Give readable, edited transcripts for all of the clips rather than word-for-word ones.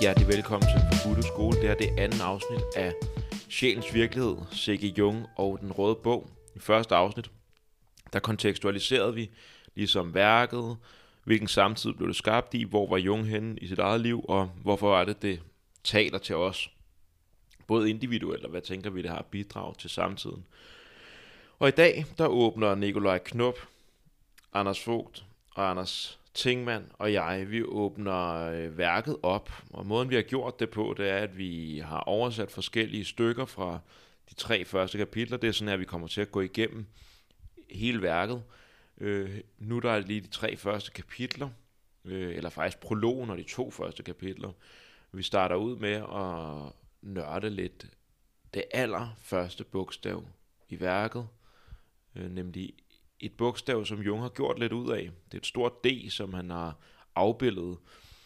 hjertelig velkommen til Den Forbudte Skole. Det er det andet afsnit af Sjælens Virkelighed, C.G. Jung og Den Røde Bog. I første afsnit, der kontekstualiserede vi ligesom værket, hvilken samtid blev det skabt i, hvor var Jung henne i sit eget liv, og hvorfor var det taler til os. Både individuelt og hvad tænker vi, det har bidrag til samtiden. Og i dag, der åbner Nikolaj Knop, Anders Vogt og Anders Tingmann og jeg, vi åbner værket op. Og måden vi har gjort det på, det er, at vi har oversat forskellige stykker fra de 3 første kapitler. Det er sådan her, vi kommer til at gå igennem hele værket. Nu der er lige de 3 første kapitler, eller faktisk prologen og de 2 første kapitler. Vi starter ud med at nørde lidt det allerførste bogstav i værket, nemlig et bogstav, som Jung har gjort lidt ud af. Det er et stort D, som han har afbildet.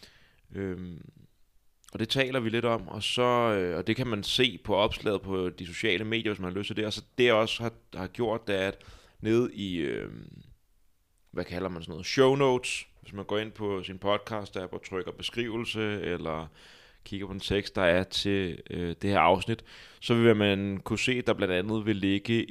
Og det taler vi lidt om, og det kan man se på opslaget på de sociale medier, hvis man har lyst til det. Og så det også har gjort, det er, at nede i, hvad kalder man sådan noget, show notes, hvis man går ind på sin podcast-app og trykker beskrivelse, eller kigger på den tekst, der er til det her afsnit, så vil man kunne se, at der blandt andet vil ligge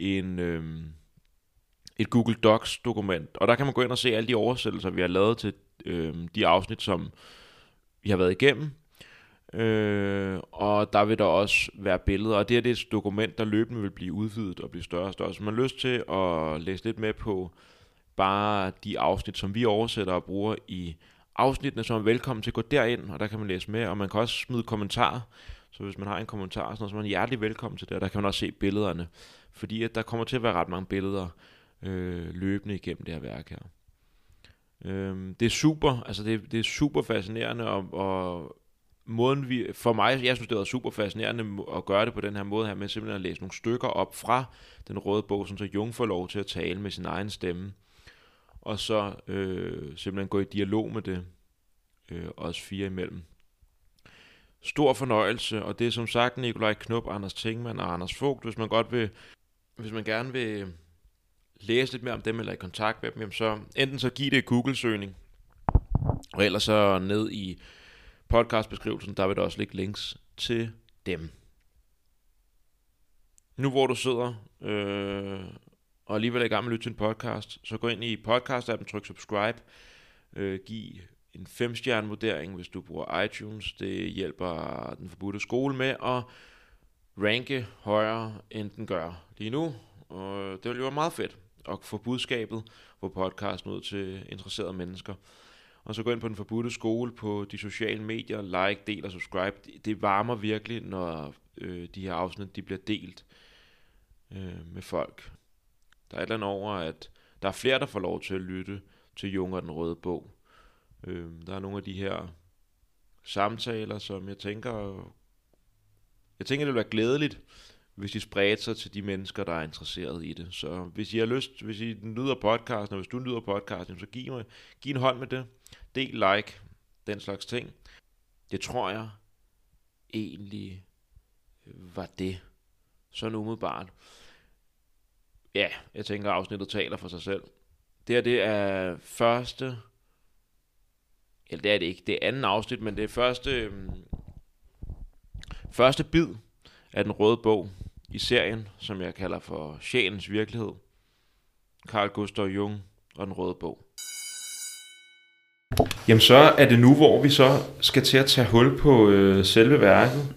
et Google Docs dokument, og der kan man gå ind og se alle de oversættelser, vi har lavet til de afsnit, som vi har været igennem, og der vil der også være billeder, og det er et dokument, der løbende vil blive udvidet og blive større og større, så man har lyst til at læse lidt med på bare de afsnit, som vi oversætter og bruger i afsnittene, så er man velkommen til at gå derind, og der kan man læse med, og man kan også smide kommentarer, så hvis man har en kommentar, så er man hjertelig velkommen til det, og der kan man også se billederne, fordi at der kommer til at være ret mange billeder løbende igennem det her værk her. Det er super, altså det er super fascinerende, og måden for mig, jeg synes det er super fascinerende at gøre det på den her måde her, med simpelthen at læse nogle stykker op fra Den Røde Bog, så Jung får lov til at tale med sin egen stemme, og så simpelthen gå i dialog med det, os 4 imellem. Stor fornøjelse, og det er som sagt Nikolaj Knop, Anders Tingmann og Anders Vogt. Hvis man gerne vil læse lidt mere om dem, eller i kontakt med dem, så enten så giv det Google-søgning, og ellers så ned i podcastbeskrivelsen, der vil der også ligge links til dem. Nu hvor du sidder og alligevel er i gang med at lytte til en podcast, så gå ind i podcast-appen, tryk subscribe, giv en 5-stjerne vurdering, hvis du bruger iTunes. Det hjælper Den Forbudte Skole med at ranke højere, end den gør lige nu. Og det vil jo være meget fedt at få budskabet på podcasten ud til interesserede mennesker. Og så gå ind på Den Forbudte Skole på de sociale medier, like, del og subscribe. Det varmer virkelig, når de her afsnit de bliver delt med folk. Der er et eller andet over, at der er flere, der får lov til at lytte til Jung og Den Røde Bog. Der er nogle af de her samtaler, som jeg tænker, det vil være glædeligt, hvis de spredte sig til de mennesker, der er interesseret i det. Så hvis I har lyst, hvis I nyder podcasten, og hvis du nyder podcasten, så giv en hånd med det. Del, like, den slags ting. Det tror jeg egentlig var det. Sådan umiddelbart. Ja, jeg tænker, afsnittet taler for sig selv. Det er første, eller det er det ikke, det er anden afsnit, men det er første bid af Den Røde Bog i serien, som jeg kalder for Sjælens Virkelighed. Carl Gustav Jung og Den Røde Bog. Jamen så er det nu, hvor vi så skal til at tage hul på selve værket.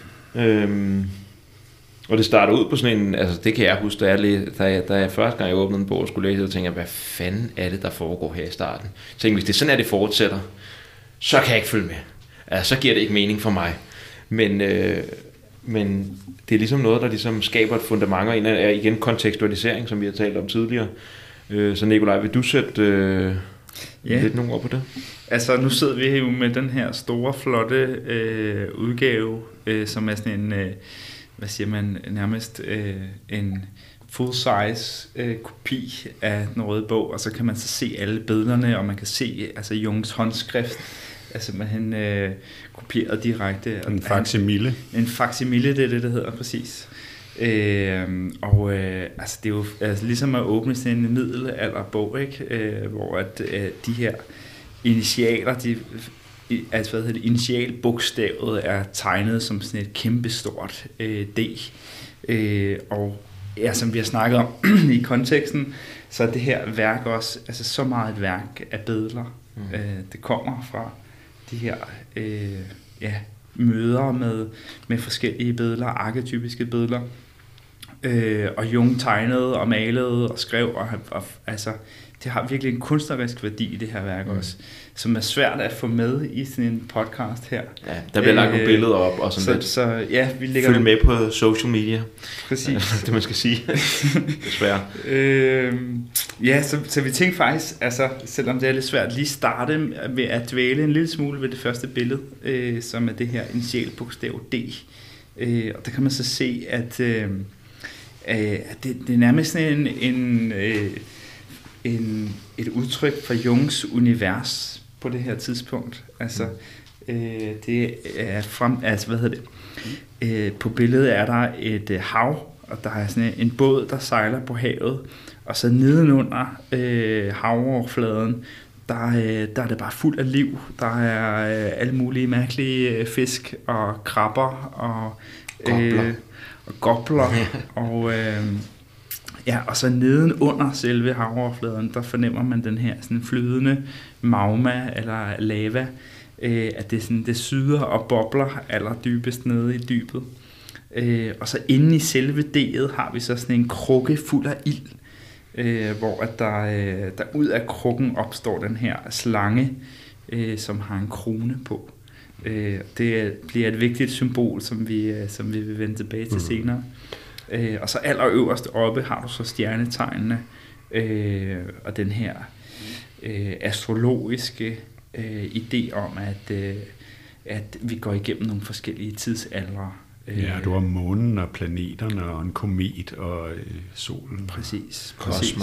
Og det starter ud på sådan en, altså det kan jeg huske, da jeg første gang jeg åbnede en bog og skulle læse, så tænkte jeg, hvad fanden er det, der foregår her i starten? Så tænkte, hvis det er sådan, at det fortsætter, så kan jeg ikke følge med. Altså, så giver det ikke mening for mig. Men det er ligesom noget, der ligesom skaber et fundament, og en er igen kontekstualisering, som vi har talt om tidligere. Så Nikolaj, vil du sætte lidt nogle ord på det? Altså, nu sidder vi jo med den her store, flotte udgave, som er sådan en, hvad siger man, nærmest en full-size kopi af Den Røde Bog, og så kan man så se alle billederne, og man kan se altså Jungs håndskrift, altså han kopieret direkte. En facsimile. En facsimile, det er det, der hedder præcis. Altså det er jo ligesom at åbne sådan en middelalderbog, ikke? Hvor at de her initialer, de initialbogstavet er tegnet som sådan et kæmpestort D. Og ja, som vi har snakket om i konteksten, så er det her værk også altså så meget et værk af billeder. Det kommer fra de her møder med forskellige billeder, arketypiske billeder. Og Jung tegnede og malede og skrev, og altså, det har virkelig en kunstnerisk værdi i det her værk også, som er svært at få med i sådan en podcast her. Ja, der bliver lagt nogle billeder op og sådan lidt. Så ja, vi lægger følg med på social media. Præcis. Det man skal sige. Desværre. Ja, så vi tænkte faktisk, altså, selvom det er lidt svært, lige starte med at dvæle en lille smule ved det første billede, som er det her initialbogstav D. Og der kan man så se, at det er nærmest et udtryk for Jungs univers på det her tidspunkt. Altså, det er på billedet er der et hav, og der er sådan en båd, der sejler på havet, og så nedenunder havoverfladen, der er det bare fuld af liv. Der er alle mulige mærkelige fisk og krabber og gobler og så nedenunder selve havoverfladen, der fornemmer man den her sådan flydende magma eller lava, at det sådan det syder og bobler allerdybest nede i dybet. Og så inde i selve D'et har vi så sådan en krukke fuld af ild, hvor at der ud af krukken opstår den her slange, som har en krone på. Det bliver et vigtigt symbol, som vi vil vende tilbage til senere. Og så allerøverst oppe har du så stjernetegnene, og den her astrologiske idé om, at vi går igennem nogle forskellige tidsaldre. Ja, du har månen og planeterne og en komet og solen. Præcis.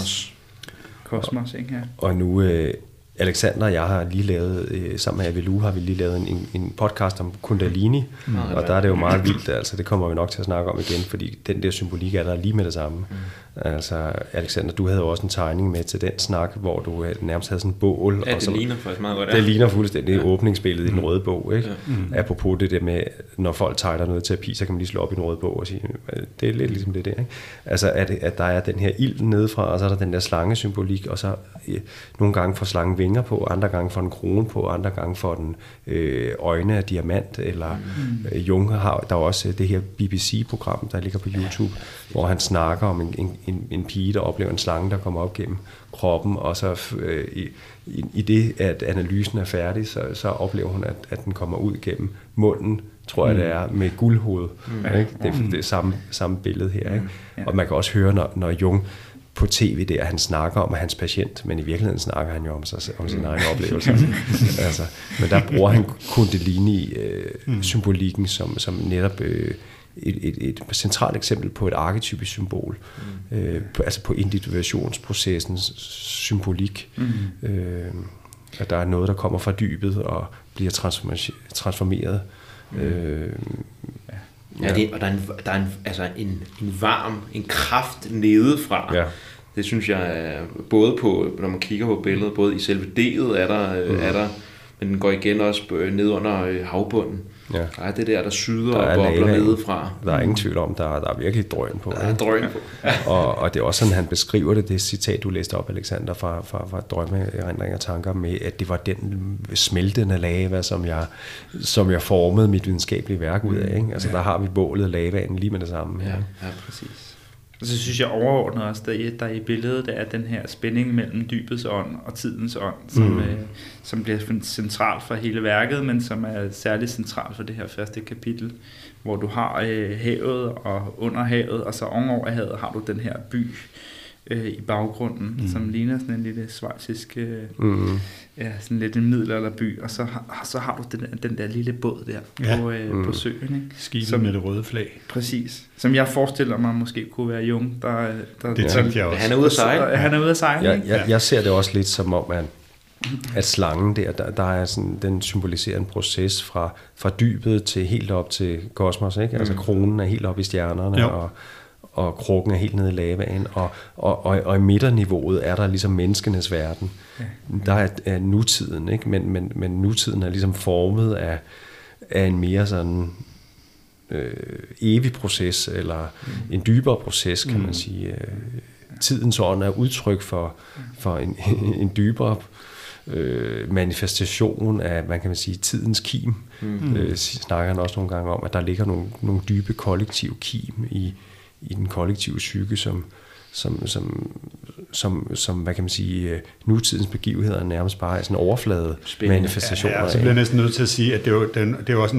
Kosmos, ikke her? Og nu, Alexander og jeg har lige lavet, sammen med Avilu har vi lige lavet en podcast om Kundalini, og der er det jo meget vildt, altså det kommer vi nok til at snakke om igen, fordi den der symbolik er der lige med det samme. Altså, Alexander, du havde jo også en tegning med til den snak, hvor du nærmest havde sådan en bål. Ja, og så, det ligner faktisk meget godt. Det ligner fuldstændig åbningsbilledet i den røde bog, ikke? Apropos det der med, når folk tegner noget terapi, så kan man lige slå op i en røde bog og sige, det er lidt ligesom det der, ikke? Altså, at der er den her ild nedefra, og så er der den der slangesymbolik, og så nogle gange får slangen vinger på, andre gange får den krone på, andre gange får den øjne af diamant, eller Jung har der er også det her BBC-program, der ligger på YouTube, hvor han snakker om en pige, der oplever en slange, der kommer op gennem kroppen, og så i det, at analysen er færdig, så oplever hun, at den kommer ud gennem munden, tror jeg det er, med guldhoved. Ikke? Det er samme billede her. Ikke? Og man kan også høre, når Jung på tv der, han snakker om hans patient, men i virkeligheden snakker han jo om sin egen oplevelse. Altså, men der bruger han Kundalini-symbolikken som netop et centralt eksempel på et arketypisk symbol, altså på individuationsprocessens symbolik. At der er noget, der kommer fra dybet og bliver transformeret. Og der er en varm, en kraft nedefra. Ja. Det synes jeg er både på, når man kigger på billedet, både i selve D'et er der, men den går igen også ned under havbunden. Ja. Der er det der syder og bobler nedefra. Der er ingen tvivl om, der er virkelig drøn på. Der er drøn på. og det er også sådan, han beskriver det citat, du læste op, Alexander, fra drømmeerindringer og tanker med, at det var den smeltende lava, som jeg formede mit videnskabelige værk ud af. Ikke? Altså der har vi bålet lavaen lige med det samme. Ja, præcis. Og så synes jeg overordnet også, der i billedet der er den her spænding mellem dybets ånd og tidens ånd, som bliver centralt for hele værket, men som er særligt centralt for det her første kapitel, hvor du har havet og under havet, og så ovenover havet har du den her by i baggrunden, som ligner sådan en lille schweizisk, sådan lidt en middelalderby, og så har du den der lille båd der på søen. Ikke? Skibet med det røde flag. Præcis. Som jeg forestiller mig måske kunne være Jung, der det tænkte jeg også. Han er ude at sejle. Han er ude at sejle. Jeg ser det også lidt som om, at slangen der er sådan, den symboliserer en proces fra dybet til helt op til kosmos, ikke? Altså kronen er helt op i stjernerne, og krukken er helt nede i lavaen, og i midterniveauet er der ligesom menneskenes verden. Der er nutiden, ikke? Men nutiden er ligesom formet af en mere sådan evig proces, eller en dybere proces, kan man sige. Tidens ånd er udtryk for en dybere manifestation af, man kan sige, tidens kim. Snakker han også nogle gange om, at der ligger nogle dybe kollektive kim i den kollektive psyke, som hvad kan man sige, nutidens begivenheder nærmest bare er sådan overflade manifestationer. Ja, så bliver jeg næsten nødt til at sige, at det er jo også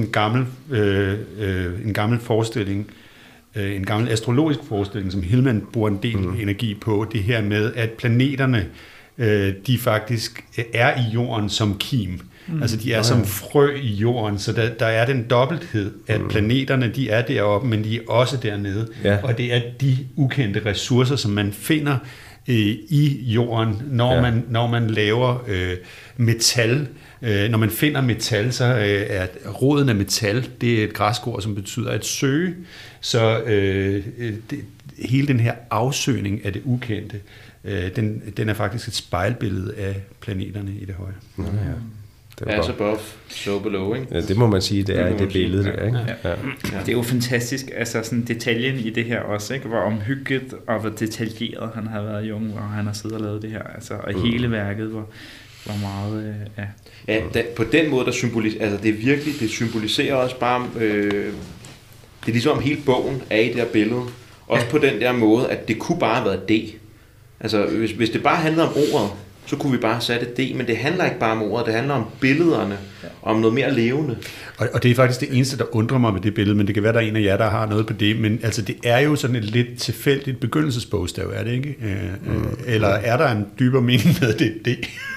en gammel forestilling, en gammel astrologisk forestilling, som Hillman bruger en del energi på, det her med, at planeterne, de faktisk er i jorden som kim. Altså de er som frø i jorden, så der er den dobbelthed, at planeterne, de er deroppe, men de er også dernede. Ja. Og det er de ukendte ressourcer, som man finder i jorden, når man laver metal. Når man finder metal, så er roden af metal, det er et græsk ord, som betyder at søge. Så hele den her afsøgning af det ukendte, den er faktisk et spejlbillede af planeterne i det høje. As above, so below, ikke? Ja, det må man sige, det er i det billede der, ikke? Ja. Det er jo fantastisk, altså sådan detaljen i det her også, ikke? Hvor omhyggeligt og hvor detaljeret han har været, Jung, hvor han har siddet og lavet det her, altså, og hele værket, hvor meget, på den måde, der symboliserer, altså det er virkelig, det symboliserer også bare, det er ligesom hele bogen er i det her billede, også på den der måde, at det kunne bare have været det. Altså, hvis det bare handlede om ordet, så kunne vi bare have sat et D, men det handler ikke bare om ordet, det handler om billederne, om noget mere levende. Og det er faktisk det eneste, der undrer mig ved det billede, men det kan være, der er en af jer, der har noget på det, men altså det er jo sådan et lidt tilfældigt begyndelsesbogstav, er det ikke? Eller er der en dybere mening med det?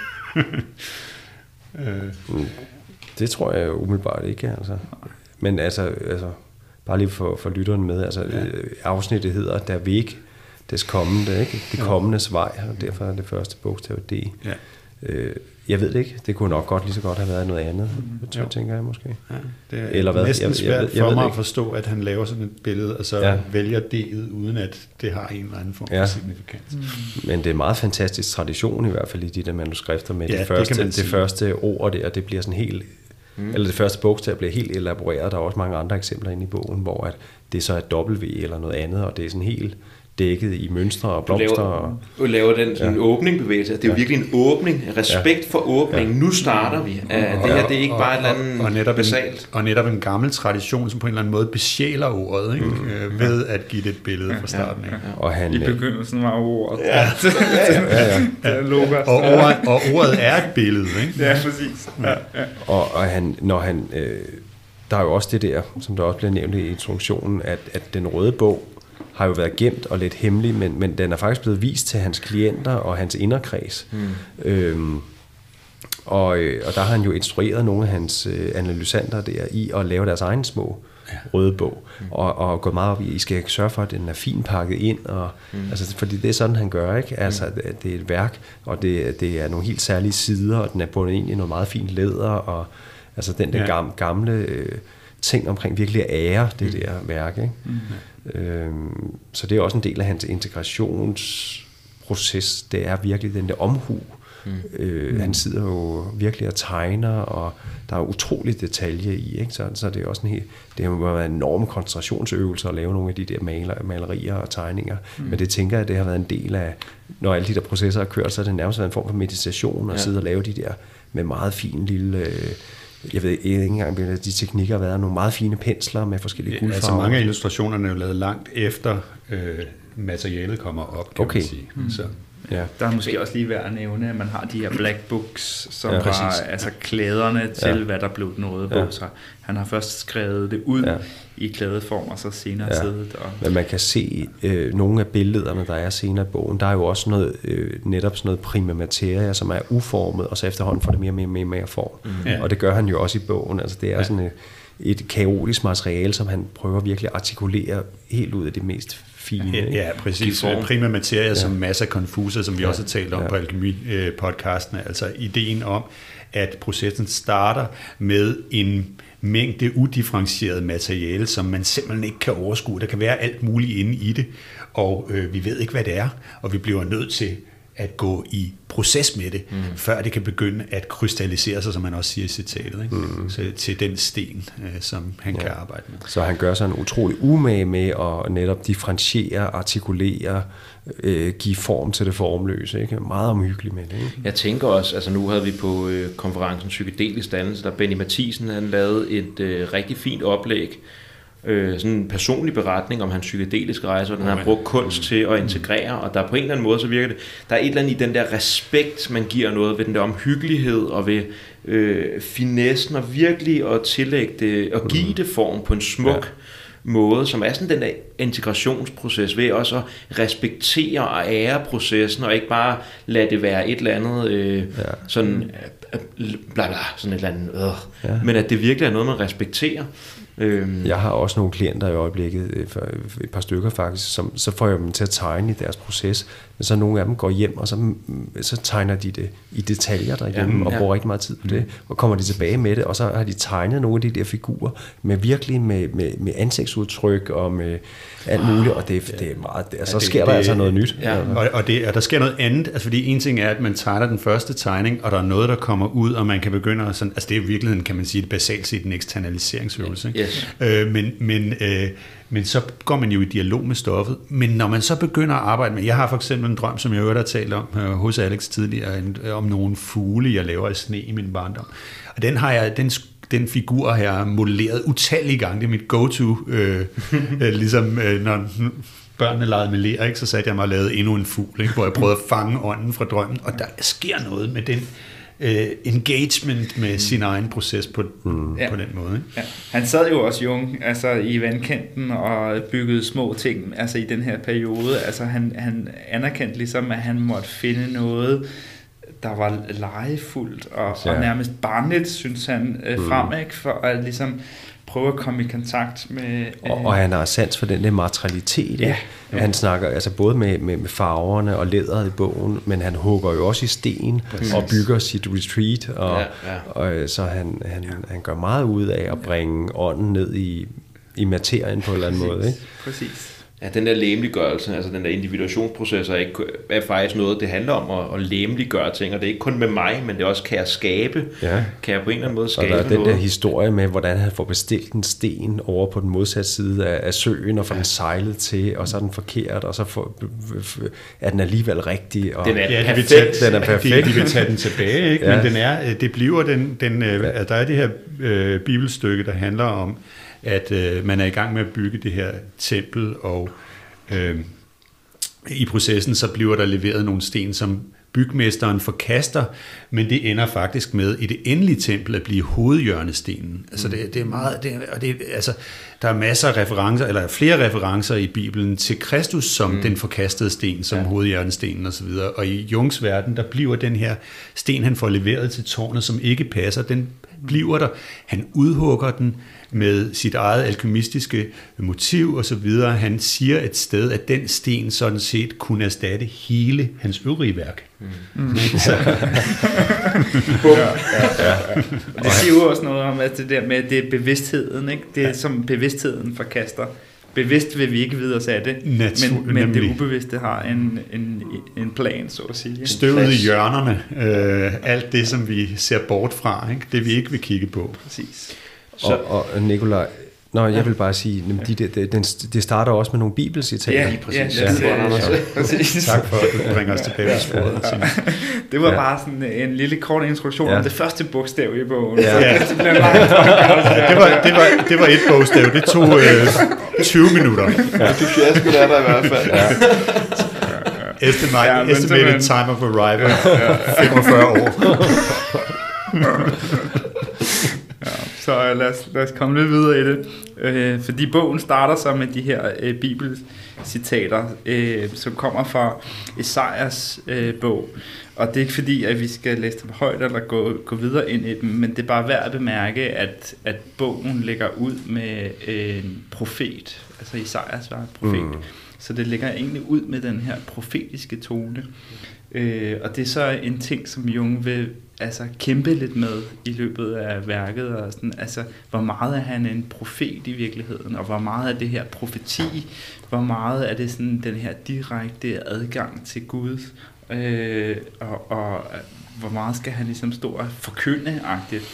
Det tror jeg umiddelbart ikke, altså. Men altså bare lige for lytteren med, altså afsnittet hedder Der Weg des kommende, ikke? Det kommendes vej, og derfor er det første bogstav D. Ja. Jeg ved det ikke. Det kunne nok godt lige så godt have været noget andet, tænker jeg måske. Ja, det er eller hvad? Næsten svært for mig at forstå, at han laver sådan et billede, og så vælger D'et, uden at det har en eller anden form for signifikans. Men det er en meget fantastisk tradition, i hvert fald i de der manuskrifter med det første ord der, det bliver sådan helt, eller det første bogstav bliver helt elaboreret. Der er også mange andre eksempler inde i bogen, hvor at det så er W eller noget andet, og det er sådan helt dækket i mønstre og blomster. Du laver den sådan en åbningbevægelse. Det er jo virkelig en åbning, respekt for åbningen. Nu starter vi. Det her, det er ikke bare et eller andet basalt. Og netop en gammel tradition, som på en eller anden måde besjæler ordet, ikke? Ved at give det et billede fra starten. Og han, i begyndelsen var ordet. Og ordet er et billede, ikke? Ja, præcis. Og han, når han, der er jo også det der, som der også bliver nævnt i introduktionen, at den røde bog har jo været gemt og lidt hemmelig, men den er faktisk blevet vist til hans klienter og hans inderkreds. Og der har han jo instrueret nogle af hans analysanter der i at lave deres egen små røde bog, og gået meget op i, I skal sørge for, at den er fint pakket ind, og, altså, fordi det er sådan, han gør, ikke? Altså, det er et værk, og det er nogle helt særlige sider, og den er bundet ind i noget meget fint læder, og altså den der gamle ting omkring virkelig at ære det der værk, ikke? Så det er også en del af hans integrationsproces. Det er virkelig den der omhu. Han sidder jo virkelig og tegner, og der er utrolig detalje i, ikke? Så det er også det har været en enorm koncentrationsøvelse at lave nogle af de der malerier og tegninger. Men det tænker jeg, det har været en del af, når alle de der processer er kørt, så er det nærmest været en form for meditation at sidde og lave de der med meget fin lille jeg ved ikke engang, de teknikker har været nogle meget fine pensler med forskellige guldfarver. Altså mange af illustrationerne er jo lavet langt efter materialet kommer op, kan man sige. Så. Ja. Der er måske også lige værd at nævne, at man har de her black books, som var altså klæderne til, hvad der blev den røde bog. Så han har først skrevet det ud i klædeform, og så senere siddet. Men man kan se nogle af billederne, der er senere i bogen. Der er jo også noget, netop sådan noget prima materia, som er uformet, og så efterhånden får det mere form. Og det gør han jo også i bogen. Altså det er sådan et kaotisk materiale, som han prøver virkelig at artikulere helt ud af det mest fine. Ja, præcis. Prima materia som massa confusa, som vi også har talt om på Alkemi-podcasten. Altså ideen om, at processen starter med en mængde udifferentieret materiale, som man simpelthen ikke kan overskue. Der kan være alt muligt inde i det, og vi ved ikke, hvad det er, og vi bliver nødt til at gå i proces med det, før det kan begynde at krystallisere sig, som man også siger i citatet, ikke? Så, til den sten, som han kan arbejde med. Så han gør sig en utrolig umage med at netop differentiere, artikulere, give form til det formløse. Ikke? Meget omhyggeligt med det. Ikke? Jeg tænker også, altså nu havde vi på konferencen Psykedelisk Dannelse, der Benny Mathisen, han lavede et rigtig fint oplæg, sådan en personlig beretning om hans psykedeliske rejse, og den har brugt kunst til at integrere, og der på en eller anden måde, så virker det, der er et eller andet i den der respekt, man giver noget, ved den der omhyggelighed, og ved finessen, og virkelig at tillægge det, og give det form på en smuk måde, som er sådan den der integrationsproces, ved også at respektere og ære processen, og ikke bare lade det være et eller andet sådan bla bla, sådan et eller andet, men at det virkelig er noget, man respekterer. Jeg har også nogle klienter i øjeblikket, et par stykker faktisk, så får jeg dem til at tegne i deres proces, men så nogle af dem går hjem, og så tegner de det i detaljer derhjemme, og bruger rigtig meget tid på det, og kommer de tilbage med det, og så har de tegnet nogle af de der figurer, med virkelig med ansigtsudtryk, og med alt muligt, og det er meget, så sker der altså noget nyt. Ja. Og der sker noget andet, altså fordi en ting er, at man tegner den første tegning, og der er noget, der kommer ud, og man kan begynde at sådan, altså det er i virkeligheden, kan man sige, det basalt set en eksternaliseringsøvelse, ikke? Yes. Men så går man jo i dialog med stoffet. Men når man så begynder at arbejde med, jeg har for eksempel en drøm, som jeg har talt om hos Alex tidligere, om nogle fugle, jeg laver af sne i min barndom. Og den figur har jeg modelleret utallige gange. Det er mit go-to, ligesom når børnene legede med ler, ikke? Så satte jeg mig og lavede endnu en fugl, ikke? Hvor jeg prøvede at fange ånden fra drømmen. Og der sker noget med den engagement med sin egen proces på den måde. Ikke? Ja. Han sad jo også Jung, altså i vandkanten og byggede små ting, altså i den her periode. Altså han anerkendte ligesom, at han måtte finde noget, der var legefuldt og nærmest barnligt, synes han, frem, ikke? For at ligesom prøve at komme i kontakt med... Og han har sans for den der materialitet. Ja. Han snakker altså både med farverne og læderet i bogen, men han hugger jo også i sten og bygger sit retreat, og så han gør meget ud af at bringe ånden ned i materien på en eller anden måde. Ikke? Præcis. Ja, den der læmeliggørelse, altså den der individuationsproces er faktisk noget, det handler om at læmeliggøre ting, og det er ikke kun med mig, men det også kan jeg skabe, kan jeg på en eller anden måde skabe noget. Og der er den der historie med, hvordan han får bestilt en sten over på den modsatte side af søen, og får den sejlet til, og så er den forkert, og så er den alligevel rigtig. Og den er perfekt. Den er perfekt. De vil tage den tilbage, ikke? Men det bliver der er det her bibelstykke, der handler om, at man er i gang med at bygge det her tempel, og i processen så bliver der leveret nogle sten, som bygmesteren forkaster, men det ender faktisk med i det endelige tempel at blive hovedhjørnestenen. Altså det er meget, altså der er masser af referencer, eller flere referencer i Bibelen til Kristus som den forkastede sten, som hovedhjørnestenen osv. Og i Jungs verden, der bliver den her sten, han får leveret til tårnet, som ikke passer, den bliver der. Han udhugger den med sit eget alkymistiske motiv og så videre. Han siger et sted, at den sten sådan set kunne erstatte hele hans øvrige værk. Det siger jo også noget om, at det der med, det er bevidstheden, ikke? Det er som bevidstheden forkaster. Bevidst vil vi ikke vide os af det, men det ubevidste har en plan, så at sige. Støvet i hjørnerne, alt det, som vi ser bort fra, ikke? Det vi ikke vil kigge på. Præcis. Og Nikolaj, jeg vil bare sige, det starter også med nogle bibelcitater. Ja, præcis. Tak for, at du bringer os tilbage til sporet. Det var bare sådan en lille kort introduktion om det første bogstav i bogen. Det var et bogstav. Det tog 20 minutter. Entusiasmen er der i hvert fald. Estimated time of arrival. 45 år. Så lad os komme lidt videre i det. Fordi bogen starter så med de her bibelcitater, som kommer fra Esajas bog. Og det er ikke fordi, at vi skal læse dem højt eller gå videre ind i dem, men det er bare værd at bemærke, at bogen lægger ud med en profet. Altså Esajas var en profet. Så det lægger egentlig ud med den her profetiske tone. Og det er så en ting, som Jung vil kæmpe lidt med i løbet af værket, og sådan, hvor meget er han en profet i virkeligheden, og hvor meget er det her profeti, hvor meget er det sådan den her direkte adgang til Gud, og hvor meget skal han ligesom stå og forkynde-agtigt.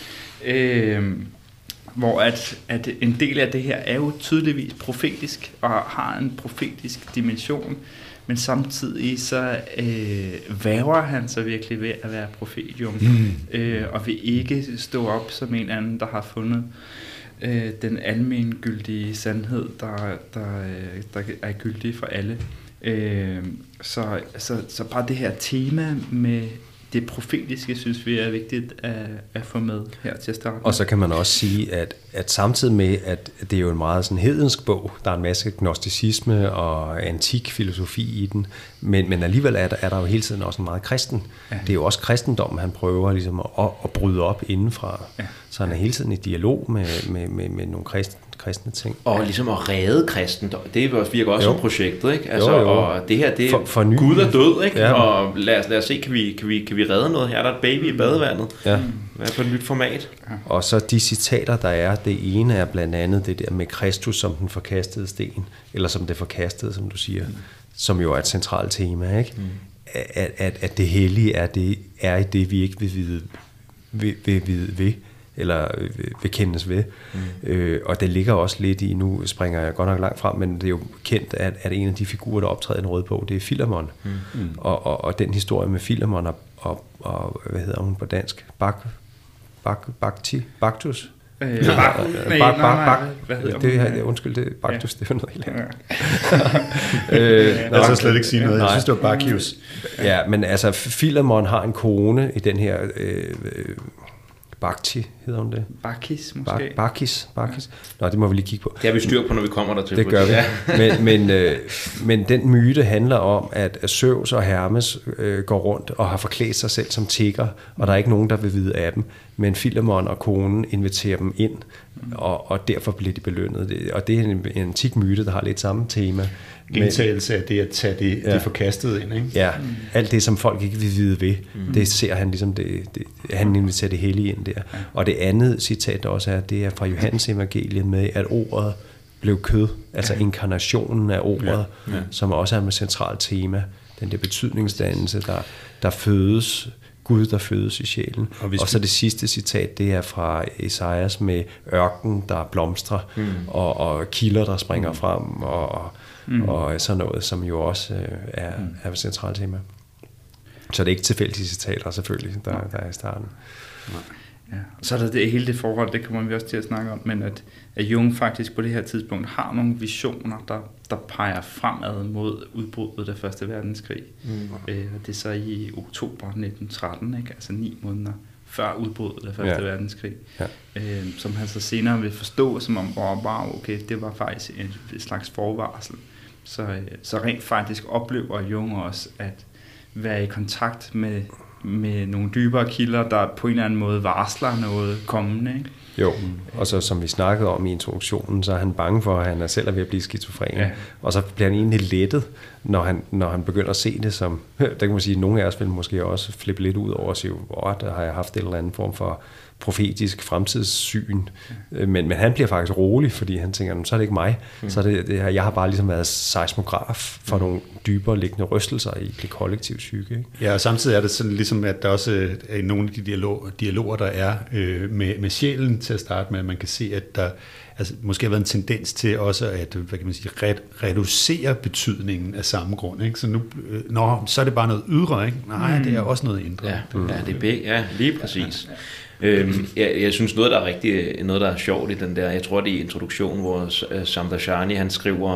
Hvor at en del af det her er jo tydeligvis profetisk, og har en profetisk dimension, men samtidig så væver han sig virkelig ved at være profetium, og vil ikke stå op som en anden, der har fundet den almengyldige sandhed, der er gyldig for alle. Så bare det her tema med det profetiske, synes vi er vigtigt at få med her til at starte. Og så kan man også sige, at samtidig med, at det er jo en meget sådan hedensk bog, der er en masse gnosticisme og antik filosofi i den, men alligevel er der jo hele tiden også en meget kristen. Ja. Det er jo også kristendommen, han prøver ligesom at bryde op indenfra. Ja. Så han er hele tiden i dialog med nogle kristne ting. Og ligesom at redde kristendom. Det virker også som projektet, ikke? Altså, jo. Og det her, det er Gud er død, ikke? Ja. Og lad os se, kan vi redde noget her? Der er et baby i badevandet. Ja. Hvad for et nyt format? Ja. Og så de citater, der er, det ene er blandt andet det der med Kristus som den forkastede sten, eller som det forkastede, som du siger, som jo er et centralt tema, ikke? At det hellige er i det, vi ikke vil vide ved, eller vil kendes ved. Og det ligger også lidt i, nu springer jeg godt nok langt frem, men det er jo kendt, at en af de figurer, der optræder i den røde bog, det er Philemon. Og den historie med Philemon og hvad hedder hun på dansk? Baktus? Undskyld, det er Baktus, det er noget helt andet. Jeg skal slet ikke sige noget, jeg synes, det var Bacchus. Ja, men altså, Philemon har en kone i den her... Bhakti hedder hun det? Bacchis måske. Bacchis. Nå, det må vi lige kigge på. Det har vi styr på, når vi kommer der til. Det gør vi. Ja. Men den myte handler om, at Zeus og Hermes går rundt og har forklædt sig selv som tigger, og der er ikke nogen, der vil vide af dem. Men Philemon og konen inviterer dem ind, og derfor bliver de belønnet. Og det er en antik myte, der har lidt samme tema. Gentagelse af det at tage det forkastede ind, ikke? Ja, alt det, som folk ikke vil vide ved, det ser han ligesom, han inviterer det hellige ind der. Ja. Og det andet citat også er, det er fra Johannes evangeliet med, at ordet blev kød, altså inkarnationen af ordet, som også er med centralt tema, den der betydningsdannelse, der fødes, Gud, der fødes i sjælen. Og så det sidste citat, det er fra Esajas med ørken, der blomstrer, og kilder, der springer frem, og sådan noget, som jo også er et centralt tema. Så det er ikke tilfældige citater, selvfølgelig, der er i starten. Ja. Så er der hele det forhold, det kommer vi også til at snakke om, men at Jung faktisk på det her tidspunkt har nogle visioner, der peger fremad mod udbruddet af Første Verdenskrig. Og det er så i oktober 1913, ikke? Altså 9 måneder før udbruddet af Første Verdenskrig, som han så senere vil forstå som om, wow, okay, det var faktisk en slags forvarsel. Så rent faktisk oplever Jung også at være i kontakt med nogle dybere kilder, der på en eller anden måde varsler noget kommende, ikke? Jo, og så som vi snakkede om i introduktionen, så er han bange for, at han selv er ved at blive skizofren. Ja. Og så bliver han egentlig lettet, når han begynder at se det som... Der kan man sige, at nogle af os vil måske også flippe lidt ud over og sige, der har jeg haft en eller anden form for profetisk fremtidssyn. Men han bliver faktisk rolig, fordi han tænker, så er det ikke mig. Så er det her, jeg har bare ligesom været seismograf for nogle dybere liggende rystelser i det kollektive psyke. Ikke? Ja, og samtidig er det sådan ligesom, at der også er nogle af de dialoger, der er med sjælen til at starte med, at man kan se, at der måske har været en tendens til også at, hvad kan man sige, reducere betydningen af samme grund. Ikke? Så nu, så er det bare noget ydre, ikke? Nej, det er også noget indre. Ja, det er lige præcis. Jeg synes noget der er sjovt i den der, jeg tror det er i introduktionen, hvor Samdashani han skriver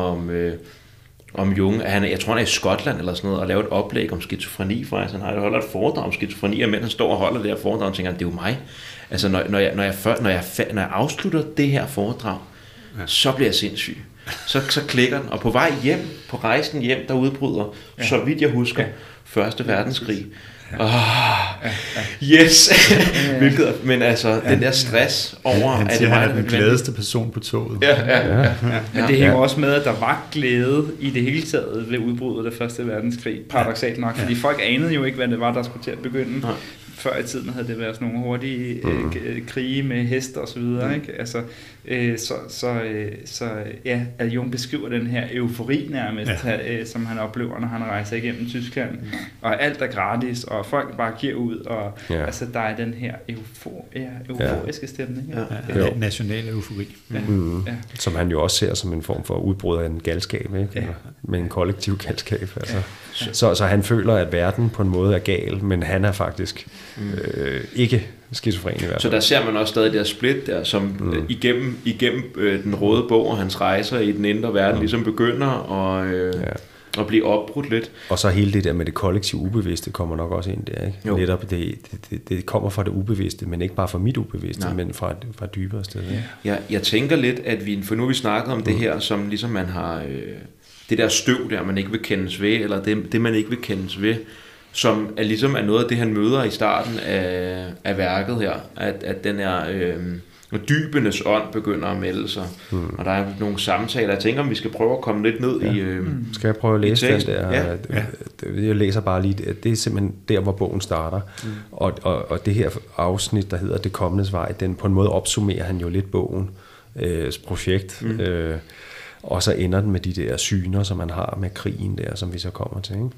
om Jung, jeg tror han er i Skotland eller sådan noget, og laver et oplæg om skizofreni faktisk. Han holder et foredrag om skizofreni, og mens han står og holder det her foredrag, tænker han, det er jo mig. Altså når jeg afslutter det her foredrag, så bliver jeg sindssyg. Så klikker den, og på vej hjem, på rejsen hjem, der udbryder, så vidt jeg husker, Første Verdenskrig. Yes! Hvilket, men altså, den der stress over, han at siger, det han var er den gladeste person på toget. Men det hænger også med, at der var glæde i det hele taget ved udbruddet af Første Verdenskrig, paradoksalt nok, fordi folk anede jo ikke, hvad det var, der skulle til at begynde. Nej. Før i tiden havde det været sådan nogle hurtige krige med heste og så videre, ikke? Altså, at Jung beskriver den her eufori nærmest, som han oplever, når han rejser igennem Tyskland, og alt er gratis, og folk bare giver ud, og altså, der er den her euforiske stemning. National eufori. Som han jo også ser som en form for udbrud af en galskab, ikke? Med en kollektiv galskab. Altså. Så han føler, at verden på en måde er gal, men han er faktisk ikke skizofren i hvert fald. Så der ser man også stadig der split der, som igennem den røde bog og hans rejser i den indre verden ligesom begynder at blive opbrudt lidt. Og så hele det der med det kollektive ubevidste kommer nok også ind der, ikke? Jo. Netop det kommer fra det ubevidste, men ikke bare fra mit ubevidste, men fra dybere steder. Jeg tænker lidt, at for nu har vi snakket om det her, som ligesom man har det der støv der, man ikke vil kendes ved, eller det man ikke vil kendes ved, som ligesom er noget af det, han møder i starten af værket her, at den er når dybenes ånd begynder at melde sig, og der er nogle samtaler. Jeg tænker, om vi skal prøve at komme lidt ned i skal jeg prøve at læse den der? Jeg læser bare lige, det er simpelthen der, hvor bogen starter, og det her afsnit, der hedder Det kommendes vej, den på en måde opsummerer han jo lidt bogens projekt, og så ender den med de der syner, som man har med krigen der, som vi så kommer til, ikke?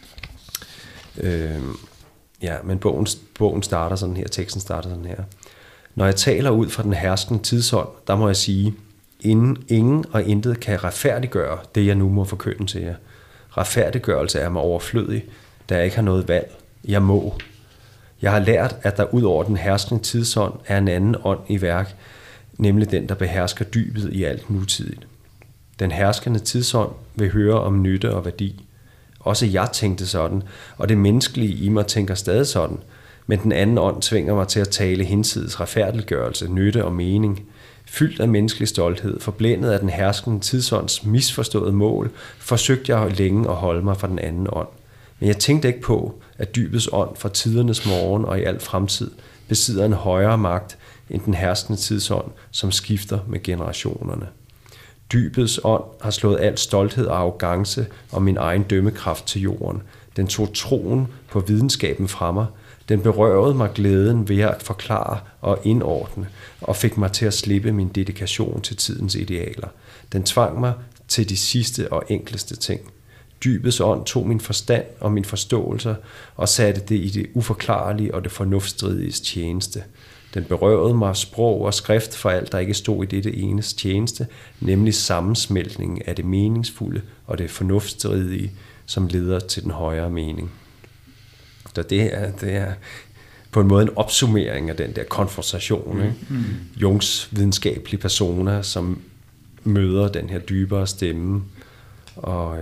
Men bogen starter sådan her, teksten starter sådan her. Når jeg taler ud fra den herskende tidsånd, der må jeg sige, ingen og intet kan retfærdiggøre det, jeg nu må forkynde til jer. Retfærdiggørelse er mig overflødig, da jeg ikke har noget valg. Jeg må. Jeg har lært, at der ud over den herskende tidsånd er en anden ånd i værk, nemlig den, der behersker dybet i alt nutidigt. Den herskende tidsånd vil høre om nytte og værdi. Også jeg tænkte sådan, og det menneskelige i mig tænker stadig sådan, men den anden ånd tvinger mig til at tale hinsides retfærdiggørelse, nytte og mening. Fyldt af menneskelig stolthed, forblændet af den herskende tidsånds misforståede mål, forsøgte jeg længe at holde mig fra den anden ånd. Men jeg tænkte ikke på, at dybets ånd fra tidernes morgen og i al fremtid besidder en højere magt end den herskende tidsånd, som skifter med generationerne. Dybets ånd har slået al stolthed og arrogance og min egen dømmekraft til jorden. Den tog troen på videnskaben fra mig. Den berørede mig glæden ved at forklare og indordne, og fik mig til at slippe min dedikation til tidens idealer. Den tvang mig til de sidste og enkleste ting. Dybets ånd tog min forstand og min forståelse og satte det i det uforklarlige og det fornuftstridiges tjeneste. Den berørede mig sprog og skrift for alt, der ikke stod i dette enes tjeneste, nemlig sammensmeltningen af det meningsfulde og det fornuftstridige, som leder til den højere mening. Så det er på en måde en opsummering af den der konfrontation. Jungs videnskabelige personer, som møder den her dybere stemme og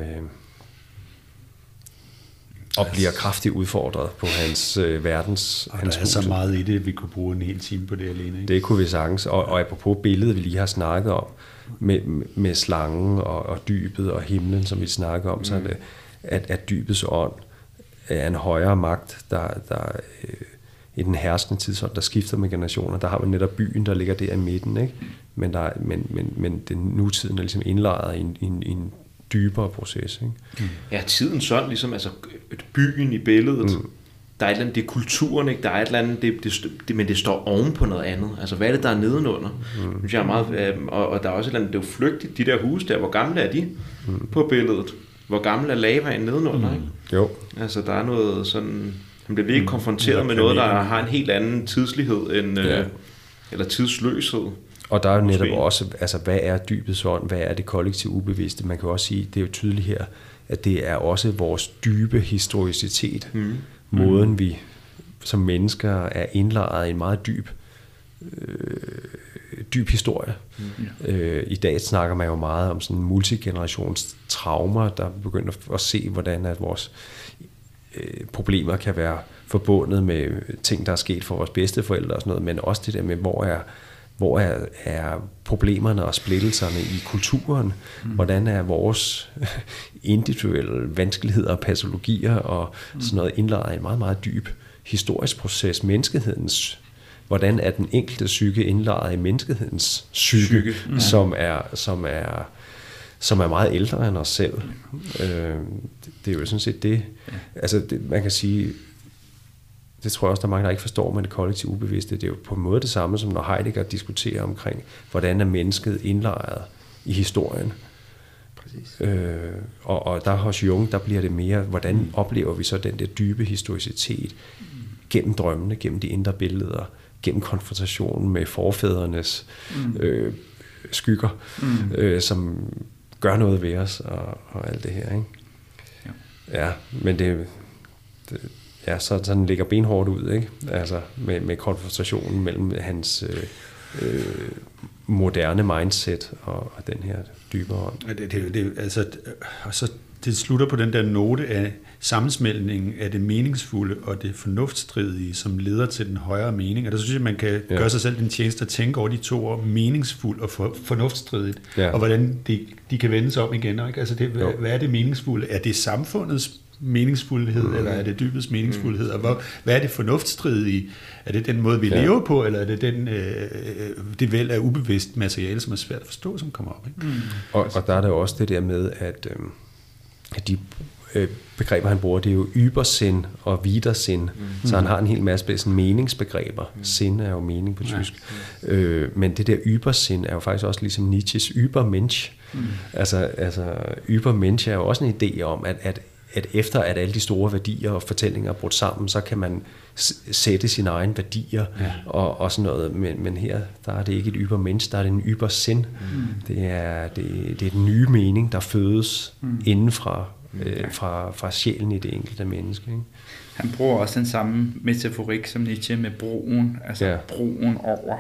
bliver kraftigt udfordret på hans verdens. Og der er så meget i det, vi kunne bruge en hel time på det alene. Ikke? Det kunne vi sagtens. Og apropos billedet, vi lige har snakket om, med slangen og dybet og himlen, som vi snakker om, så er det, at dybets ånd er en højere magt, der i den herskende tidsånd, der skifter med generationer. Der har man netop byen, der ligger der i midten, ikke? Men den nutiden er ligesom indlejret i en dybere proces, ikke? Ja, tiden sådan, ligesom altså byen i billedet. Der er et eller andet, det er kulturen, ikke? Der er et eller andet, men det står oven på noget andet. Altså, hvad er det, der er nedenunder? Jeg er meget, og der er også et eller andet, det er jo flygtigt, de der huse der, hvor gamle er de på billedet? Hvor gammel er lavaen nedenunder, ikke? Jo. Altså, der er noget sådan. Han bliver virkelig konfronteret med noget, der har en helt anden tidslighed end eller tidsløshed. Og der er jo netop også, altså, hvad er dybets ånd? Hvad er det kollektive ubevidste? Man kan også sige, det er jo tydeligt her, at det er også vores dybe historicitet. Måden vi som mennesker er indlejret i en meget dyb historie. I dag snakker man jo meget om sådan multigenerations traumer, der begynder at se, hvordan at vores problemer kan være forbundet med ting, der er sket for vores bedsteforældre og sådan noget, men også det der med, hvor er problemerne og splittelserne i kulturen, hvordan er vores individuelle vanskeligheder og patologier og sådan noget indlejret i en meget, meget dyb historisk proces, menneskehedens, hvordan er den enkelte psyke indlejret i menneskehedens psyke, som er meget ældre end os selv. Det er jo sådan set det. Altså, man kan sige, det tror jeg også, der er mange, der ikke forstår med det kollektive ubevidste. Det er jo på en måde det samme, som når Heidegger diskuterer omkring, hvordan er mennesket indlejret i historien. Præcis. Og der hos Jung, der bliver det mere, hvordan oplever vi så den der dybe historicitet gennem drømmene, gennem de indre billeder, gennem konfrontationen med forfædrenes skygger, som gør noget ved os og alt det her, ikke? Ja, men det så den ligger benhårdt ud, ikke? Altså med konfrontationen mellem hans moderne mindset og den her dybere ånd. Det slutter på den der note af sammensmeltningen af det meningsfulde og det fornuftsstridige, som leder til den højere mening. Og der synes jeg, man kan gøre sig selv den tjeneste at tænke over de to ord, meningsfuld og fornuftsstridigt, og hvordan de kan vendes om igen. Ikke? Altså hvad er det meningsfulde? Er det samfundets meningsfuldhed, eller er det dybets meningsfuldhed? Og hvad er det fornuftsstridige? Er det den måde, vi lever på, eller er det det væld af ubevidst materiale, som er svært at forstå, som kommer op? Ikke? Og der er der også det der med, at de begreber, han bruger, det er jo Übersinn og Widersinn. Så han har en hel masse sådan meningsbegreber. Sinn er jo mening på tysk. Men det der Übersinn er jo faktisk også ligesom Nietzsches Übermensch. Altså Übermensch er jo også en idé om, at efter at alle de store værdier og fortællinger er brudt sammen, så kan man sætte sine egne værdier og sådan noget. Men her, der er det ikke et Übermensch, der er det en Übersinn. Det er den nye mening, der fødes indenfra, fra sjælen i det enkelte menneske. Ikke? Han bruger også den samme metaforik som Nietzsche med broen, altså broen over.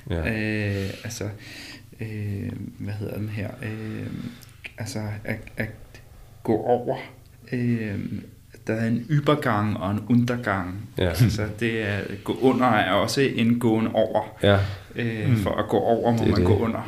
Hvad hedder den her? At gå over. Der er en übergang og en undergang. Altså det er gå under er også en gåen over. For at gå over må man gå under.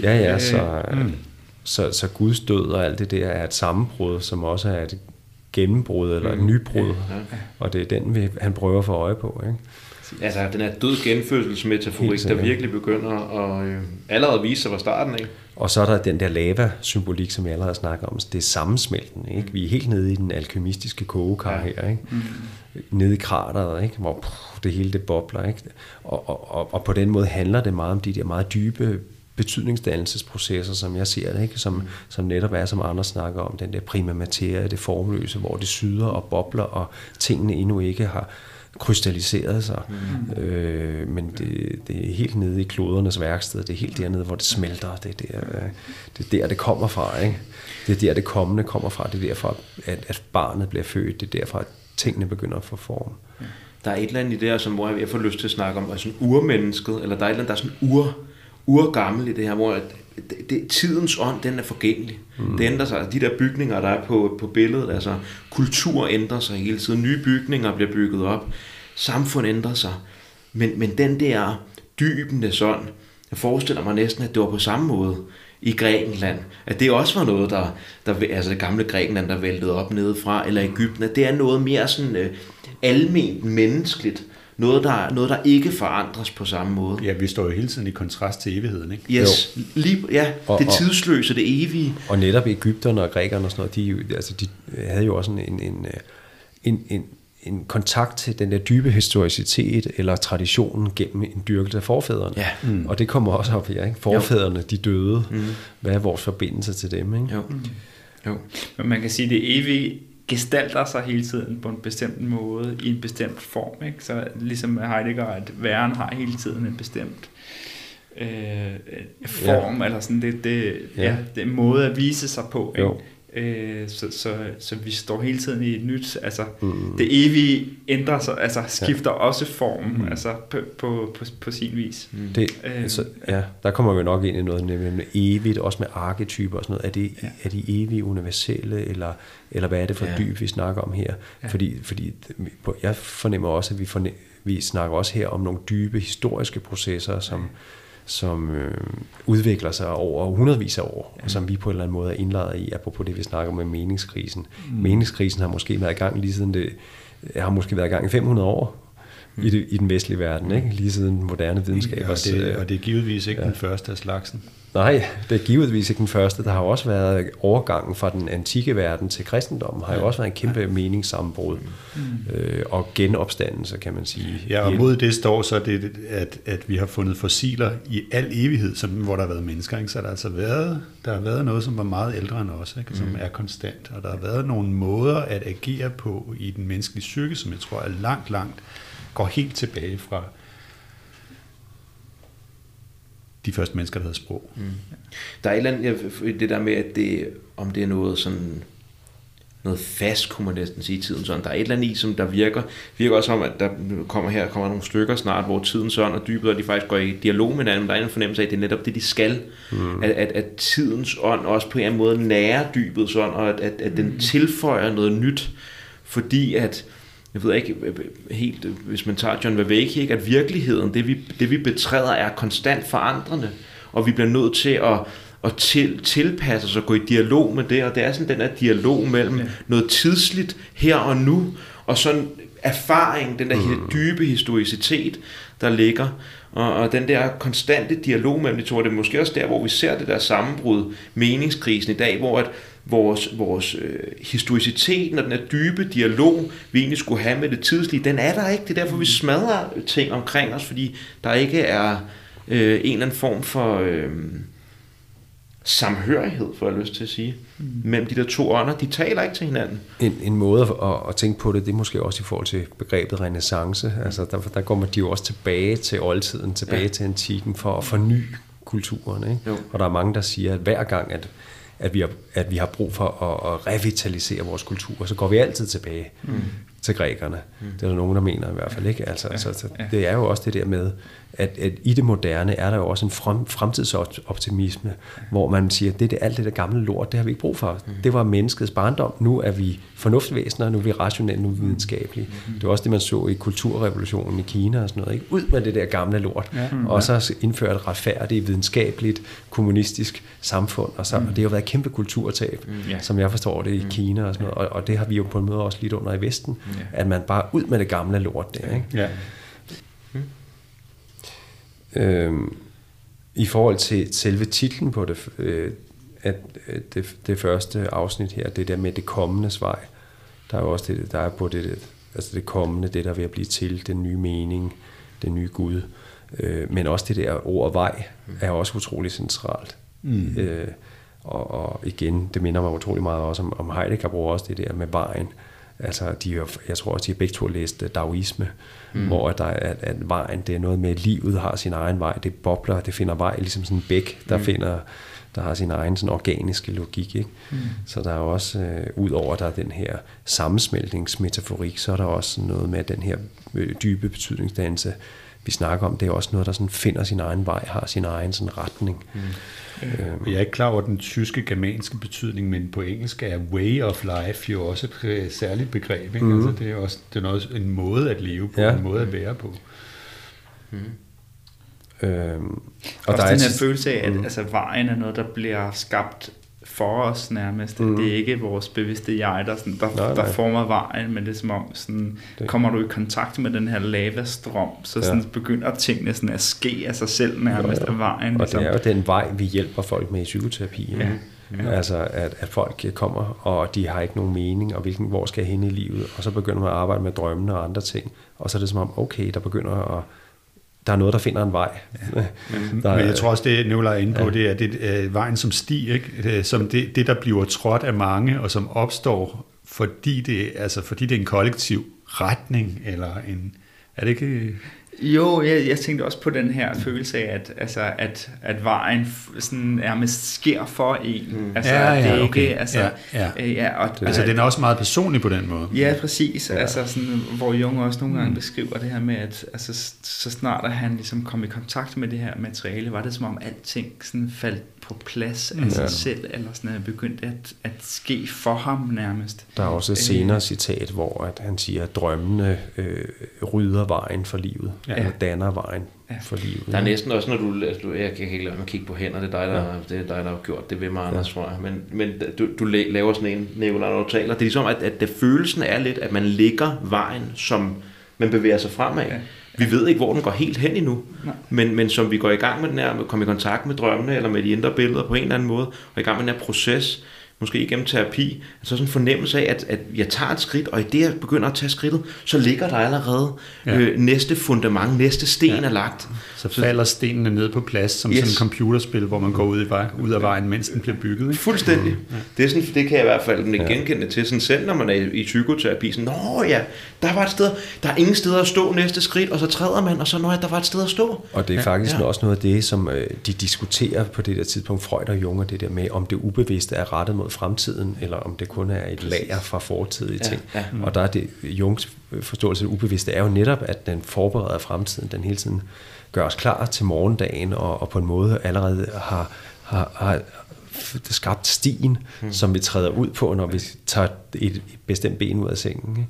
Så Guds død og alt det der er et sammenbrud, som også er et gennembrud eller et nybrud. Og det er den, han prøver at få øje på. Ikke? Altså den er død genfødselsmetaforik, der virkelig begynder at allerede vise sig fra starten, ikke? Og så er der den der lava-symbolik, som jeg allerede snakker om. Det er sammensmelten, ikke? Vi er helt nede i den alkymistiske kogekar her, ikke? Nede i krateret, ikke? Hvor det hele det bobler, ikke? Og på den måde handler det meget om de der meget dybe betydningsdannelsesprocesser, som jeg ser det, ikke? Som netop er, som Anders snakker om, den der prima materie, det formløse, hvor det syder og bobler, og tingene endnu ikke har krystalliseret sig. Men det er helt nede i klodernes værksted, det er helt dernede, hvor det smelter, det er der, det kommer fra, ikke? Det er der, det kommende kommer fra, det er derfra, at barnet bliver født, det er derfra, at tingene begynder at få form. Der er et eller andet i det, som hvor jeg får lyst til at snakke om, altså urmennesket, eller der er et eller andet, der er sådan urgammel i det her, hvor tidens ånd, den er forgængelig. Det ændrer sig. De der bygninger, der er på billedet, altså kultur ændrer sig hele tiden. Nye bygninger bliver bygget op. Samfund ændrer sig. Men den der dybende sådan, jeg forestiller mig næsten, at det var på samme måde i Grækenland. At det også var noget, der altså det gamle Grækenland, der væltede op nedefra, eller Egypten. At det er noget mere sådan alment menneskeligt. Noget, der ikke forandres på samme måde. Ja, vi står jo hele tiden i kontrast til evigheden, ikke? Yes, det tidsløse, det evige. Og netop egypterne og grækerne og sådan noget, de havde jo også en kontakt til den der dybe historicitet eller traditionen gennem en dyrkelse af forfædrene. Ja. Og det kommer også op her, ikke? Forfædrene, de døde. Hvad er vores forbindelse til dem, ikke? Jo. Men man kan sige, at det evige gestalter sig hele tiden på en bestemt måde, i en bestemt form, ikke? Så ligesom Heidegger, at væren har hele tiden en bestemt form, eller sådan det er en måde at vise sig på, ikke? Så vi står hele tiden i et nyt, altså det evige ændrer sig, altså skifter også form, altså på sin vis. Der kommer vi nok ind i noget med evigt, også med arketyper og sådan noget. Er de evige universelle, eller hvad er det for dyb, vi snakker om her? Fordi jeg fornemmer også, at vi snakker også her om nogle dybe historiske processer, som udvikler sig over hundredvis af år, og som vi på en eller anden måde er indlejret i, apropos det, vi snakker om med meningskrisen. Meningskrisen har måske været i gang lige siden har måske været i gang i 500 år i den vestlige verden, ikke? Lige siden moderne videnskab. Og det er givetvis ikke den første af slagsen. Nej, det er givetvis ikke den første. Der har jo også været overgangen fra den antikke verden til kristendommen, har jo også været en kæmpe meningssammenbrud og genopstandelse, kan man sige. Ja, og mod det står så, at vi har fundet fossiler i al evighed, hvor der har været mennesker. Ikke? Så der har været noget, som var meget ældre end os, ikke? Som er konstant. Og der har været nogle måder at agere på i den menneskelige psyke, som jeg tror er langt går helt tilbage fra de første mennesker, der havde sprog. Der er et eller andet, det der med, at om det er noget sådan, noget fast, kunne man næsten sige, tiden sådan. Der er et eller andet i, som der virker også som, at der kommer nogle stykker snart, hvor tiden sådan og dybet, og de faktisk går i dialog med hinanden, men der er en fornemmelse af, at det er netop det, de skal. At tidens ånd også på en eller anden måde nærer dybet sådan, og at den tilføjer noget nyt, fordi at jeg ved ikke helt, hvis man tager John Vervaeke, ikke, at virkeligheden, det vi betræder, er konstant forandrende, og vi bliver nødt til at tilpasse os og gå i dialog med det, og det er sådan den her dialog mellem noget tidsligt her og nu, og sådan erfaring, den der dybe historicitet, der ligger, og den der konstante dialog mellem de to, det er måske også der, hvor vi ser det der sammenbrud, meningskrisen i dag, hvor at vores historiciteten og den her dybe dialog, vi egentlig skulle have med det tidslige, den er der ikke. Det er derfor, vi smadrer ting omkring os, fordi der ikke er en eller anden form for samhørighed, for jeg lyst til at sige, mellem de der to ånder. De taler ikke til hinanden. En måde at tænke på det er måske også i forhold til begrebet renæssance. Altså, der går man de jo også tilbage til oldtiden, tilbage til antikken, for at forny kulturen. Ikke? Og der er mange, der siger, at hver gang, at vi har brug for at revitalisere vores kultur, så går vi altid tilbage til grækerne. Det er der nogen, der mener i hvert fald, ikke? Altså, så det er jo også det der med, at i det moderne er der jo også en fremtidsoptimisme, hvor man siger, at alt det der gamle lort, det har vi ikke brug for. Det var menneskets barndom. Nu er vi fornuftsvæsener, nu er vi rationelle, nu er vi videnskabelige. Det var også det, man så i kulturrevolutionen i Kina og sådan noget. Ikke? Ud med det der gamle lort. Og så indføre et retfærdigt, videnskabeligt, kommunistisk samfund. Og det har jo været et kæmpe kulturtab, som jeg forstår det i Kina og sådan noget. Og det har vi jo på en måde også lidt under i Vesten, at man bare ud med det gamle lort der. Ikke? Ja. I forhold til selve titlen på det, det første afsnit her, det der med det kommendes vej, der er jo også det, der er på det, altså det kommende, det der vil at blive til, den nye mening, den nye Gud, men også det der ord vej er også utrolig centralt. Og igen, det minder mig utrolig meget også om Heidegger bruger også det der med vejen. Altså, jeg tror også, de har begge to læst daoisme, hvor at vejen, det er noget med, at livet har sin egen vej, det bobler, det finder vej, ligesom sådan en bæk, der har sin egen sådan organiske logik. Ikke? Så der er også, udover at der er den her sammensmeltningsmetaforik, så er der også noget med den her dybe betydningsdannelse, vi snakker om, det er også noget, der sådan finder sin egen vej, har sin egen sådan retning. Jeg er ikke klar over den tyske germanske betydning, men på engelsk er way of life jo også et særligt begreb. Ikke? Altså, det er også en måde at leve på, en måde at være på. Og der er den her følelse af, at altså, vejen er noget, der bliver skabt for os nærmest. Det er ikke vores bevidste jeg, der former vejen, men det er som om, sådan, kommer du i kontakt med den her lavastrøm, så sådan, begynder tingene sådan at ske af sig selv nærmest af vejen. Og ligesom. Det er jo den vej, vi hjælper folk med i psykoterapi. Altså, at folk kommer, og de har ikke nogen mening, og hvor skal jeg hen i livet, og så begynder man at arbejde med drømmene og andre ting, og så er det som om, okay, der er noget, der finder en vej. Men jeg tror også, det Nicolaj er inde på, det er vejen som sti, ikke? Som det, der bliver trådt af mange, og som opstår, fordi det er en kollektiv retning, eller er det ikke... Jo, jeg tænkte også på den her følelse af, at vejen sådan nærmest sker for en. Altså, det er ikke... Altså, den er også meget personlig på den måde. Ja, præcis. Altså, sådan, hvor Jung også nogle gange beskriver det her med, at altså, så snart at han ligesom kom i kontakt med det her materiale, var det som om alting sådan faldt på plads af sig selv, eller sådan er begyndt at ske for ham nærmest. Der er også et senere citat, hvor at han siger, at drømmene rydder vejen for livet, eller danner vejen for livet. Der er næsten også, når jeg kan ikke lade mig at kigge på hænder, det er dig, der har gjort det ved mig, Anders, tror jeg. Men du laver sådan en, Nicolaj, når du taler. Det er ligesom, at det følelsen er lidt, at man ligger vejen, som man bevæger sig fremad. Ja. Vi ved ikke, hvor den går helt hen endnu, men som vi går i gang med den her, kommer i kontakt med drømmene, eller med de indre billeder på en eller anden måde, og i gang med den her proces, måske igennem terapi, så sådan en fornemmelse af, at jeg tager et skridt, og i det, jeg begynder at tage skridtet, så ligger der allerede næste fundament, næste sten er lagt. Så falder stenene ned på plads, som sådan et computerspil, hvor man går ud af vejen, mens den bliver bygget. Ikke? Fuldstændig. Det er sådan, det kan jeg i hvert fald genkende til, sådan selv når man er i psykoterapi, sådan, der var et sted, der er ingen steder at stå næste skridt, og så træder man, og så der var et sted at stå. Og det er faktisk også noget af det, som de diskuterer på det der tidspunkt, Freud og Jung, og det der med, om det ubevidste er rettet mod fremtiden, eller om det kun er et lager fra fortidige ting. Og der er det, Jungs forståelse af det ubevidste er jo netop, at den forbereder fremtiden, den hele tiden gør os klar til morgendagen, og på en måde allerede har skabt stien, som vi træder ud på, når vi tager et bestemt ben ud af sengen.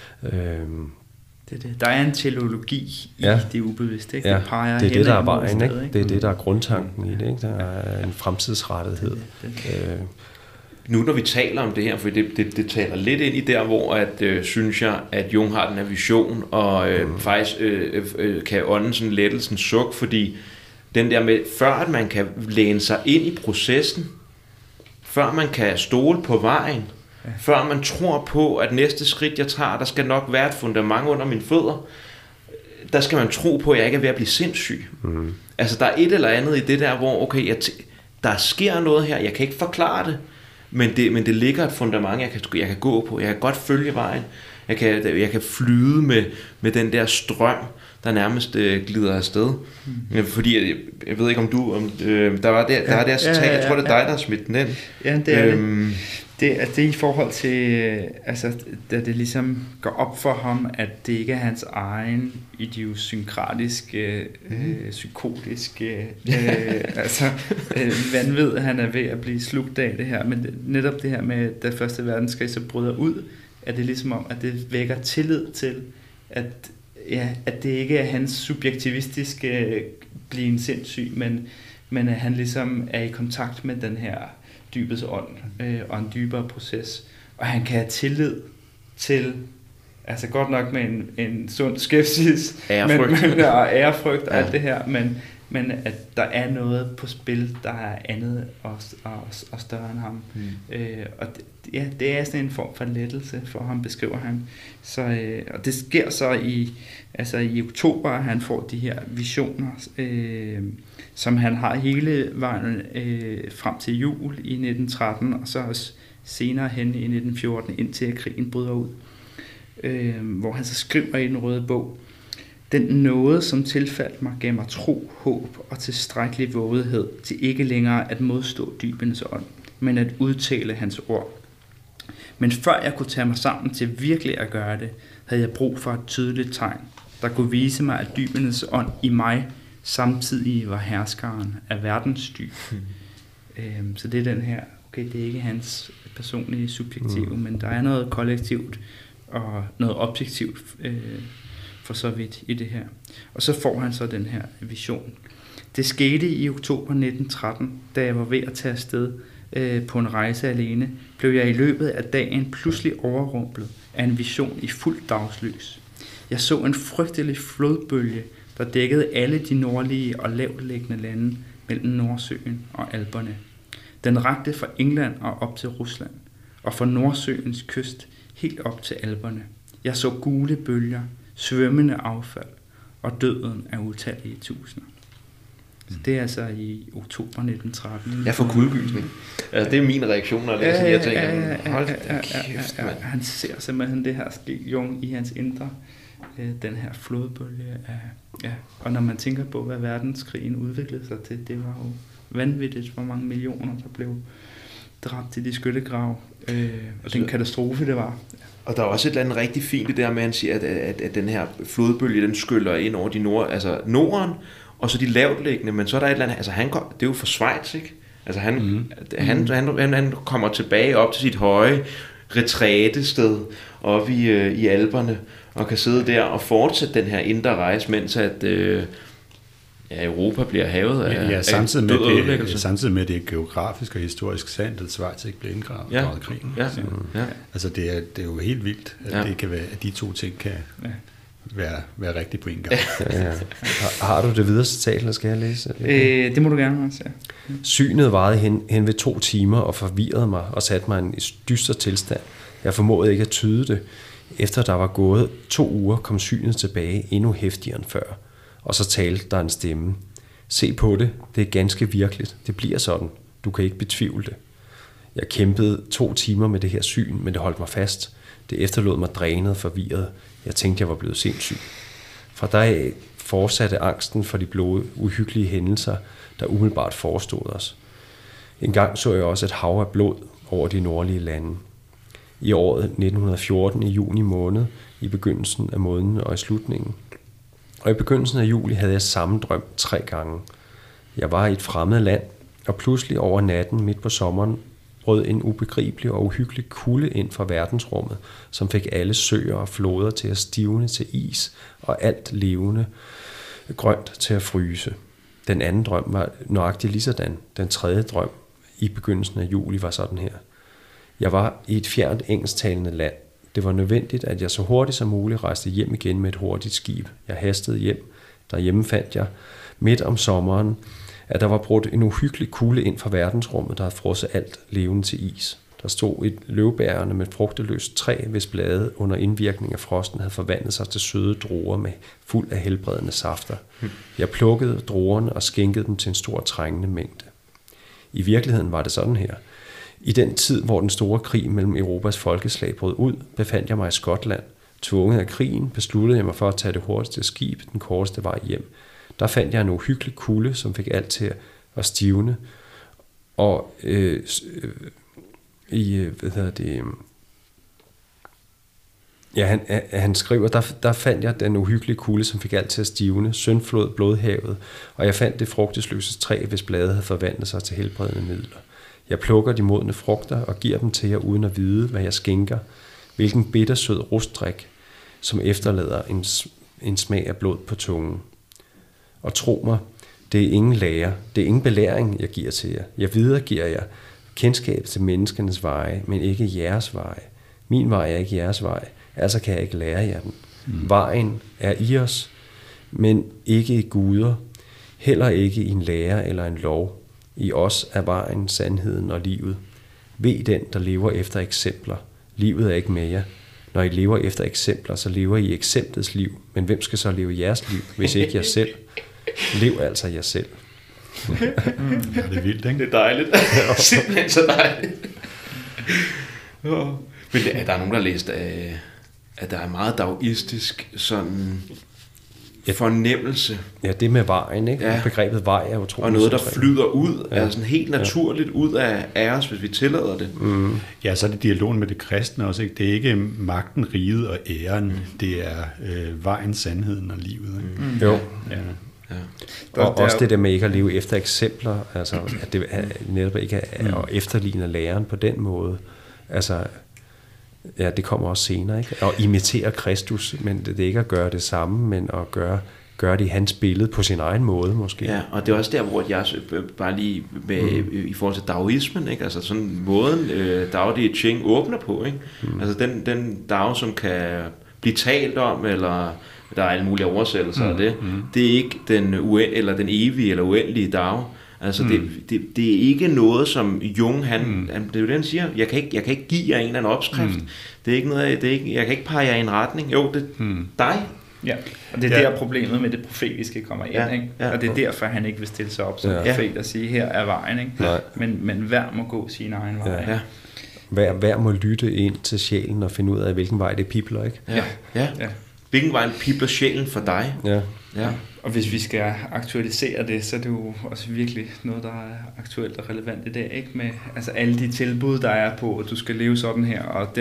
Der er en teleologi i det ubevidste, ikke? Ja, det peger det er det, der er vejen, ikke? Det er det, der er grundtanken i det, ikke? Der er en fremtidsrettighed. Nu når vi taler om det her, for det taler lidt ind i der, hvor synes jeg, at Jung har den her vision, og faktisk kan ånden sådan lettelsen suk, fordi den der med, før at man kan læne sig ind i processen, før man kan stole på vejen, før man tror på, at næste skridt jeg tager, der skal nok være et fundament under mine fødder, der skal man tro på, at jeg ikke er ved at blive sindssyg. Altså der er et eller andet i det der, hvor der sker noget her, jeg kan ikke forklare det, men det ligger et fundament, jeg kan gå på. Jeg kan godt følge vejen. Jeg kan flyde med den der strøm, der nærmest glider afsted. Fordi jeg ved ikke om der var der citat, jeg tror det er dig, der har smidt den ind. Ja, det er det er i forhold til, da det ligesom går op for ham, at det ikke er hans egen idiosynkratiske, psykotiske vanvid, han er ved at blive slugt af det her. Men netop det her med, da Første Verdenskrig så bryder ud, er det ligesom om, at det vækker tillid til, at det ikke er hans subjektivistiske blive en sindssyg, men at han ligesom er i kontakt med den her dybets ånd og en dybere proces. Og han kan have tillid til, godt nok med en sund skepsis, og ærefrygt og alt det her, men at der er noget på spil, der er andet og større end ham. Og det er sådan en form for lettelse for ham, beskriver han. Så, og det sker så i oktober, han får de her visioner, som han har hele vejen frem til jul i 1913, og så også senere hen i 1914, indtil krigen bryder ud. Hvor han så skriver i den røde bog: den nåde, som tilfaldt mig, gav mig tro, håb og tilstrækkelig vågethed til ikke længere at modstå dybenes ånd, men at udtale hans ord. Men før jeg kunne tage mig sammen til virkelig at gøre det, havde jeg brug for et tydeligt tegn, der kunne vise mig, at dybenes ånd i mig samtidig var herskeren af verdens dyb. Så det er den her, det er ikke hans personlige subjektive, men der er noget kollektivt og noget objektivt for så vidt i det her. Og så får han så den her vision. Det skete i oktober 1913, da jeg var ved at tage afsted på en rejse alene, blev jeg i løbet af dagen pludselig overrumplet af en vision i fuldt dagslys. Jeg så en frygtelig flodbølge, der dækkede alle de nordlige og lavtliggende lande mellem Nordsøen og Alperne. Den rakte fra England og op til Rusland, og fra Nordsøens kyst helt op til Alperne. Jeg så gule bølger, svømmende affald og døden af utallige tusinder. Så det er i oktober 1913. Jeg får kuldegysning. Altså, det er min reaktion, når jeg tænker, hold da kæft, mand. Han ser simpelthen det her ske, Jung, i hans indre, den her flodbølge af, og når man tænker på, hvad verdenskrigen udviklede sig til, det var jo vanvittigt, hvor mange millioner, der blev dræbt i de skyttegrave, og den katastrofe, det var. Og der er også et eller andet rigtig fint det der med, at han siger, at den her flodbølge, den skyller ind over Norden, og så de lavtliggende, men så er der et eller andet, det er jo for Schweiz, ikke? Altså han kommer tilbage op til sit høje retrætested oppe i Alperne, og kan sidde der og fortsætte den her indre rejse, mens at Europa bliver havet af samtidig med det, samtidig med det geografisk og historisk sandt, at Schweiz ikke blev indgravet af krigen. Ja. Altså det er jo helt vildt, at det kan være, at de to ting kan være rigtigt på en gang. Har du det videre citat, eller skal jeg læse? Det må du gerne også, ja. Synet varede hen ved 2 timer og forvirrede mig og satte mig i en dyster tilstand. Jeg formåede ikke at tyde det. Efter der var gået 2 uger, kom synet tilbage endnu heftigere end før. Og så talte der en stemme. Se på det, det er ganske virkeligt. Det bliver sådan. Du kan ikke betvivle det. Jeg kæmpede 2 timer med det her syn, men det holdt mig fast. Det efterlod mig drænet og forvirret. Jeg tænkte, jeg var blevet sindssyg. Fra deraf fortsatte angsten for de blode, uhyggelige hændelser, der umiddelbart forestod os. En gang så jeg også et hav af blod over de nordlige lande. I året 1914 i juni måned, i begyndelsen af måneden og i slutningen. Og i begyndelsen af juli havde jeg samme drøm 3 gange. Jeg var i et fremmed land, og pludselig over natten midt på sommeren brød en ubegribelig og uhyggelig kulde ind fra verdensrummet, som fik alle søer og floder til at stivne til is, og alt levende grønt til at fryse. Den anden drøm var nøjagtigt ligesådan. Den tredje drøm i begyndelsen af juli var sådan her. Jeg var i et fjernt engelsktalende land. Det var nødvendigt, at jeg så hurtigt som muligt rejste hjem igen med et hurtigt skib. Jeg hastede hjem. Derhjemme fandt jeg midt om sommeren, at der var brudt en uhyggelig kulde ind fra verdensrummet, der havde frosset alt levende til is. Der stod et løvbærende med frugteløst træ, hvis blade under indvirkning af frosten havde forvandlet sig til søde druer med fuld af helbredende safter. Jeg plukkede druerne og skænkede dem til en stor trængende mængde. I virkeligheden var det sådan her. I den tid, hvor den store krig mellem Europas folkeslag brød ud, befandt jeg mig i Skotland. Tvunget af krigen, besluttede jeg mig for at tage det hurtigste skib, den korteste vej hjem. Der fandt jeg en uhyggelig kulde, som fik alt til at stivne. Og han skriver, der fandt jeg den uhyggelige kulde, som fik alt til at stivne, syndflod, blodhavet, og jeg fandt det frugtesløse træ, hvis blade havde forvandlet sig til helbredende midler. Jeg plukker de modne frugter og giver dem til jer uden at vide, hvad jeg skænker, hvilken bittersød rustdrik, som efterlader en smag af blod på tungen. Og tro mig, det er ingen lære, det er ingen belæring, jeg giver til jer. Jeg videregiver jer kendskab til menneskenes veje, men ikke jeres veje. Min vej er ikke jeres vej, altså kan jeg ikke lære jer den. Vejen er i os, men ikke i guder, heller ikke i en lære eller en lov. I os er vejen, sandheden og livet. Ved den, der lever efter eksempler. Livet er ikke med jer. Når I lever efter eksempler, så lever I eksemplets liv. Men hvem skal så leve jeres liv, hvis ikke jer selv? Lev altså jer selv. Ja, det er vildt, ikke? Det er dejligt. Simpelthen så dejligt. Men der er nogen, der har læst, at der er meget daoistisk sådan fornemmelse. Ja, det med vejen, ikke? Ja. Begrebet vej er utroligt. Og noget, der flyder ud, er sådan helt naturligt ud af os, hvis vi tillader det. Ja, så er det dialogen med det kristne også, ikke? Det er ikke magten, riget og æren, det er vejen, sandheden og livet. Ikke? Jo. Ja. Og også det der med ikke at leve efter eksempler, altså at det netop ikke er at efterligne læren på den måde. Altså, ja, det kommer også senere, ikke? Og imitere Kristus, men det er ikke at gøre det samme, men at gøre det i hans billede på sin egen måde, måske. Ja, og det er også der, hvor jeg bare lige i forhold til daoismen, ikke? Altså sådan måden Dao De Ching åbner på, ikke? Altså den Dao, som kan blive talt om, eller der er alle mulige oversættelser af det, det er ikke den evige eller uendelige Dao. Altså det er ikke noget, som Jung, han det er jo det, han siger, jeg kan ikke give jer en eller anden opskrift. Det er ikke noget, jeg kan ikke pege jer i en retning. Jo, det er dig. Ja, og det er der problemet med det profetiske kommer ind, ikke? Ja. Og det er derfor, han ikke vil stille sig op som profet og sige, her er vejen, ikke? Men hver må gå sin egen vej. Ja. Hver må lytte ind til sjælen og finde ud af, hvilken vej det pibler, ikke? Ja. Hvilken vej pibler sjælen for dig? Ja. Og hvis vi skal aktualisere det, så er det jo også virkelig noget, der er aktuelt og relevant i dag, ikke? Med altså alle de tilbud, der er på, at du skal leve sådan her, og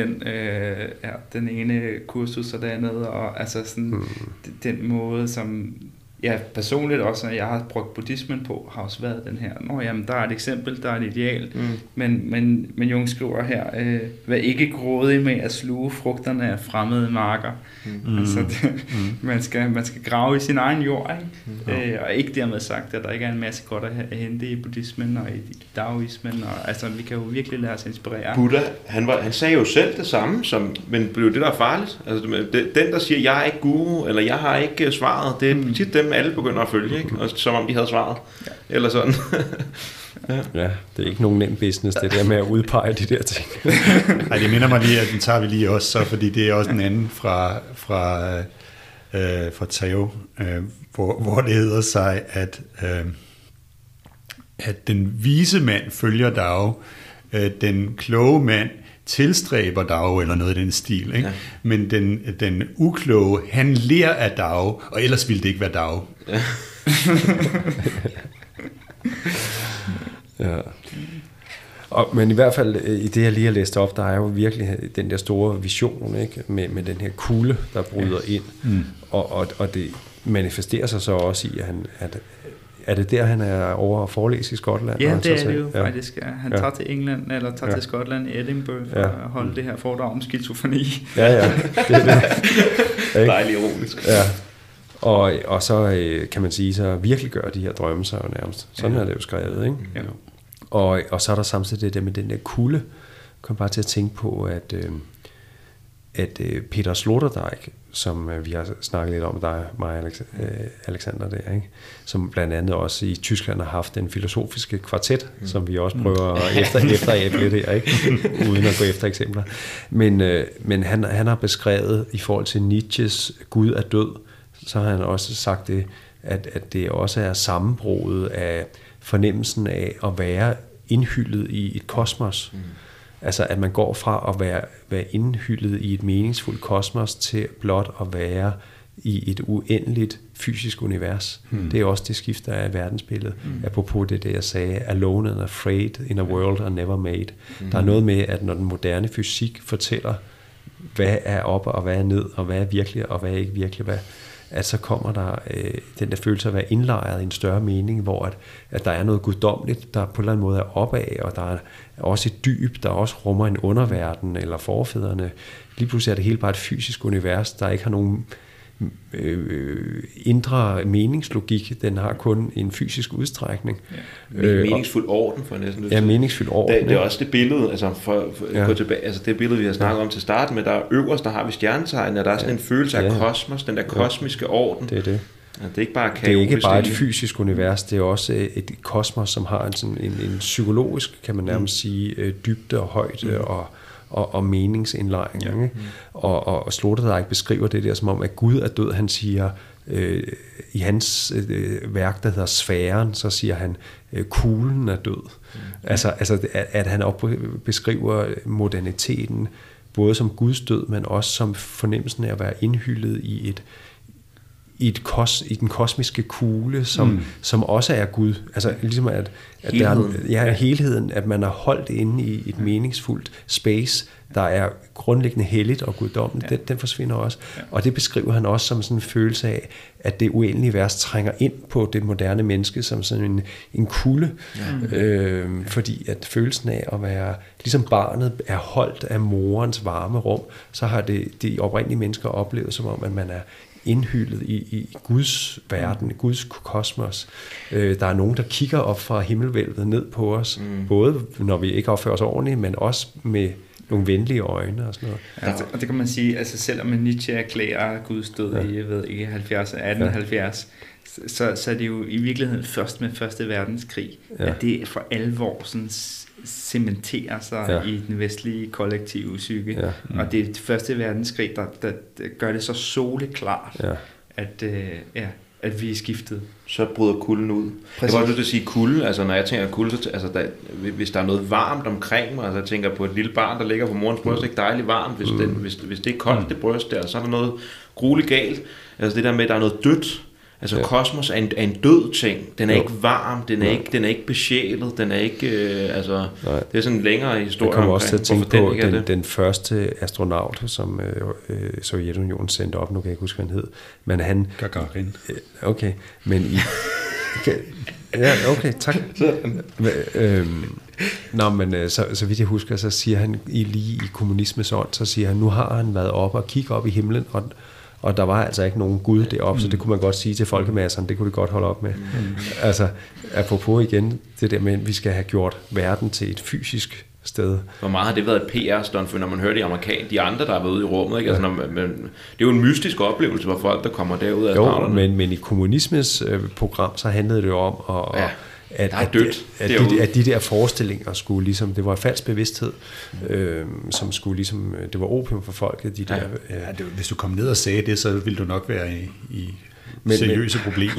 den ene kursus og det andet, og altså sådan den måde, som ja, personligt også, at jeg har brugt buddhismen på, har også været den her, jamen, der er et eksempel, der er et ideal, men Jung skriver her, vær ikke grådig med at sluge frugterne af fremmede marker. Altså, man skal grave i sin egen jord, ikke? Og ikke dermed sagt, at der ikke er en masse godt at hente i buddhismen og i daoismen, og altså, vi kan jo virkelig lade os inspirere. Buddha, han sagde jo selv det samme, men blev det der er farligt. Altså, den, der siger, jeg er ikke guru, eller jeg har ikke svaret, det er tit dem, alle begynder at følge, ikke? Og, som om de havde svaret. Ja. Eller sådan. Ja, det er ikke nogen nem business, det der med at udpege de der ting. Nej, det minder mig lige, at den tager vi lige også, så, fordi det er også en anden fra Tao, hvor det hedder sig, at den vise mand følger Dao, den kloge mand tilstræber Dao, eller noget i den stil, ikke? Ja. Men den ukloge, han lærer af Dao, og ellers ville det ikke være Dao. Ja. Ja. Men i hvert fald i det, jeg lige har læst op, der er jo virkelig den der store vision, ikke? Med den her kugle, der bryder ind, og det manifesterer sig så også i, at er det der, han er over at forelæse i Skotland? Ja, det er det jo faktisk. Ja. Han tager til England, eller tager til Skotland, Edinburgh, for at holde det her foredrag om skizofreni. Ja, det er det. Dejligt ironisk. Ja. Og så kan man sige, så virkelig gør de her drømme sig jo nærmest. Sådan er det jo skrevet, ikke? Ja. Og så er der samtidig det der med den der kulde. Jeg kom bare til at tænke på, at Peter Sloterdijk, som vi har snakket lidt om, mig og Alexander der, ikke? Som blandt andet også i Tyskland har haft den filosofiske kvartet, som vi også prøver efter lidt her, ikke? Uden at gå efter eksempler. Men han har beskrevet i forhold til Nietzsches Gud er død, så har han også sagt det, at det også er sammenbruddet af fornemmelsen af at være indhyllet i et kosmos. Altså at man går fra at være indhyllet i et meningsfuldt kosmos til blot at være i et uendeligt fysisk univers. Det er også det skift, der er i verdensbilledet. Apropos det, jeg sagde, alone and afraid in a world I never made. Der er noget med, at når den moderne fysik fortæller, hvad er op og hvad er ned, og hvad er virkelig og hvad er ikke virkelig, at så kommer der den der følelse af at være indlejret i en større mening, hvor at der er noget guddommeligt, der på en eller anden måde er opad, og der er også et dyb, der også rummer en underverden eller forfædrene. Lige pludselig er det hele bare et fysisk univers, der ikke har nogen indre meningslogik, den har kun en fysisk udstrækning. Meningsfuld orden, for næsten. Ja, meningsfuld orden. Det er også det billede, altså for at gå tilbage, altså det billede, vi har snakket om til starten med, der øverst, der har vi stjernetegn, og der er sådan en følelse af kosmos, den der kosmiske orden. Det er det. Ja, det er ikke bare kaotisk. Det er ikke bare et fysisk univers, det er også et kosmos, som har en psykologisk, kan man nærmest sige, dybde og højde og meningsindlejring. Ikke? Og Sloterdijk beskriver det der som om, at Gud er død. Han siger, i hans værk, der hedder Sfæren, så siger han, kuglen er død. Altså at han beskriver moderniteten, både som Guds død, men også som fornemmelsen af at være indhyllet i den kosmiske kugle, som også er Gud. Altså ligesom at helheden. Der er helheden, at man er holdt inde i et meningsfuldt space, der er grundlæggende helligt og guddommeligt. Den forsvinder også. Og det beskriver han også som sådan en følelse af, at det uendelige vers trænger ind på det moderne menneske som sådan en kulde. Fordi at følelsen af at være, ligesom barnet er holdt af morens varme rum, så har de oprindelige mennesker oplevet som om, at man er indhyllet i Guds verden, Guds kosmos. Der er nogen, der kigger op fra himmelvælvet ned på os, både når vi ikke opfører os ordentligt, men også med nogle venlige øjne og sådan noget. Altså, og det kan man sige, altså selvom Nietzsche erklærer Guds død i, jeg ved ikke, 1870, så er det jo i virkeligheden først med Første Verdenskrig, at det for alvor sådan cementerer sig i den vestlige kollektive psyke. Og det er Første Verdenskrig, der gør det så soleklart, at vi er skiftet. Så bryder kulden ud. Præcis. Jeg var nødt til at sige kulde, altså når jeg tænker kulde, så altså hvis der er noget varmt omkring mig, altså jeg tænker på et lille barn, der ligger på morens bryst, det er ikke dejligt varmt, hvis det er koldt, det bryst der, så er der noget grueligt galt. Altså det der med, at der er noget dødt, Altså kosmos er en død ting. Den er ikke varm, den er ikke besjælet, den er ikke det er sådan en længere historie. Jeg kommer også til at tænke på den første astronaut, som Sovjetunionen sendte op, nu kan jeg ikke huske, hvad han hed, men han... Gagarin. Okay, men i... Ja, okay, tak. Så vidt jeg husker, så siger han lige i kommunismes ånd, så siger han, nu har han været op og kigget op i himlen, og der var altså ikke nogen Gud deroppe, så det kunne man godt sige til folkemasserne, det kunne de godt holde op med. Altså, apropos igen, det der med, at vi skal have gjort verden til et fysisk sted. Hvor meget har det været et PR-stunt, for når man hører de andre, der har været ude i rummet, ikke? Altså, det er jo en mystisk oplevelse for folk, der kommer derud af astronauterne. Jo, men i kommunismes program, så handlede det jo om at de der forestillinger skulle ligesom, det var falsk bevidsthed, som skulle ligesom, det var opium for folket, de der... Hvis du kom ned og sagde det, så ville du nok være i seriøse problemer.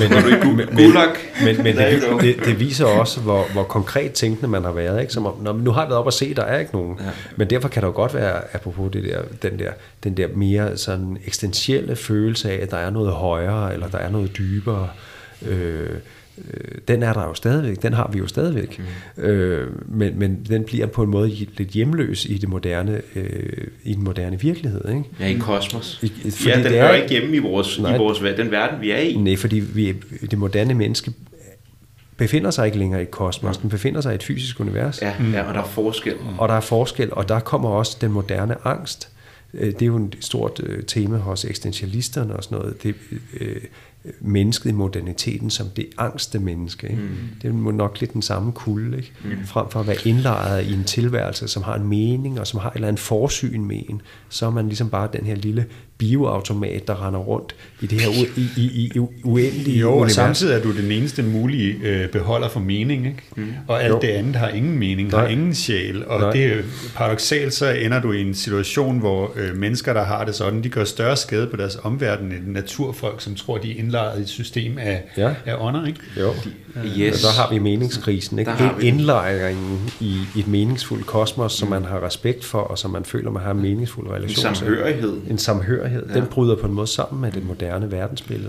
Men det viser også, hvor konkret tænkende man har været, ikke? Som om, nu har jeg været op og se, der er ikke nogen. Ja. Men derfor kan der jo godt være, apropos den der mere sådan eksistentielle følelse af, at der er noget højere, eller der er noget dybere. Den er der jo stadigvæk, den har vi jo stadigvæk, men den bliver på en måde lidt hjemløs i det moderne, i den moderne virkelighed, ikke? Ja, i kosmos. Den hører ikke hjemme i vores den verden vi er i. Nej, fordi det moderne menneske befinder sig ikke længere i et kosmos, den befinder sig i et fysisk univers. Ja, og der er forskel. Og der er forskel, og der kommer også den moderne angst. Det er jo et stort tema hos eksistentialisterne og sådan noget. Det mennesket i moderniteten som det angste menneske. Ikke? Det er nok lidt den samme kulde, ikke? Frem for at være indlejret i en tilværelse, som har en mening, og som har et eller andet forsyn med en, så er man ligesom bare den her lille bioautomat, der render rundt i det her uendelige univers. Og samtidig er du den eneste mulige beholder for mening, ikke? Og alt det andet har ingen mening, har ingen sjæl, og det er paradoksalt, så ender du i en situation, hvor mennesker, der har det sådan, de gør større skade på deres omverden end naturfolk, som tror, de er indlejret i et system af ånder, ikke? Jo. Yes. Så har vi meningskrisen, ikke? Indlejringen i et meningsfuldt kosmos, som man har respekt for, og som man føler, man har en meningsfuld relation. En samhørighed. Ja. Den bryder på en måde sammen med det moderne verdensbillede.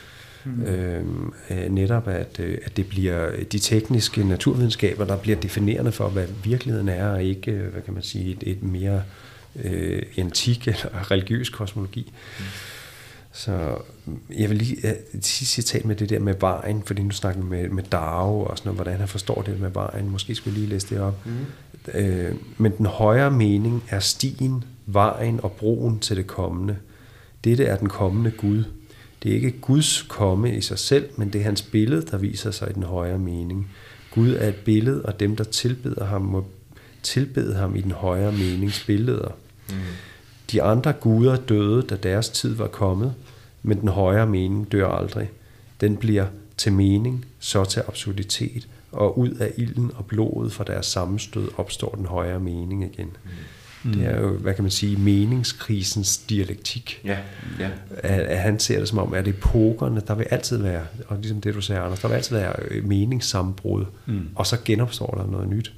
Netop at det bliver de tekniske naturvidenskaber, der bliver definerende for, hvad virkeligheden er, og ikke, hvad kan man sige, et mere antik eller religiøs kosmologi. Så jeg vil lige sidste citat med det der med vejen, fordi nu snakker vi med Dao og sådan noget, hvordan han forstår det med vejen. Måske skulle jeg lige læse det op. Men den højere mening er stien, vejen og broen til det kommende. Dette er den kommende Gud. Det er ikke Guds komme i sig selv, men det er hans billede, der viser sig i den højere mening. Gud er et billede, og dem, der tilbeder ham, må tilbede ham i den højere menings billeder. De andre guder døde, da deres tid var kommet, men den højere mening dør aldrig. Den bliver til mening, så til absurditet, og ud af ilden og blodet fra deres sammenstød opstår den højere mening igen. Det er jo, hvad kan man sige, meningskrisens dialektik. Ja. At han ser det som om, at epokerne, der vil altid være, og ligesom det du sagde, Anders, der vil altid være meningssammenbrud, og så genopstår der noget nyt.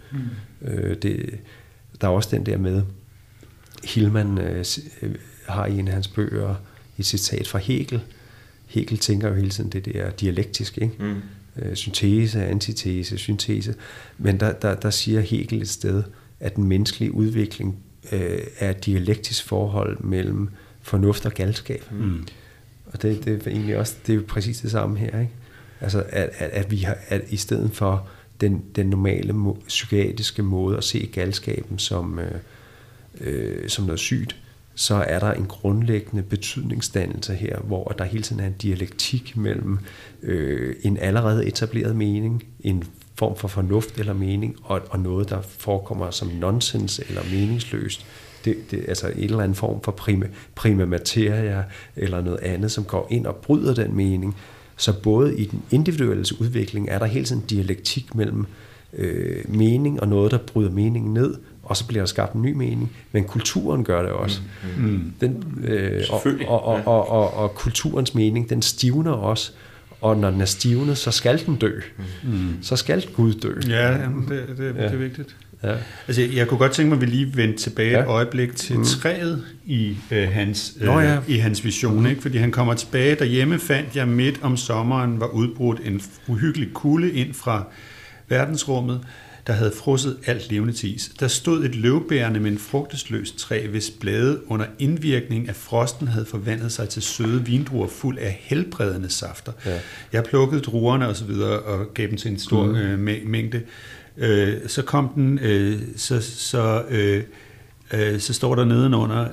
Der er også den der med, Hillman har i en af hans bøger et citat fra Hegel. Hegel tænker jo hele tiden det der dialektisk, ikke? Syntese, antitese, syntese. Men der siger Hegel et sted, at den menneskelige udvikling er et dialektisk forhold mellem fornuft og galskab. Og det er egentlig også, det er jo præcis det samme her, ikke? Altså at vi har, at i stedet for den normale psykiatriske måde at se galskaben som noget sygt, så er der en grundlæggende betydningsdannelse her, hvor der hele tiden er en dialektik mellem en allerede etableret mening, en form for fornuft eller mening, og noget, der forekommer som nonsens eller meningsløst. Det altså en eller anden form for prima materia eller noget andet, som går ind og bryder den mening. Så både i den individuelle udvikling er der hele tiden dialektik mellem mening og noget, der bryder meningen ned, og så bliver der skabt en ny mening. Men kulturen gør det også. Og kulturens mening, den stivner også. Og når den er stivnet, så skal den dø. Så skal Gud dø. Ja, det er vigtigt. Ja. Altså, jeg kunne godt tænke mig, at vi lige vendte tilbage et øjeblik til træet i hans vision, ikke? Fordi han kommer tilbage. Derhjemme fandt jeg midt om sommeren var udbrudt en uhyggelig kulde ind fra verdensrummet, der havde frosset alt levende til is. Der stod et løvbærende, men frugtesløst træ, hvis blade under indvirkning af frosten havde forvandlet sig til søde vindruer fuld af helbredende safter. Ja. Jeg plukkede druerne og så videre og gav dem til en stor mængde. Så kom den, så står der nedenunder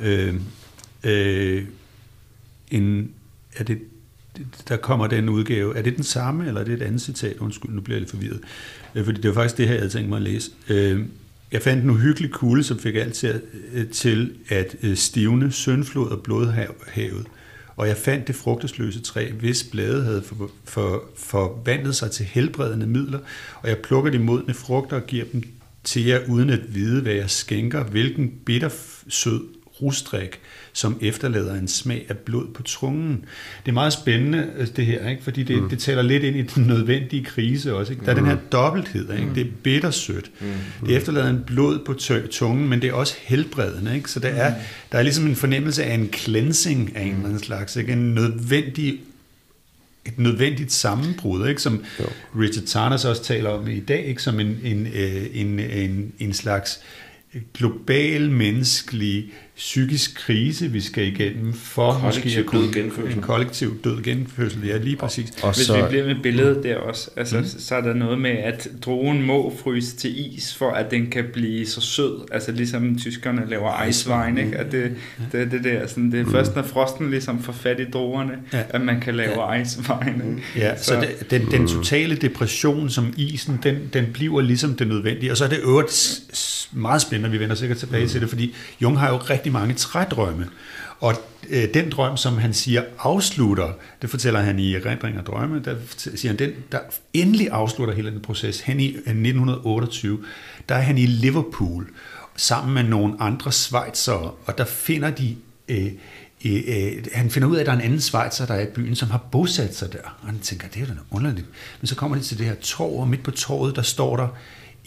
der kommer den udgave. Er det den samme, eller er det et andet citat? Undskyld, nu bliver jeg lidt forvirret. Fordi det var faktisk det her, jeg havde tænkt mig at læse. Jeg fandt en uhyggelig kulde, som fik alt til at stivne syndflod og blodhavet. Og jeg fandt det frugtesløse træ, hvis blade havde forvandlet sig til helbredende midler, og jeg plukker de modne frugter og giver dem til jer, uden at vide, hvad jeg skænker, hvilken bittersød rustrik, som efterlader en smag af blod på tungen. Det er meget spændende, det her, ikke? Fordi det taler lidt ind i den nødvendige krise også. Ikke? Der er den her dobbelthed, ikke? Det er bittersødt. Det efterlader en blod på tungen, men det er også helbredende. Ikke? Så der er ligesom en fornemmelse af en cleansing af en eller anden slags, ikke? Et nødvendigt sammenbrud, ikke? Som Richard Tarnas også taler om i dag, ikke? Som en slags global, menneskelig, psykisk krise, vi skal igennem for måske at kunne en kollektiv død genfødsel. Ja, lige præcis. Og hvis vi bliver med billedet der også, altså, så er der noget med, at druen må fryse til is, for at den kan blive så sød, altså ligesom tyskerne laver Eiswein, ikke? At det der, sådan, det er først, når frosten ligesom får fat i druerne, at man kan lave Eiswein. Ja, så den totale depression som isen, den bliver ligesom det nødvendige, og så er det øvrigt meget spændende, vi vender sikkert tilbage til det, fordi Jung har jo rigtig mange trædrømme, og den drøm, som han siger afslutter, det fortæller han i Erindring og Drømme, der siger han, den der endelig afslutter hele den proces, hen i 1928, der er han i Liverpool, sammen med nogle andre schweizere, og der finder de han finder ud af, at der er en anden schweizer, der er i byen, som har bosat sig der, og han tænker, det er da underligt, men så kommer de til det her torv, og midt på torvet, der står der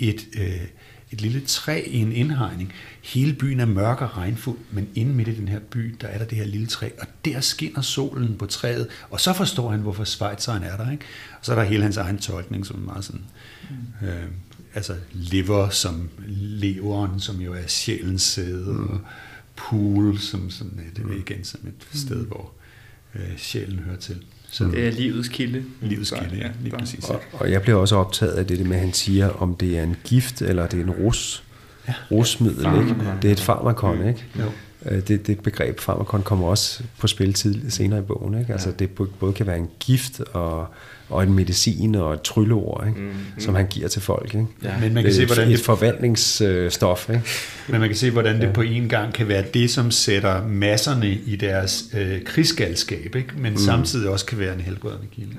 et lille træ i en indhegning. Hele byen er mørk og regnfuld, men inde midt i den her by, der er der det her lille træ, og der skinner solen på træet, og så forstår han, hvorfor schweizeren er der, ikke? Og så er der hele hans egen tolkning, som er meget sådan, altså liver som leveren, som jo er sjælens sæde, og pool, som sådan, det er igen som et sted, hvor sjælen hører til. Så det er livets kilde. Livets kilde, ja, lige præcis. Og jeg bliver også optaget af det med, at han siger, om det er en gift, eller det er en rusmiddel, ikke? Det er et farmakon, ikke? Jo. Det begreb farmakon kommer også på spil senere i bogen, ikke? Altså det både kan være en gift og en medicin og et trylleord, ikke? Som han giver til folk, ikke? Ja. Men man kan se, hvordan et forvandlingsstof, ikke? Men man kan se, hvordan det på en gang kan være det, som sætter masserne i deres krigsgalskab, ikke? Men samtidig også kan være en helbredende kilde.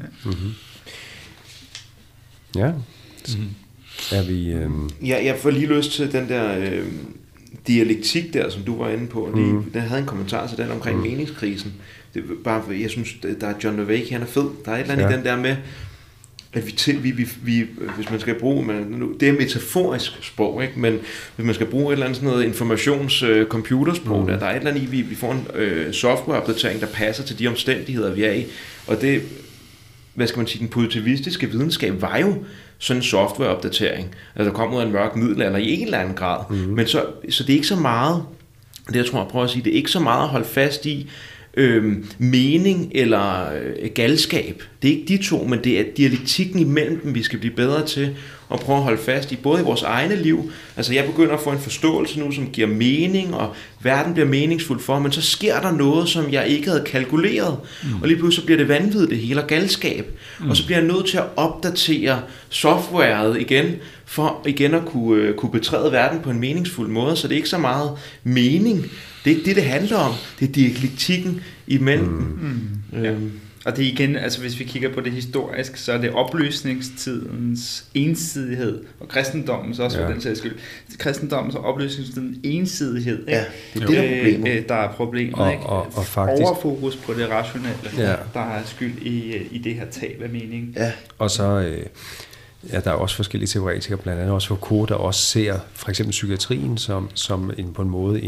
Ja. Er vi... Jeg får lige lyst til den der dialektik der, som du var inde på. Den havde en kommentar til den omkring meningskrisen. Det er bare, jeg synes, der er John Levake, han er fed. Der er et eller andet i den der med, at vi hvis man skal bruge, det er metaforisk sprog, ikke? Men hvis man skal bruge et eller andet sådan noget informations-computersprog, der er et eller andet i, vi får en softwareopdatering, der passer til de omstændigheder, vi er i. Og det, hvad skal man sige, den positivistiske videnskab var jo sådan en softwareopdatering. Altså der kom ud af en mørk middelalder i en eller anden grad. Men så det er ikke så meget, det jeg tror jeg prøver at sige, det er ikke så meget at holde fast i mening eller galskab. Det er ikke de to, men det er dialektikken imellem dem, vi skal blive bedre til at prøve at holde fast i, både i vores egne liv. Altså jeg begynder at få en forståelse nu, som giver mening, og verden bliver meningsfuld for, men så sker der noget, som jeg ikke havde kalkuleret, og lige pludselig bliver det vanvittigt, det hele, og galskab. Og så bliver jeg nødt til at opdatere softwaret igen, for igen at kunne betræde verden på en meningsfuld måde, så det er ikke så meget mening. Det er ikke det handler om. Det er dialektikken imellem. Og det er igen, altså hvis vi kigger på det historisk, så er det oplysningstidens ensidighed, og kristendommens også for den sags skyld. Kristendommens og oplysningstidens ensidighed, ikke? Ja, det er det, der er problemet. Der er problemet, ikke? Og faktisk, overfokus på det rationelle, der er skyld i det her tab af mening. Ja. Og så ja, der er også forskellige teoretikere, blandt andet også Foucault, der også ser for eksempel psykiatrien som på en måde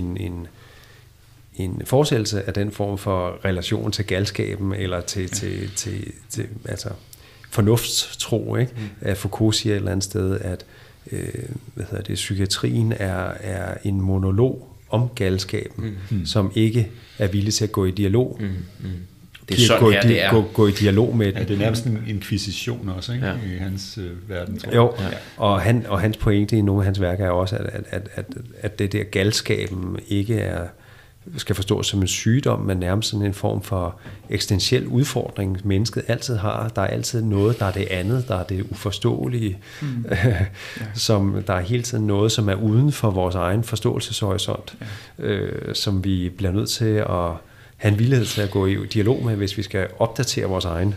en forestillelse af den form for relation til galskaben, eller til altså fornuftstro, ikke? At Foucault siger et eller andet sted, at psykiatrien er en monolog om galskaben, som ikke er villig til at gå i dialog. Det er sådan her, det er. Gå i dialog med den. Ja, det er nærmest en inkvisition også, ikke? I hans verden, tror jeg. Jo, og hans pointe i nogle af hans værker er også, at det der galskaben ikke skal forstås som en sygdom, men nærmest sådan en form for eksistentiel udfordring, mennesket altid har. Der er altid noget, der er det andet, der er det uforståelige, som der er hele tiden noget, som er uden for vores egen forståelseshorisont, som vi bliver nødt til at have en villighed til at gå i dialog med, hvis vi skal opdatere vores egen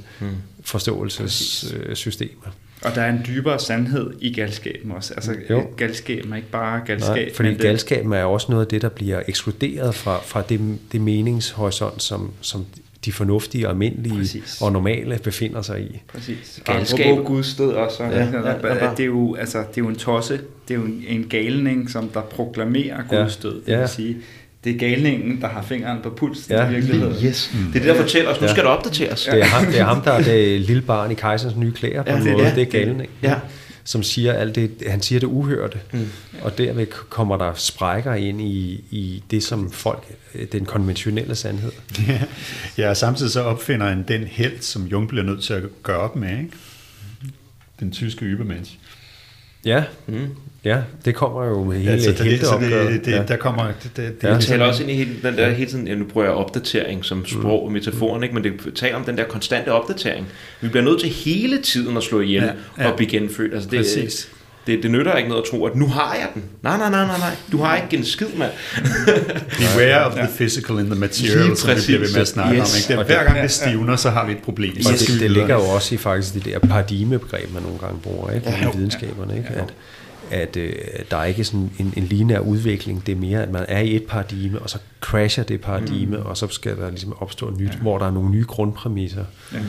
forståelsessystemer. Og der er en dybere sandhed i galskaben også. Altså galskaben er ikke bare galskab. Nej, fordi galskaben er også noget af det, der bliver ekskluderet fra det meningshorisont, som de fornuftige, almindelige og normale befinder sig i. Præcis. Galskab og Guds sted også. Det er jo en tosse, det er jo en galning, som der proklamerer Guds død. Det vil sige, det er galningen, der har fingeren på pulsen i virkeligheden. Yes. Det er det, der fortæller os, nu skal det opdateres. Det er ham, der er det lille barn i Kejserens nye klæder på en måde. Det er galning, som siger alt det. Han siger det uhørte, og derved kommer der sprækker ind i det, som folk, den konventionelle sandhed. Ja, og samtidig så opfinder han den helt, som Jung bliver nødt til at gøre op med, ikke? Den tyske Übermensch. Ja, det kommer jo med hele opgøret. Der kommer det taler også ind i den der hele tiden, nu bruger jeg opdatering som sprog og metaforen, ikke? Men det taler om den der konstante opdatering. Vi bliver nødt til hele tiden at slå ihjel og blive genfødt. Altså det nytter ikke noget at tro, at nu har jeg den. Nej. Du har ikke en skid, mand. Beware of the physical in the material, som vi bliver ved med at snakke om. Ikke? Hver gang det stivner, så har vi et problem. Og det ligger jo også i faktisk det der paradigmebegreb, man nogle gange bruger, ikke? I videnskaberne, ikke? At der er ikke sådan en lineær udvikling, det er mere, at man er i et paradigme, og så crasher det paradigme, og så skal der ligesom opstå et nyt, hvor der er nogle nye grundpræmisser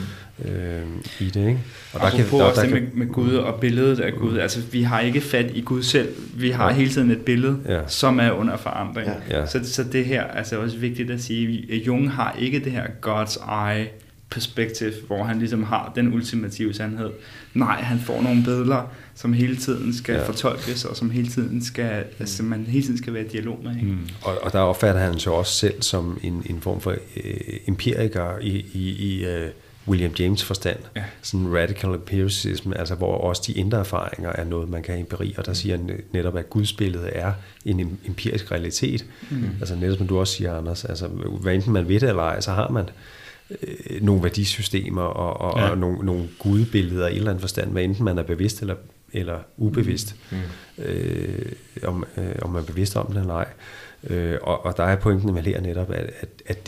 i det, ikke? Og der kan også det med Gud og billedet af Gud, altså vi har ikke fat i Gud selv, vi har hele tiden et billede, som er under forandring. Så det her er altså også vigtigt at sige, at Jung har ikke det her God's eye perspektiv, hvor han ligesom har den ultimative sandhed. Nej, han får nogle billeder, som hele tiden skal fortolkes, og som hele tiden skal, altså man hele tiden skal være i dialog med. Og der opfatter han sig også selv som en form for empiriker i William James forstand. Sådan radical empiricism, altså hvor også de indre erfaringer er noget, man kan have empiri, og der siger han netop, at gudsbilledet er en empirisk realitet. Altså netop som du også siger, Anders, altså hvad enten man ved det eller ej, så har man nogle værdisystemer og nogle gudebilleder i en eller anden forstand, hvad enten man er bevidst eller ubevidst, om man er bevidst om det eller ej. Og der er pointen med her netop, at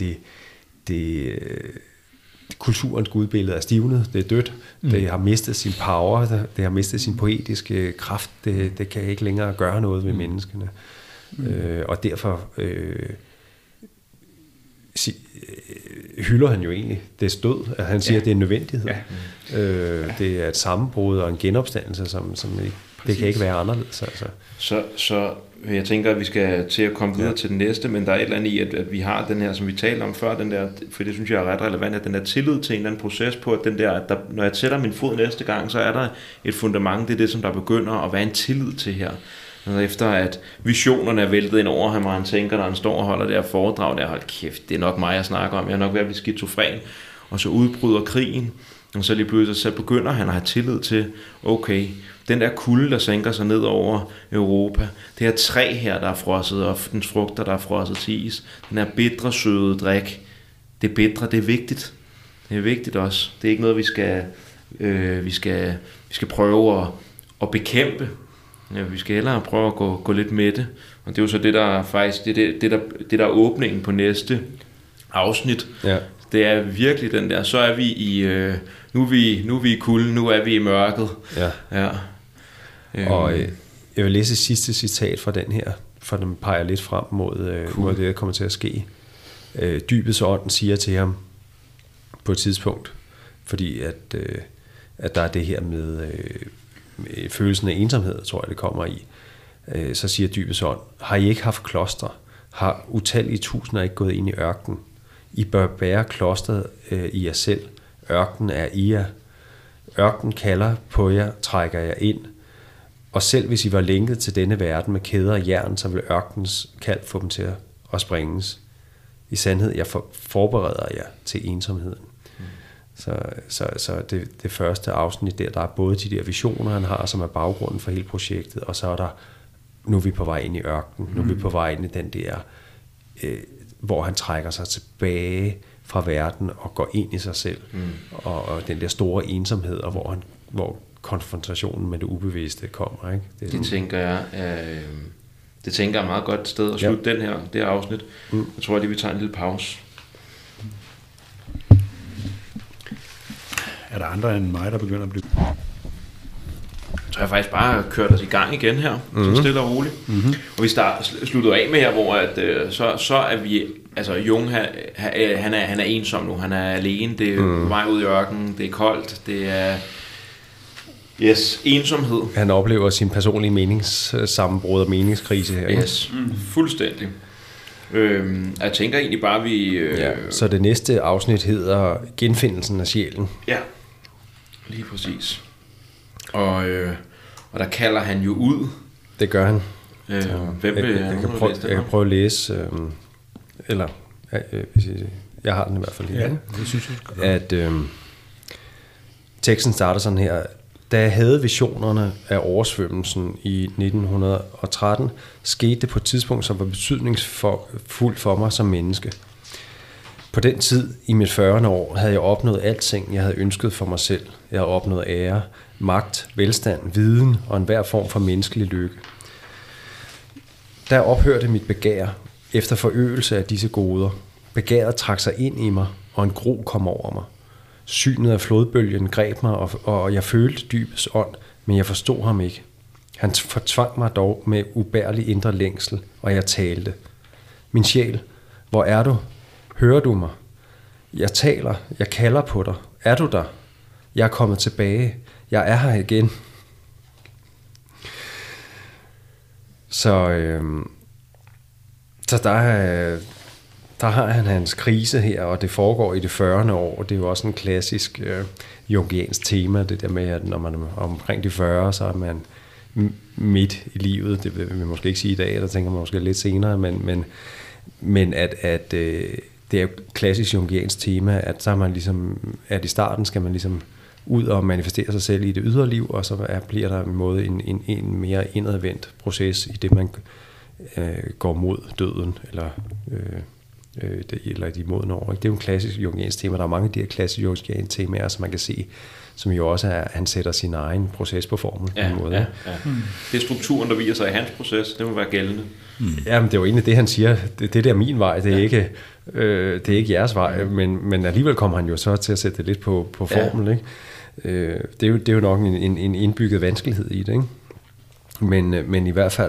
kulturens gudbillede er stivnet, det er dødt, det har mistet sin power, det har mistet sin poetiske kraft, det kan ikke længere gøre noget ved menneskene. Og derfor hylder han jo egentlig det død, at han siger, at det er en nødvendighed. Det er et sammenbrud og en genopstandelse, som ikke, det kan ikke være anderledes. Altså. Så jeg tænker, at vi skal til at komme videre til den næste, men der er et eller andet i, at vi har den her, som vi talte om før, den der, for det synes jeg er ret relevant, at den der tillid til en eller anden proces på, at den der, at der, når jeg sætter min fod næste gang, så er der et fundament, det er det, som der begynder at være en tillid til her. Altså efter at visionerne er væltet ind over ham, og han tænker, når han står og holder det her foredrag, der hold kæft, det er nok mig, jeg snakker om, jeg er nok ved at blive skizofren, og så udbryder krigen, og så lige pludselig så begynder han at have tillid til, okay, den der kulde, der sænker sig ned over Europa, det her træ her, der er frosset, og dens frugter, der er frosset til is, den her bitre, søde drik, det bitre, det er vigtigt. Det er vigtigt også. Det er ikke noget, vi skal prøve at bekæmpe. Ja, vi skal hellere prøve at gå lidt med det. Og det er jo så det, der er faktisk, det der er åbningen på næste afsnit. Ja. Det er virkelig den der, så er vi i, nu er vi i kulden, nu er vi i mørket. Ja. Og jeg vil læse sidste citat fra den her, for den peger lidt frem mod det, der kommer til at ske. Dybets ånd siger til ham på et tidspunkt, fordi at der er det her følelsen af ensomhed, tror jeg, det kommer i. Så siger dybest ånd, har I ikke haft kloster? Har utallige tusinder ikke gået ind i ørkenen? I bør bære klosteret i jer selv. Ørkenen er i jer. Ørkenen kalder på jer, trækker jer ind. Og selv hvis I var lænket til denne verden med kæder og jern, så vil ørkenens kald få dem til at springes. I sandhed, jeg forbereder jer til ensomheden. Så det første afsnit der er både de der visioner, han har, som er baggrunden for hele projektet, og så er der, nu er vi på vej ind i ørkenen, nu er vi på vej ind i den der, hvor han trækker sig tilbage fra verden og går ind i sig selv, og den der store ensomhed, og hvor konfrontationen med det ubevidste kommer. Ikke? Det tænker jeg er et meget godt sted at slutte det her afsnit. Jeg tror lige, vi tager en lille pause. Er der andre end mig, der begynder at blive... Så har jeg faktisk bare kørt os i gang igen her, så stille og roligt. Og vi sluttede af med her, hvor at, så er vi, altså Jung, han er ensom nu, han er alene, det er vej ud i ørkenen, det er koldt, det er ensomhed. Han oplever sin personlige meningssammenbrud og meningskrise her. Yes, fuldstændig. Jeg tænker egentlig bare, vi... Så det næste afsnit hedder Genfindelsen af sjælen. Ja, lige præcis. Og der kalder han jo ud. Det gør han. Hvem vil jeg kan prøve at læse, jeg har den i hvert fald lige. Ja, det synes jeg. At teksten starter sådan her. Da jeg havde visionerne af oversvømmelsen i 1913, skete det på et tidspunkt, som var betydningsfuldt for mig som menneske. På den tid, i mit 40. år, havde jeg opnået alting, jeg havde ønsket for mig selv. Jeg havde opnået ære, magt, velstand, viden og enhver form for menneskelig lykke. Der ophørte mit begær efter forøgelse af disse goder. Begæret trak sig ind i mig, og en gro kom over mig. Synet af flodbølgen greb mig, og jeg følte dybets ånd, men jeg forstod ham ikke. Han fortvang mig dog med ubærlig indre længsel, og jeg talte. Min sjæl, hvor er du? Hører du mig? Jeg taler, jeg kalder på dig. Er du der? Jeg er kommet tilbage. Jeg er her igen. Så der har han hans krise her, og det foregår i det 40. år. Det er jo også en klassisk jungiansk tema, det der med, at når man er omkring de 40, så er man midt i livet. Det vil vi måske ikke sige i dag, der tænker man måske lidt senere, men at det er jo et klassisk jungiansk tema, at så er man ligesom, at i starten skal man ligesom ud og manifestere sig selv i det ydre liv, og så bliver der en måde en mere indadvendt proces i det, man går mod døden, eller de modne år. Det er jo en klassisk jungiansk tema. Der er mange af de her klassiske jungianske temaer, som man kan se, som jo også er, at han sætter sin egen proces på formel. Ja, på en måde. Ja. Det er strukturen, der viser sig i hans proces. Det må være gældende. Jamen, det er jo egentlig det, han siger. Det der er min vej. Det er ikke jeres vej. Men alligevel kommer han jo så til at sætte det lidt på formel. Ikke? Det er jo nok en indbygget vanskelighed i det. Ikke? Men i hvert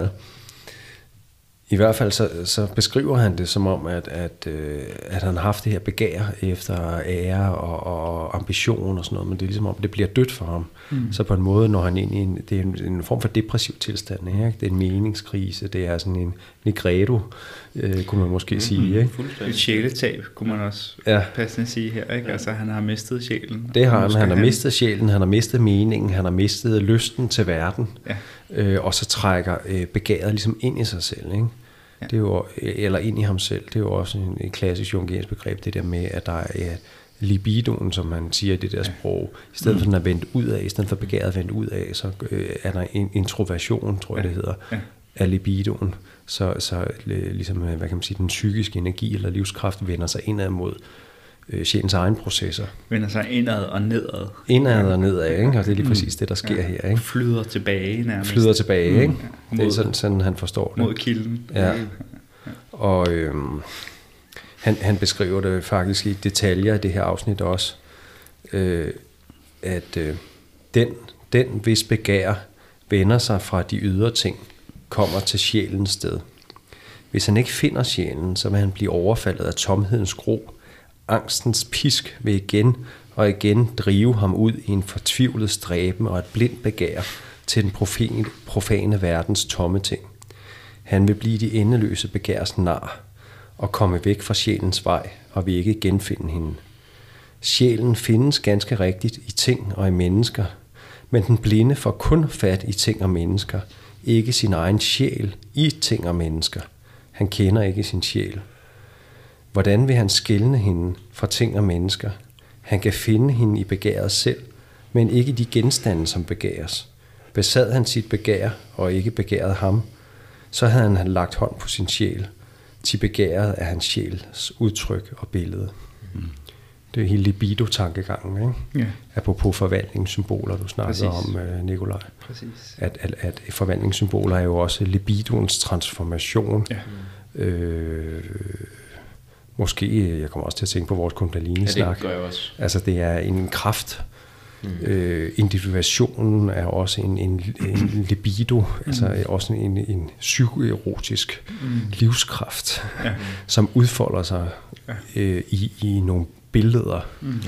fald så beskriver han det som om, at han har haft det her begær efter ære og ambition og sådan noget, men det er ligesom om, det bliver dødt for ham. Så på en måde, når han ind i det er en form for depressiv tilstand, ikke? Det er en meningskrise, det er sådan en negredo, kunne man måske sige. Ikke? Et sjæletab, kunne man også passende sige her. Ikke? Altså, han har mistet sjælen. Det har han har mistet sjælen, han har mistet meningen, han har mistet lysten til verden, og så trækker begæret ligesom ind i sig selv, ikke? Det er jo, eller ind i ham selv. Det er jo også en klassisk jungiansk begreb, det der med, at der er libidoen, som man siger i det der sprog. I stedet for den er vendt ud af, i stedet for begæret vendt ud af, så er der en introversion, tror jeg det hedder, af libidoen. Så ligesom, hvad kan man sige, den psykiske energi eller livskraft vender sig indad mod sjælens egen processer. Vender sig indad og nedad. Indad og nedad, ikke? Og det er lige præcis det, der sker her. Ikke? Flyder tilbage nærmest. Flyder tilbage, ikke? Det er sådan, han forstår det. Mod kilden. Ja. Og han beskriver det faktisk i detaljer i det her afsnit også, at den hvis begær vender sig fra de ydre ting, kommer til sjælens sted. Hvis han ikke finder sjælen, så vil han blive overfaldet af tomhedens gro. Angstens pisk vil igen og igen drive ham ud i en fortvivlet stræben og et blindt begær til den profane verdens tomme ting. Han vil blive de endeløse begærs nar og komme væk fra sjælens vej og vil ikke genfinde hende. Sjælen findes ganske rigtigt i ting og i mennesker, men den blinde får kun fat i ting og mennesker, ikke sin egen sjæl i ting og mennesker. Han kender ikke sin sjæl. Hvordan vil han skelne hende fra ting og mennesker? Han kan finde hende i begæret selv, men ikke de genstande, som begæres. Besad han sit begær og ikke begæret ham, så havde han lagt hånd på sin sjæl. Til begæret er hans sjæls udtryk og billede. Det er hele libido-tankegangen, ikke? Ja. Apropos forvandlingssymboler, du snakkede om, Nikolaj. Præcis. At forvandlingssymboler er jo også libidoens transformation. Ja. Måske, jeg kommer også til at tænke på vores kundalini-snak. Ja, det gør jeg også. Altså, det er en kraft. Individuationen er også en libido, altså også en psykoerotisk livskraft, som udfolder sig i nogle billeder.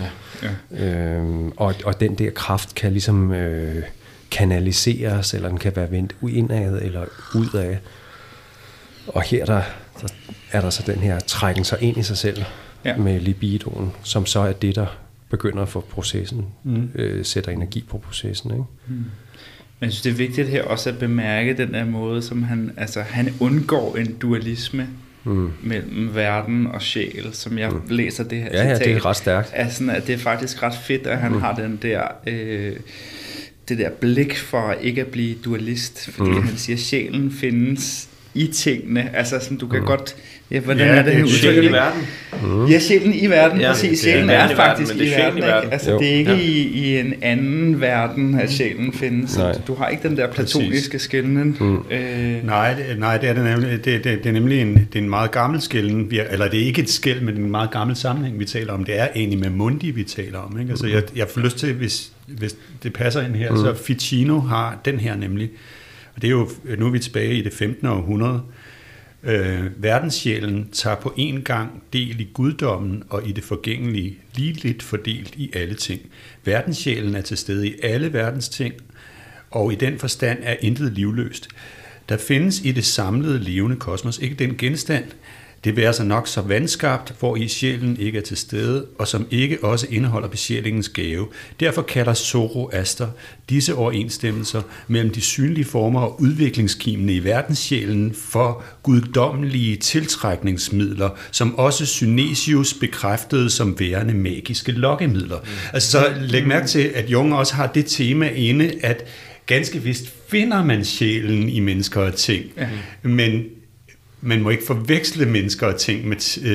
Og den der kraft kan ligesom kanaliseres, eller den kan være vendt indad eller udad. Og her er der så den her trækken sig ind i sig selv med libidoen, som så er det, der begynder at få processen, sætter energi på processen. Ikke? Men jeg synes, det er vigtigt her også at bemærke den der måde, som han undgår en dualisme mellem verden og sjæl, som jeg læser det her citat. Ja, det er ret stærkt. Altså, at det er faktisk ret fedt, at han har den der, det der blik for ikke at blive dualist, fordi han siger, at sjælen findes i tingene, altså sådan, du kan godt, hvordan er det sjælen i verden? Ja, sjælen i verden, præcis. Sjælen er faktisk i verden, ikke? Altså, det er ikke i en anden verden, at sjælen findes. Du har ikke den der platoniske skelnen. Nej, det er det nemlig. Det er nemlig en meget gammel skelnen, eller det er ikke et skel, men en meget gammel sammenhæng, vi taler om. Det er egentlig med Mundi, vi taler om. Ikke? Altså, jeg får lyst til, hvis det passer ind her, så Ficino har den her nemlig. Og det er jo, nu er vi tilbage i det 15. århundrede. Verdenssjælen tager på en gang del i guddommen og i det forgængelige, lige lidt fordelt i alle ting. Verdenssjælen er til stede i alle verdens ting, og i den forstand er intet livløst. Der findes i det samlede levende kosmos ikke den genstand, det vil altså nok så vandskabt, hvor i sjælen ikke er til stede, og som ikke også indeholder besjælingens gave. Derfor kalder Zoroaster disse overensstemmelser mellem de synlige former og udviklingskimene i verdenssjælen for guddommelige tiltrækningsmidler, som også Synesius bekræftede som værende magiske lokkemidler. Altså så læg mærke til, at Jung også har det tema inde, at ganske vist finder man sjælen i mennesker og ting, men man må ikke forveksle mennesker og ting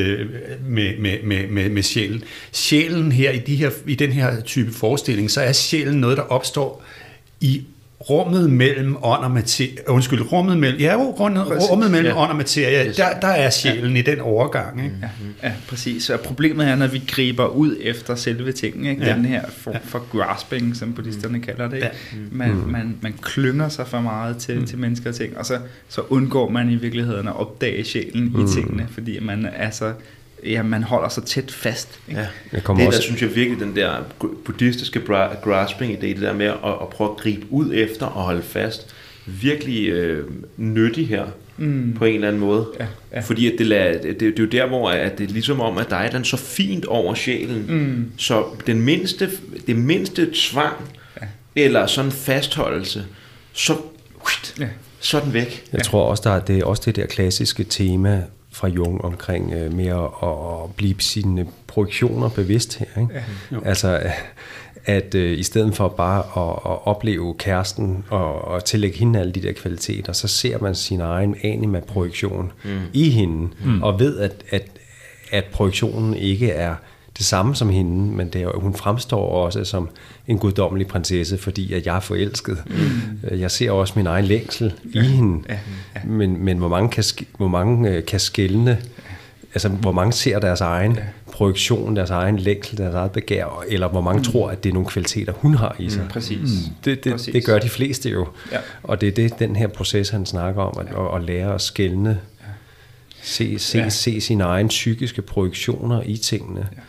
med sjælen. Sjælen her i den her type forestilling, så er sjælen noget, der opstår i rummet mellem ånd og materie. Rummet mellem ånd og materie. Der er sjælen i den overgang. Ikke? Ja, præcis. Så problemet er, når vi griber ud efter selve tingen, ikke? Den her form for grasping, som buddhisterne kalder det. Ikke? Man klynger sig for meget til mennesker og ting, og så undgår man i virkeligheden at opdage sjælen i tingene, fordi man holder sig tæt fast. Ikke? Ja. Der synes jeg virkelig, den der buddhistiske grasping idé, det der med at prøve at gribe ud efter og holde fast, virkelig nyttig her på en eller anden måde. Ja. Fordi at det er jo der, hvor at det er ligesom om, at der er den så fint over sjælen, så det mindste tvang eller sådan fastholdelse, så er den væk. Jeg tror også, det er også det der klassiske tema fra Jung omkring mere at blive sine projektioner bevidst her. Ikke? Ja. Altså, at i stedet for bare at opleve kæresten og tillægge hende alle de der kvaliteter, så ser man sin egen anima-projektion i hende, og ved, at projektionen ikke er det samme som hende, men hun fremstår også som en guddommelig prinsesse, fordi at jeg er forelsket. Jeg ser også min egen længsel i hende, men hvor mange kan skelne, altså hvor mange ser deres egen projektion, deres egen længsel, deres eget begær, eller hvor mange tror, at det er nogle kvaliteter, hun har i sig. Præcis. Det gør de fleste jo. Ja. Og det er det, den her proces, han snakker om, at lære at skelne, se sine egen psykiske projektioner i tingene.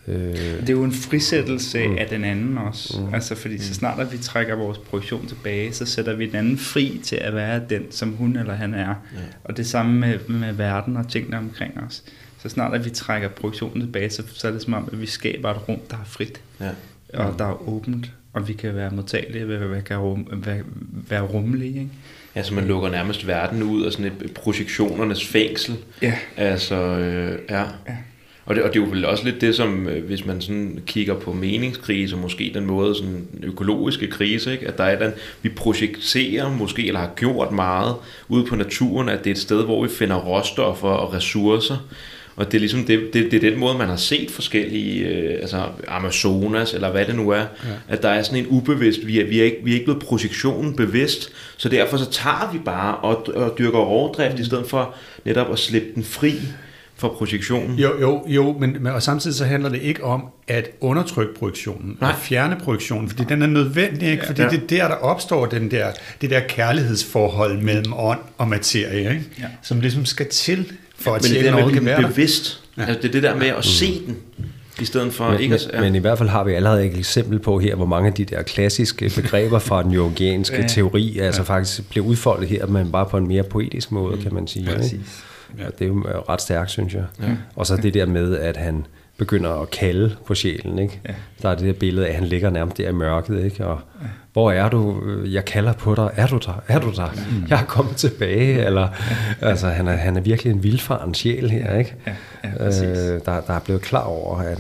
Det er jo en frisættelse af den anden også. Altså, fordi så snart at vi trækker vores projektion tilbage, så sætter vi den anden fri til at være den, som hun eller han er. Ja. Og det samme med verden og tingene omkring os. Så snart at vi trækker projektionen tilbage, så er det som om, at vi skaber et rum, der er frit. Ja. Og der er åbent, og vi kan være modtagelige, være rummelige, ikke? Ja, så man lukker nærmest verden ud af sådan et projektionernes fængsel. Ja. Altså, ja. Og det er jo vel også lidt det, som hvis man sådan kigger på meningskrise, og måske den måde sådan økologiske krise, ikke? At der er vi projicerer måske, eller har gjort meget ude på naturen, at det er et sted, hvor vi finder råstoffer og ressourcer. Og det er ligesom det er den måde, man har set forskellige, altså Amazonas, eller hvad det nu er, at der er sådan en ubevidst, vi er ikke blevet projektionen bevidst, så derfor så tager vi bare og dyrker rovdrift, i stedet for netop at slippe den fri for projektionen. Jo, men og samtidig så handler det ikke om at undertrykke projektionen, at fjerne projektionen, fordi den er nødvendig, ikke? Fordi det er der opstår det der kærlighedsforhold mellem ånd og materie, ikke? Ja. Som ligesom skal til for at sjælen noget kan være bevidst. Ja. Altså, det er det der med at se den, i stedet for ikke at... Men i hvert fald har vi allerede et eksempel på her, hvor mange af de der klassiske begreber fra den jungianske teori, altså faktisk bliver udfoldet her, men bare på en mere poetisk måde, kan man sige. Ja, ja. Det er jo ret stærkt, synes jeg. Ja. Og så det der med, at han begynder at kalde på sjælen, ikke? Ja. Der er det der billede af, at han ligger nærmest der i mørket, ikke? Og hvor er du? Jeg kalder på dig. Er du der? Er du der? Jeg er kommet tilbage. Eller, altså, han er virkelig en vildfaren sjæl her, ikke? Der er blevet klar over, at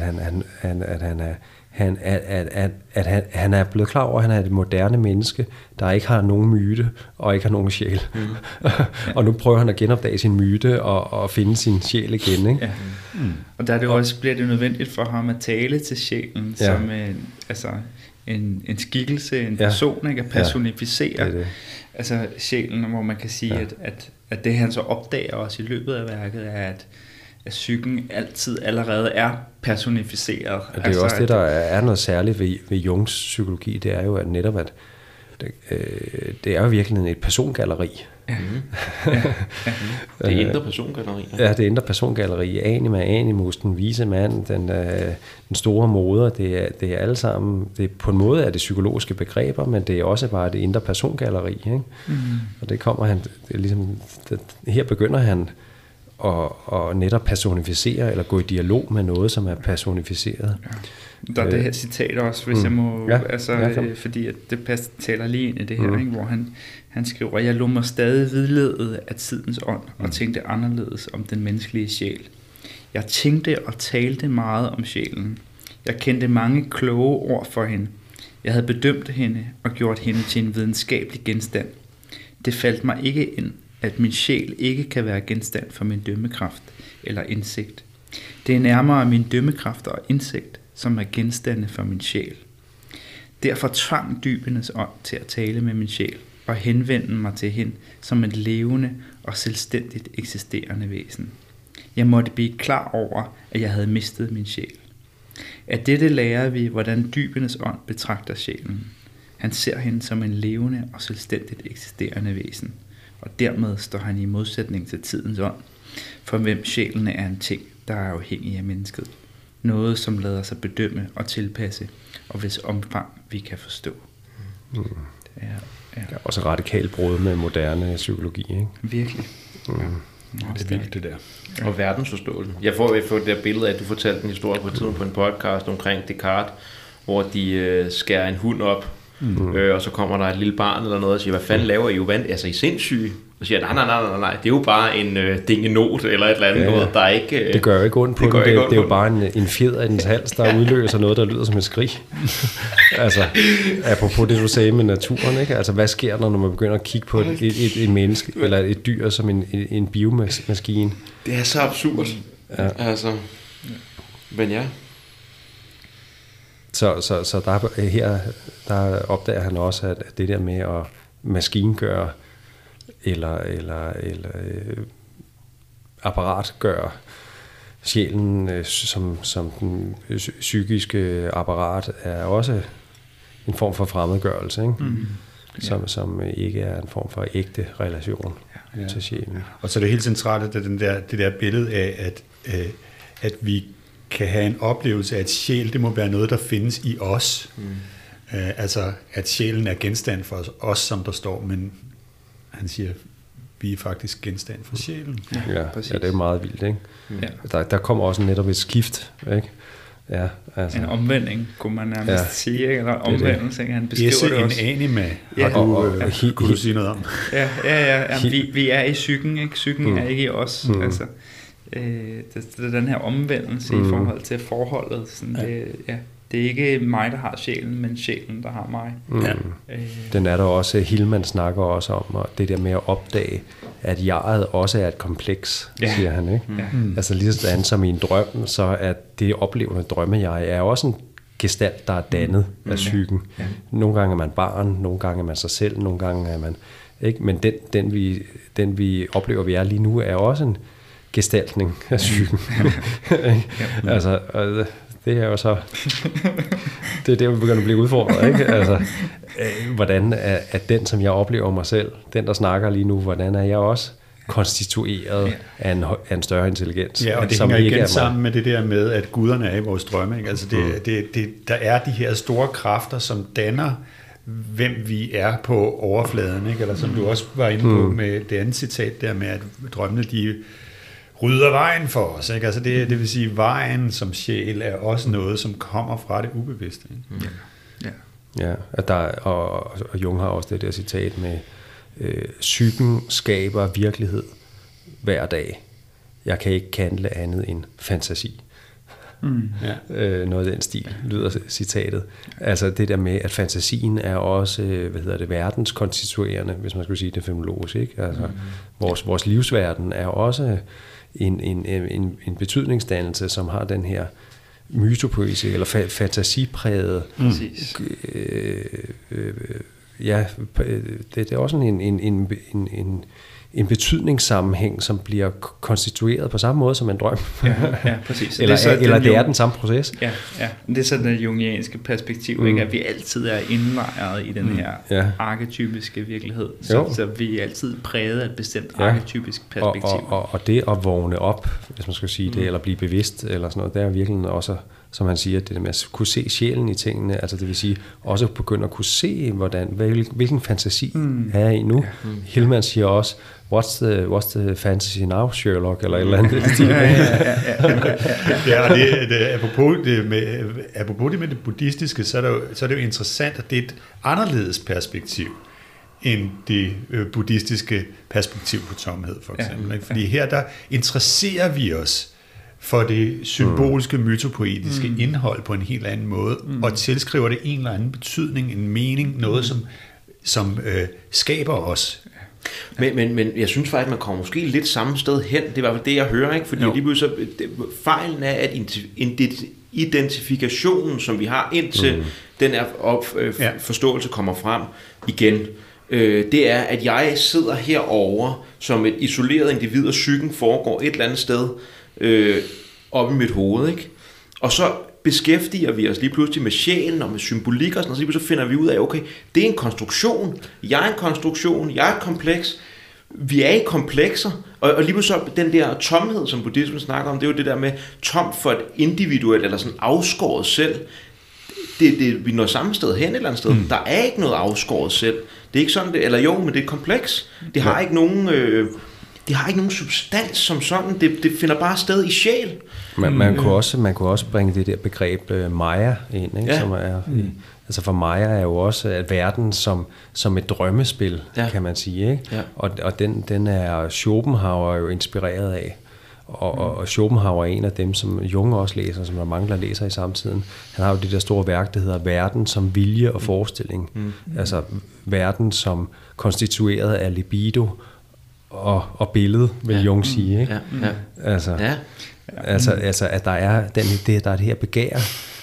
han er blevet klar over, at han er et moderne menneske, der ikke har nogen myte og ikke har nogen sjæl. Og nu prøver han at genopdage sin myte og finde sin sjæl igen, ikke? Ja. Og der er det også, bliver det nødvendigt for ham at tale til sjælen som en skikkelse, en person, ikke? At personificere altså sjælen, hvor man kan sige, at det han så opdager også i løbet af værket, er, at psyken altid allerede er personificeret. Det er jo også det, der er noget særligt ved Jungs psykologi, det er jo at netop, at det er jo virkelig et persongalleri. Ja. Det indre persongalleri. Ja, det indre persongalleri. Anima, animus, den vise mand, den store moder, det er alle sammen, på en måde er det psykologiske begreber, men det er også bare det indre persongalleri. Ikke? Og det kommer han, det er ligesom, her begynder han og netop personificere, eller gå i dialog med noget, som er personificeret. Ja. Der er det her citat også, hvis jeg må, fordi at det taler lige ind i det her, ikke, hvor han skriver, jeg lod mig stadig vidlede af tidens ånd, og tænkte anderledes om den menneskelige sjæl. Jeg tænkte og talte meget om sjælen. Jeg kendte mange kloge ord for hende. Jeg havde bedømt hende og gjort hende til en videnskabelig genstand. Det faldt mig ikke ind, at min sjæl ikke kan være genstand for min dømmekraft eller indsigt. Det er nærmere min dømmekraft og indsigt, som er genstande for min sjæl. Derfor tvang dybenes ånd til at tale med min sjæl og henvende mig til hende som et levende og selvstændigt eksisterende væsen. Jeg måtte blive klar over, at jeg havde mistet min sjæl. Af dette lærer vi, hvordan dybenes ånd betragter sjælen. Han ser hende som en levende og selvstændigt eksisterende væsen, og dermed står han i modsætning til tidens ånd, for hvem sjælen er en ting, der er afhængig af mennesket. Noget, som lader sig bedømme og tilpasse, og hvis omfang vi kan forstå. Det er også et radikalt brud med moderne psykologi, ikke? Virkelig. Det er vildt, det der. Og verdensforståelse. Jeg får det der billede af, at du fortalte en historie på tiden på en podcast omkring Descartes, hvor de skærer en hund op, og så kommer der et lille barn eller noget og siger, hvad fanden laver I jo? Altså, I er sindssyge? Og siger, nej, det er jo bare en dingenot eller et eller andet noget, der ikke... Det gør jo ikke ondt på det. Det er jo bare en fjeder i dens hals, der udløser noget, der lyder som et skrig. Altså, apropos det, du sagde med naturen, ikke? Altså, hvad sker der, når man begynder at kigge på et menneske, eller et dyr som en biomaskine? Det er så absurd. Ja. Altså, men ja. Så der opdager han også, at det der med at maskingøre eller apparatgøre sjælen som den psykiske apparat er også en form for fremmedgørelse, ikke? Som ikke er en form for ægte relation til sjælen. Og så er det helt centralt, at det der billede af, at vi kan have en oplevelse af, at sjæl, det må være noget, der findes i os. Altså, at sjælen er genstand for os, som der står, men han siger, vi er faktisk genstand for sjælen. Ja, det er meget vildt, ikke? Ja. Der kommer også netop et skift, ikke? Ja, altså. En omvending, kunne man nærmest sige, ikke? Eller omvendelse, han beskriver det også. En anime, kunne du sige noget om? Ja. Vi er i psyken, ikke? Psyken er ikke i os, altså. Det er den her omvendelse i forhold til forholdet. Sådan det er ikke mig, der har sjælen, men sjælen, der har mig. Den er der også, Hillman snakker også om, og det der med at opdage, at jeget også er et kompleks, siger han, ikke? Altså lige sådan som i en drøm, så at det oplevende drømmejeg er også en gestalt, der er dannet af psyken. Nogle gange er man barn, nogle gange er man sig selv, nogle gange er man, ikke? Men den vi oplever, vi er lige nu, er også en gestaltning af psyken. Altså, det er jo så det er det, vi begynder at blive udfordret, ikke? Altså, hvordan er den, som jeg oplever mig selv, den, der snakker lige nu, hvordan er jeg også konstitueret af en større intelligens? Ja, og det hænger igen sammen med det der med, at guderne er i vores drømme, ikke? Altså der er de her store kræfter, som danner, hvem vi er på overfladen, ikke? Eller som du også var inde på med det andet citat der med, at drømmene, de rydder vejen for os, ikke? Altså det vil sige, vejen som sjæl er også noget, som kommer fra det ubevidste. Ikke? Ja, at og Jung har også det der citat med, psyken skaber virkelighed hver dag. Jeg kan ikke handle andet end fantasi. Noget af den stil lyder citatet. Altså det der med, at fantasien er også, verdenskonstituerende, hvis man skulle sige det fenomenologisk, ikke? Altså vores livsverden er også en betydningsdannelse, som har den her mytopoesi eller fantasipræget. Det er også en betydningssammenhæng, som bliver konstitueret på samme måde som en drøm. Ja, præcis. eller det er den samme proces. Ja. Det er sådan det jungianske perspektiv, ikke? At vi altid er indlejret i den her arketypiske virkelighed. Så vi er altid præget af et bestemt arketypisk perspektiv. Og det at vågne op, hvis man skal sige det, eller blive bevidst, eller sådan noget, det er virkelig også, som han siger, det der med at kunne se sjælen i tingene, altså det vil sige, også begynde at kunne se, hvilken fantasi er jeg i nu. Hillman siger også, what's the fantasy now, Sherlock, eller et eller andet. Apropos det med det buddhistiske, så er det jo interessant, at det er et anderledes perspektiv end det buddhistiske perspektiv på tomhed, for eksempel. Fordi her, der interesserer vi os for det symboliske, mytopoetiske indhold på en helt anden måde, og tilskriver det en eller anden betydning, en mening, noget, som skaber os. Men jeg synes faktisk, man kommer måske lidt samme sted hen. Det er i hvert fald det, jeg hører, ikke? Fordi lige pludselig fejlen er, at identifikationen, som vi har indtil den forståelse kommer frem igen, det er, at jeg sidder herovre som et isoleret individ, og psyken foregår et eller andet sted op i mit hoved, ikke? Og så beskæftiger vi os lige pludselig med sjælen og med symbolik og sådan noget, så finder vi ud af, okay, det er en konstruktion, jeg er en konstruktion, jeg er et kompleks, vi er i komplekser, og lige pludselig den der tomhed, som buddhismen snakker om, det er jo det der med tomt for et individuelt eller sådan afskåret selv. Vi når samme sted hen et eller andet sted. Der er ikke noget afskåret selv. Det er ikke sådan, eller jo, men det er et kompleks. Det har ikke nogen... Det har ikke nogen substans som sådan. Det finder bare sted i sjæl. Man kunne også bringe det der begreb Maya ind, ikke? Som er, altså for Maya er jo også at verden som et drømmespil, kan man sige, ikke? Ja. Og den er Schopenhauer jo inspireret af. Og Schopenhauer er en af dem, som Jung også læser, som der mange, der læser i samtiden. Han har jo det der store værk, der hedder Verden som vilje og forestilling. Altså verden som konstitueret af libido og billede, vil Jung sige, ikke? Altså at der er det her begær,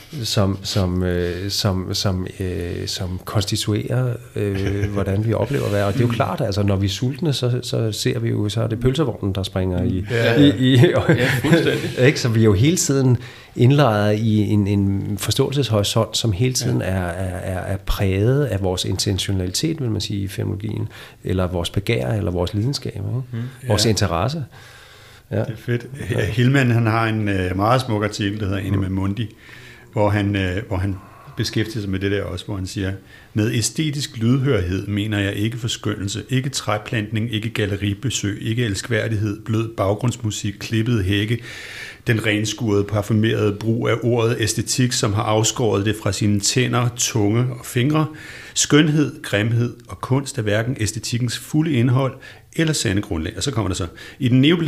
som konstituerer hvordan vi oplever verden. Og det er jo klart, altså når vi er sultne, så ser vi jo, så er det pølsevognen, der springer i fuldstændig. Ikke? Så vi er jo hele tiden indlejret i en forståelseshorisont, som hele tiden er præget af vores intentionalitet, vil man sige i fenomenologien, eller vores begær, eller vores lidenskab, vores interesse. Ja. Det er fedt. Hillman, han har en meget smuk artikel, der hedder Anima Mundi, hvor han beskæftiger sig med det der også, hvor han siger, med æstetisk lydhørhed mener jeg ikke forskønnelse, ikke træplantning, ikke galleribesøg, ikke elskværdighed, blød baggrundsmusik, klippede hække, den renskurede, parfumerede brug af ordet æstetik, som har afskåret det fra sine tænder, tunge og fingre. Skønhed, grimhed og kunst er hverken æstetikkens fulde indhold eller sande grundlag. Og så kommer der så, i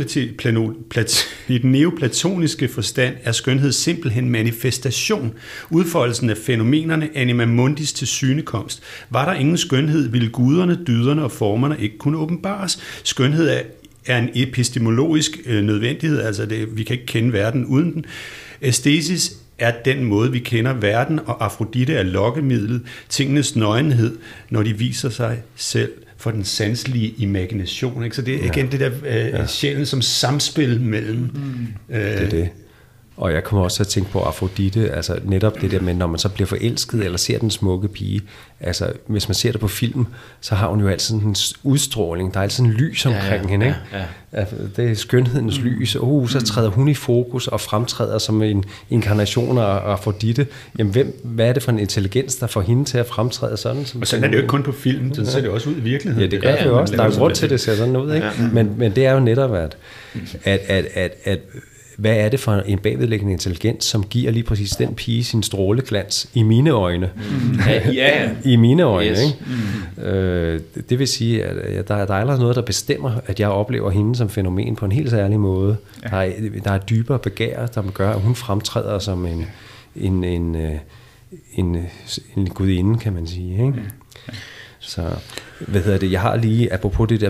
den neoplatoniske forstand er skønhed simpelthen manifestation, udfoldelsen af fænomenerne anima mundis til synekomst. Var der ingen skønhed, ville guderne, dyderne og formerne ikke kunne åbenbares. Skønhed er en epistemologisk nødvendighed, altså vi kan ikke kende verden uden den. Æstesis er den måde, vi kender verden, og Afrodite er lokkemidlet, tingenes nøgenhed, når de viser sig selv for den sanselige imagination. Ikke? Så det er igen det der sjælen som samspil mellem... Det er det. Og jeg kommer også til at tænke på Afrodite, altså netop det der med, når man så bliver forelsket, eller ser den smukke pige, altså hvis man ser det på film, så har hun jo altid en udstråling, der er altid en lys omkring hende, ikke? Ja. Det er skønhedens lys, så træder hun i fokus og fremtræder som en inkarnation af Afrodite. Jamen hvad er det for en intelligens, der får hende til at fremtræde sådan? Og sådan er det jo ikke kun på film, så ser det også ud i virkeligheden. Ja, det gør det jo også, der er jo grund til, at det ser sådan ud, ikke? Men det er jo netop, at hvad er det for en bagvedliggende intelligens, som giver lige præcis den pige sin stråleglans i mine øjne? I mine øjne, yes. Ikke? Det vil sige, at der er allerede noget, der bestemmer, at jeg oplever hende som fænomen på en helt særlig måde. Ja. Der er dybere begær, der gør, at hun fremtræder som en gudinde, kan man sige. Ikke? Ja. Så, jeg har lige, apropos det der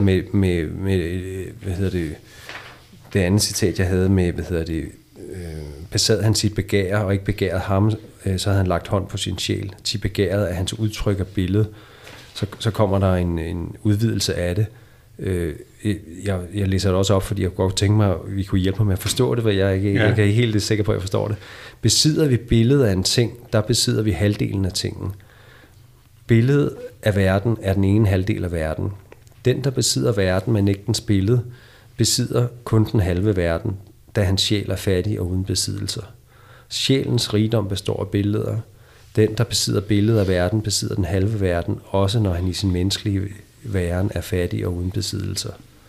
med det andet citat, jeg havde med, besad han sit begær og ikke begæret ham, så havde han lagt hånd på sin sjæl. Til begæret af hans udtryk og billede, så kommer der en udvidelse af det. Jeg læser det også op, fordi jeg kunne godt tænke mig, at vi kunne hjælpe mig med at forstå det, for jeg er ikke helt sikker på, at jeg forstår det. Besidder vi billedet af en ting, der besidder vi halvdelen af tingen. Billedet af verden er den ene halvdel af verden. Den, der besidder verden, men ikke dens billede, besidder kun den halve verden, da hans sjæl er fattig og uden besiddelser. Sjælens rigdom består af billeder. Den, der besidder billedet af verden, besidder den halve verden, også når han i sin menneskelige væren er fattig og uden besiddelser.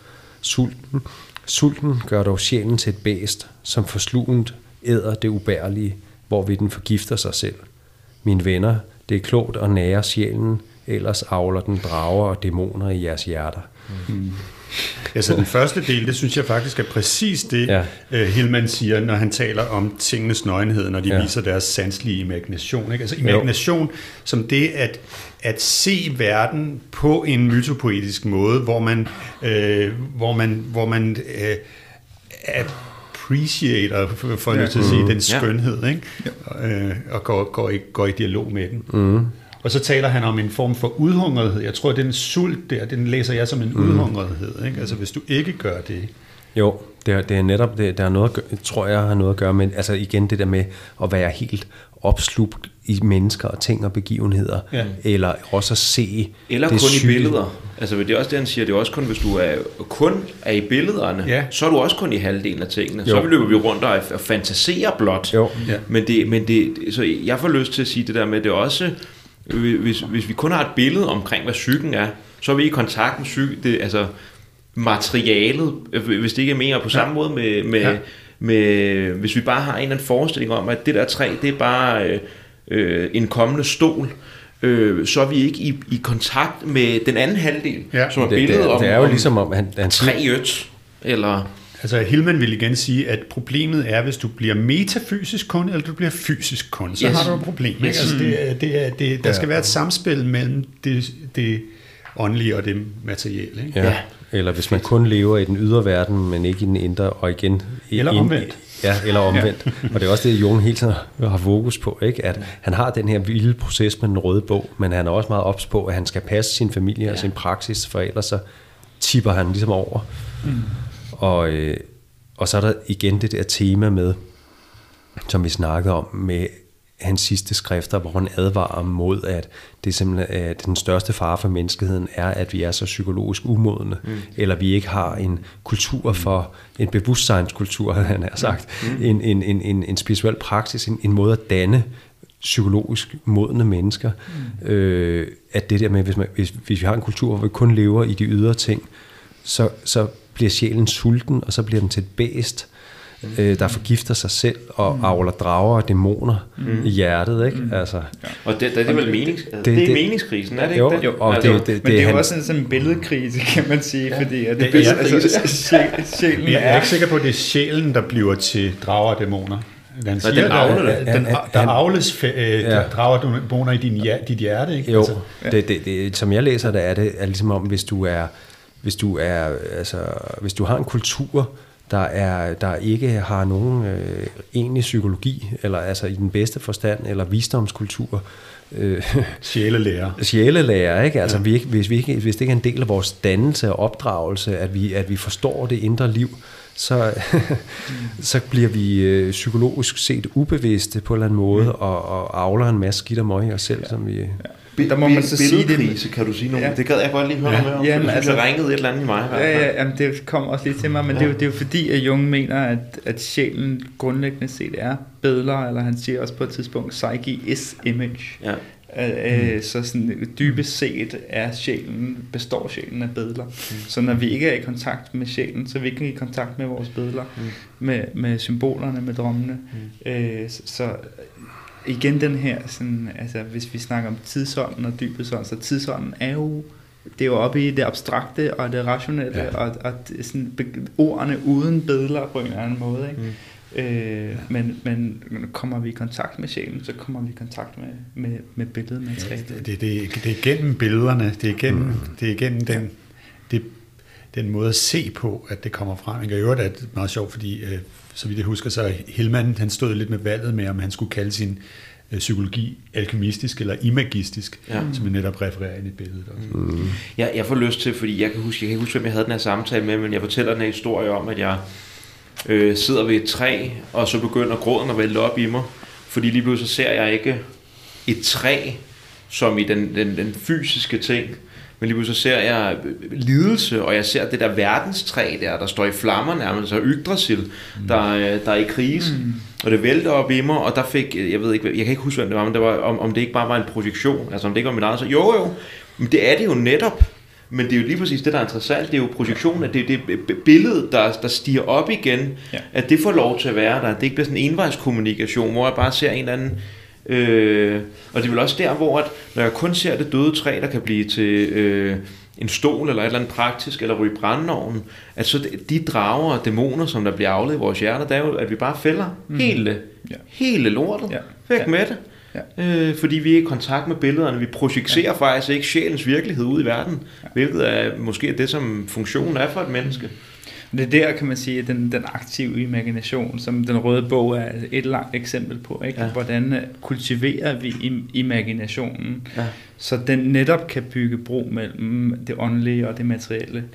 Sulten gør dog sjælen til et bæst, som forslugent æder det ubærlige, hvorved den forgifter sig selv. Mine venner, det er klogt at nære sjælen, ellers avler den drager og dæmoner i jeres hjerter. Altså den første del, det synes jeg faktisk er præcis det, Hillman siger, når han taler om tingenes nøgenhed, når de viser deres sanselige imagination. Ikke? Altså imagination som det at se verden på en mytopoetisk måde, hvor man appreciater, for at sige, den skønhed, ikke? Og går i dialog med den. Mm. Og så taler han om en form for udhungrethed. Jeg tror, at den sult der, den læser jeg som en udhungrethed. Ikke? Altså hvis du ikke gør det. Jo, det er netop det. Der er noget, tror jeg, har noget at gøre med, altså igen det der med at være helt opslugt i mennesker og ting og begivenheder, eller også at se eller det kun i billeder. Altså det er også det, han siger, det er også kun, hvis du kun er i billederne, så er du også kun i halvdelen af tingene. Jo. Så løber vi rundt og fantaserer blot. Jo. Ja. Men det, så jeg får lyst til at sige det der med, det også, hvis vi kun har et billede omkring, hvad psyken er, så er vi i kontakt med psyken, altså materialet, hvis det ikke er mere på samme måde med hvis vi bare har en eller anden forestilling om, at det der træ, det er bare en kommende stol, så er vi ikke i kontakt med den anden halvdel, som er billedet om, det er jo ligesom om han træet, eller... Altså Hillman vil igen sige, at problemet er, hvis du bliver metafysisk kun, eller du bliver fysisk kun, så har du et problem. Yes. Altså der skal være et samspil mellem det åndelige og det materielle. Ikke? Ja. Eller hvis man kun lever i den ydre verden, men ikke i den indre, og igen... Eller omvendt. Ja, eller omvendt. Og det er også det, Jung hele tiden har fokus på, ikke? At han har den her vilde proces med den røde bog, men han er også meget ops på, at han skal passe sin familie og sin praksis, for ellers så tipper han ligesom over. Mm. Og så er der igen det der tema med, som vi snakkede om, med hans sidste skrifter, hvor han advarer mod, at det simpelthen at den største fare for menneskeheden er, at vi er så psykologisk umodne, eller vi ikke har en kultur for, en bevidstsejnskultur, han har sagt, en spirituel praksis, en måde at danne psykologisk modne mennesker. At det der med, hvis vi har en kultur, hvor vi kun lever i de ydre ting, så bliver sjælen sulten, og så bliver den til et bæst, der forgifter sig selv og avler drager og dæmoner i hjertet, ikke? Altså. Og det er vel det er meningskrisen, er det ikke det? Jo, og men det er jo også sådan en billedkrise, kan man sige, fordi at sjælen jeg er ikke sikker på, at det er sjælen, der bliver til drager og dæmoner. Den siger, der avles drager og dæmoner i dit hjerte, ikke? Jo, det, som jeg læser det, er ligesom om, hvis du har en kultur, der ikke har nogen egentlig psykologi, eller altså i den bedste forstand, eller visdomskultur. Sjælelærer, ikke? Altså, hvis det ikke er en del af vores dannelse og opdragelse, at vi forstår det indre liv, så bliver vi psykologisk set ubevidste på en eller anden måde, og avler en masse skidt og møg i os selv, som vi... Der må man så sige det. Kan du sige noget? Ja. Det gad jeg godt lige høre noget om. Jamen, altså, jeg ringede et eller andet i mig. Jamen, det kom også lige til mig, men det er jo fordi, at Jung mener, at sjælen grundlæggende set er billeder, eller han siger også på et tidspunkt, psyche is image. Ja. Så sådan, dybest set består sjælen af billeder. Så når vi ikke er i kontakt med sjælen, så er vi ikke i kontakt med vores billeder, med symbolerne, med drømmene. Så igen den her, sådan, altså hvis vi snakker om tidsånden og dybesånden, så tidsånden er jo, det er jo oppe i det abstrakte og det rationelle, og sådan, ordene uden billeder på en eller anden måde, ikke? Men kommer vi i kontakt med sjælen, så kommer vi i kontakt med billedmaterialet. Det er gennem billederne, det er gennem den måde at se på, at det kommer frem. Jeg kan jo det er meget sjovt, fordi så vidt jeg husker, så Hillman, han stod lidt med valget med, om han skulle kalde sin psykologi alkymistisk eller imagistisk, som jeg netop refererer ind i billedet. Jeg får lyst til, fordi jeg kan ikke huske, hvem jeg havde den her samtale med, men jeg fortæller den her historie om, at jeg sidder ved et træ, og så begynder gråden at vælte op i mig, fordi lige pludselig så ser jeg ikke et træ som i den fysiske ting, men lige pludselig så ser jeg lidelse, og jeg ser det der verdenstræ der står i flammer nærmest, og Yggdrasil, der er i krise, og det vælter op i mig, og der fik, jeg kan ikke huske, hvem det var, men det var, om det ikke bare var en projektion, altså om det ikke var mit eget, så jo, men det er det jo netop, men det er jo lige præcis det, der er interessant, det er jo projektionen, at det er det billede, der stiger op igen, at det får lov til at være der, det ikke bliver sådan en envejskommunikation, hvor jeg bare ser en eller anden, og det er vel også der, hvor at, når jeg kun ser det døde træ, der kan blive til en stol eller et eller andet praktisk, eller ryge brændeovnen, at så de drager og dæmoner, som der bliver afledt i vores hjerter, det er jo, at vi bare fælder hele lortet væk med det. Fordi vi er i kontakt med billederne, vi projicerer faktisk ikke sjælens virkelighed ud i verden, hvilket er måske det, som funktionen er for et menneske. Det er der, kan man sige, at den aktive imagination, som den røde bog er et langt eksempel på, ikke? Ja. Hvordan kultiverer vi imaginationen, så den netop kan bygge bro mellem det åndelige og det materielle,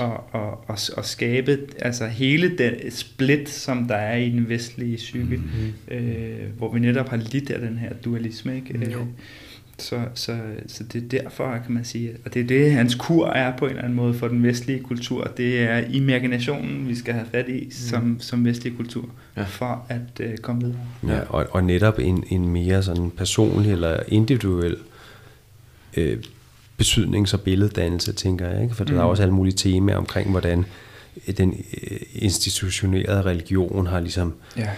og skabe altså hele den split, som der er i den vestlige psyke, hvor vi netop har lidt af den her dualisme, ikke? Så det er derfor, kan man sige, og det er det, hans kur er på en eller anden måde for den vestlige kultur. Det er imaginationen, vi skal have fat i som vestlig kultur, for at komme videre. Ja, og netop en mere sådan personlig eller individuel betydnings- og billeddannelse, tænker jeg, ikke? For der er også alle mulige temaer omkring, hvordan den institutionerede religion har ligesom...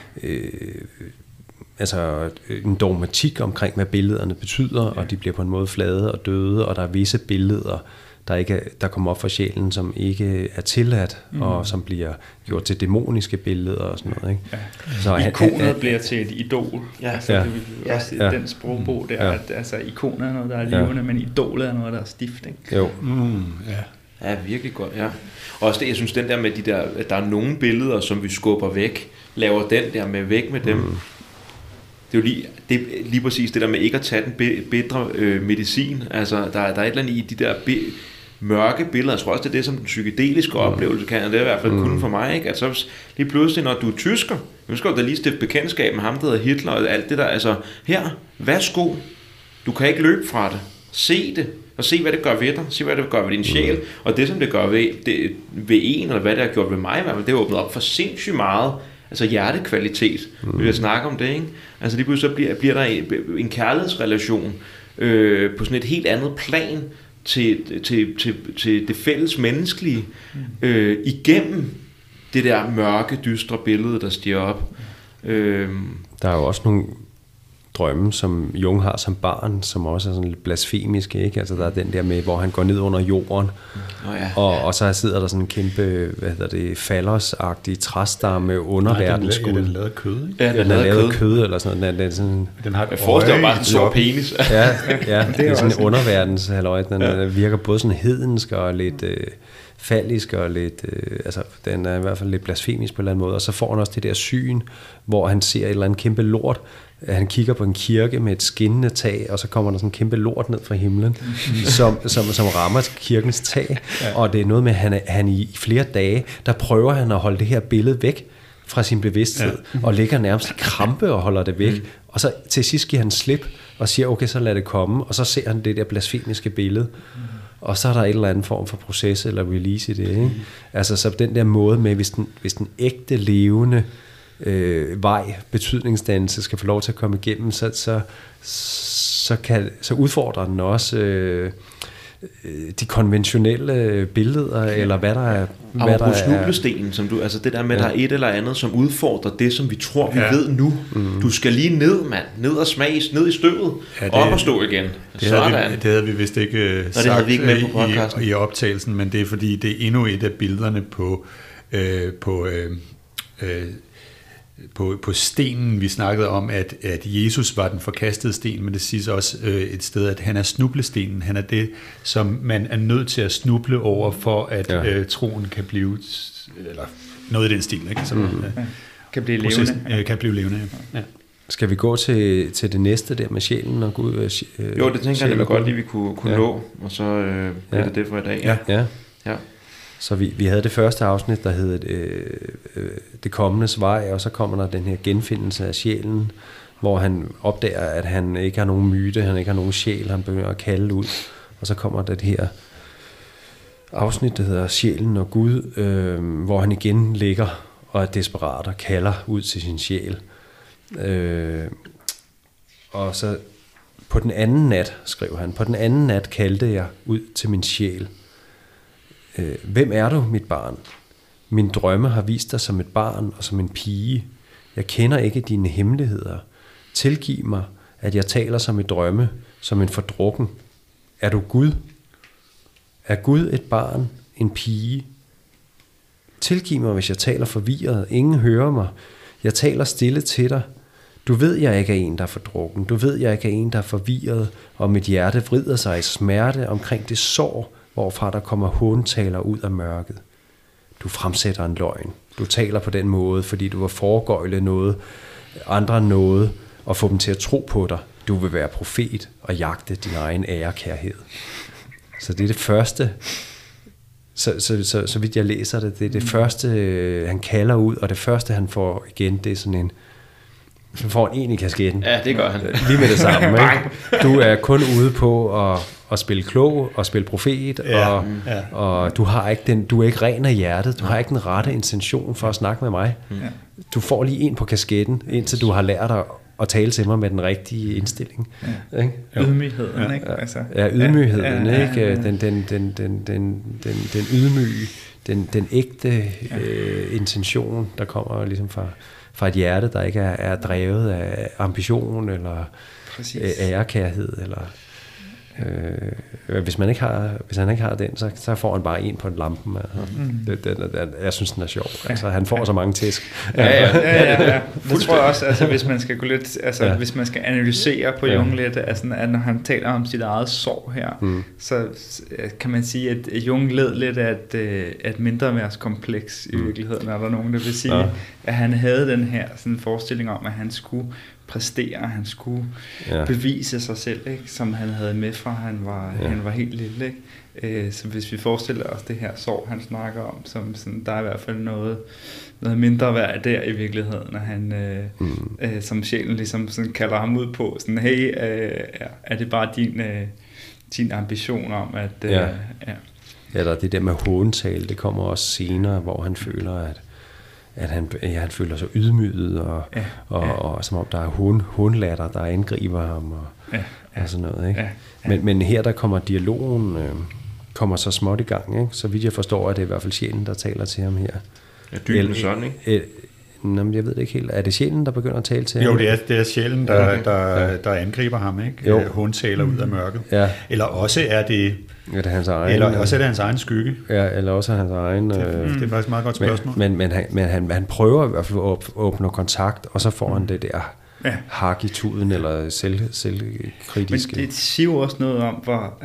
altså en dogmatik omkring, hvad billederne betyder, og de bliver på en måde flade og døde, og der er visse billeder, der kommer op fra sjælen, som ikke er tilladt, og som bliver gjort til dæmoniske billeder og sådan noget, ikke? Så ikonet bliver til et idol. Den sprogbog der, at altså ikonet er noget, der er levende, men idolet er noget, der er stift, ikke? Jo. Ja, virkelig godt, Også det, jeg synes, den der med de der, at der er nogle billeder, som vi skubber væk, laver den der med væk med dem. Det er jo lige præcis det der med ikke at tage den bedre medicin. Altså, der er et eller andet i de der mørke billeder. Jeg tror også, det er det, som den psykedeliske oplevelse kan, og det er i hvert fald kun for mig, ikke? Altså lige pludselig, når du er tysker, nu skal du da lige stifte bekendtskab med ham, der hedder Hitler, og alt det der, altså her, værsgo, du kan ikke løbe fra det, se det, og se, hvad det gør ved dig, se, hvad det gør ved din sjæl, og det, som det gør ved en, eller hvad det har gjort ved mig, det har åbnet op for sindssygt meget, altså hjertekvalitet, vi vil snakke om det, ikke? Altså lige pludselig så bliver der en kærlighedsrelation på sådan et helt andet plan til det fælles menneskelige igennem det der mørke, dystre billede, der stiger op. Der er jo også nogle drømme, som Jung har som barn, som også er sådan lidt blasfemiske, ikke? Altså der er den der med, hvor han går ned under jorden, og så sidder der sådan en kæmpe, fallos-agtig træstamme underverdensgud. Den er lavet kød, ikke? Ja, den er lavet kød, eller sådan noget. Den har jeg forestiller bare en stor penis. ja, det er sådan en underverdens halløj. Den virker både sådan hedensk og lidt fallisk og lidt, altså den er i hvert fald lidt blasfemisk på en eller anden måde, og så får han også det der syn, hvor han ser et eller andet kæmpe lort. Han kigger på en kirke med et skinnende tag, og så kommer der sådan en kæmpe lort ned fra himlen, som rammer kirkens tag, og det er noget med, at han i flere dage, der prøver han at holde det her billede væk fra sin bevidsthed, og ligger nærmest i krampe og holder det væk, og så til sidst giver han slip, og siger, okay, så lad det komme, og så ser han det der blasfemiske billede, og så er der et eller andet form for proces eller release i det, ikke? Altså så den der måde med, hvis den ægte levende vej, betydningsdannelse skal få lov til at komme igennem, så udfordrer den også de konventionelle billeder, eller hvad der er. Hvad der er snublestenen, som du, altså det der med, der er et eller andet, som udfordrer det, som vi tror, vi ved nu. Du skal lige ned, mand. Ned og smages, ned i støvet, op og stå igen. Det havde vi vist ikke sagt det havde vi ikke med på podcasten i optagelsen, men det er fordi, det er endnu et af billederne på stenen, vi snakkede om, at Jesus var den forkastede sten, men det siges også et sted, at han er snublestenen. Han er det, som man er nødt til at snuble over, for at troen kan blive, eller noget i den stil, ikke? Som, kan blive levende. Kan blive levende, ja. Skal vi gå til det næste der med sjælen og Gud? Jo, det tænker jeg, det var godt lige, vi kunne nå, og så bliver det for i dag. Ja. Så vi havde det første afsnit, der hed Det kommendes vej, og så kommer der den her genfindelse af sjælen, hvor han opdager, at han ikke har nogen myte, han ikke har nogen sjæl, han begynder at kalde ud. Og så kommer der det her afsnit, der hedder Sjælen og Gud, hvor han igen ligger og er desperat og kalder ud til sin sjæl. Og så på den anden nat, skrev han, på den anden nat kaldte jeg ud til min sjæl. Hvem er du, mit barn? Min drømme har vist dig som et barn og som en pige. Jeg kender ikke dine hemmeligheder. Tilgiv mig, at jeg taler som i drømme, som en fordrukken. Er du Gud? Er Gud et barn, en pige? Tilgiv mig, hvis jeg taler forvirret. Ingen hører mig. Jeg taler stille til dig. Du ved, jeg ikke er en, der er fordrukken. Du ved, jeg ikke er en, der er forvirret, og mit hjerte vrider sig i smerte omkring det sår, hvorfra der kommer håntaler ud af mørket. Du fremsætter en løgn. Du taler på den måde, fordi du vil foregøjle noget, andre noget, og få dem til at tro på dig. Du vil være profet og jagte din egen ærekærhed. Så det er det første, så vidt jeg læser det, det er det første, han kalder ud, og det første, han får igen, det er sådan en, så får han en i kasketten. Ja, det gør han. Lige med det samme, ikke? Du er kun ude på at spille klog og spille profet, og du har ikke du er ikke ren af hjertet, du har ikke den rette intention for at snakke med mig. Du får lige en på kasketten, indtil du har lært at tale til mig med den rigtige indstilling. Ikke? Ydmygheden, ikke? Altså. Ja, ydmygheden, ikke? Den ydmyge, den ægte intention, der kommer ligesom fra et hjerte, der ikke er drevet af ambition eller ærekærhed eller hvis han ikke har den, så får han bare en på en lampen. Jeg synes den er sjov. Altså, han får så mange tæsk. Ja. Det tror jeg også, altså, hvis man skal gå lidt, altså, hvis man skal analysere på Jung lidt, altså, at når han taler om sit eget sorg her, så kan man sige, at Jung led lidt af et mindreværdskompleks i virkeligheden. Er der nogen, der vil sige, at han havde den her sådan forestilling om, at han skulle præstere, han skulle bevise sig selv, ikke? Som han havde med fra han var helt lille, Så hvis vi forestiller os det her sorg, han snakker om, som sådan, der er i hvert fald noget mindre værd der i virkeligheden, og han, som sjælen ligesom sådan kalder ham ud på, sådan, hey, er det bare din ambition om, at... Ja, eller det der med håntale, det kommer også senere, hvor han føler, at han føler sig ydmyget, og som om der er hånlatter, der angriber ham, og sådan noget, ikke? Men her der kommer dialogen kommer så småt i gang, ikke? Så vidt jeg forstår, at det er i hvert fald sjælen, der taler til ham her. Ja, dyben sådan, ikke? Jamen, jeg ved det ikke helt. Er det sjælen, der begynder at tale til ham? Jo, det er sjælen, der angriber ham, ikke? Hun taler ud af mørket. Ja. Eller også er det... Ja, det er hans egen, eller også er det hans egen skygge. Ja, eller også er hans egen... Det er faktisk et meget godt spørgsmål. Men han prøver i hvert fald at åbne kontakt, og så får han det der hak i tuden, eller selvkritiske. Men det siger jo også noget om,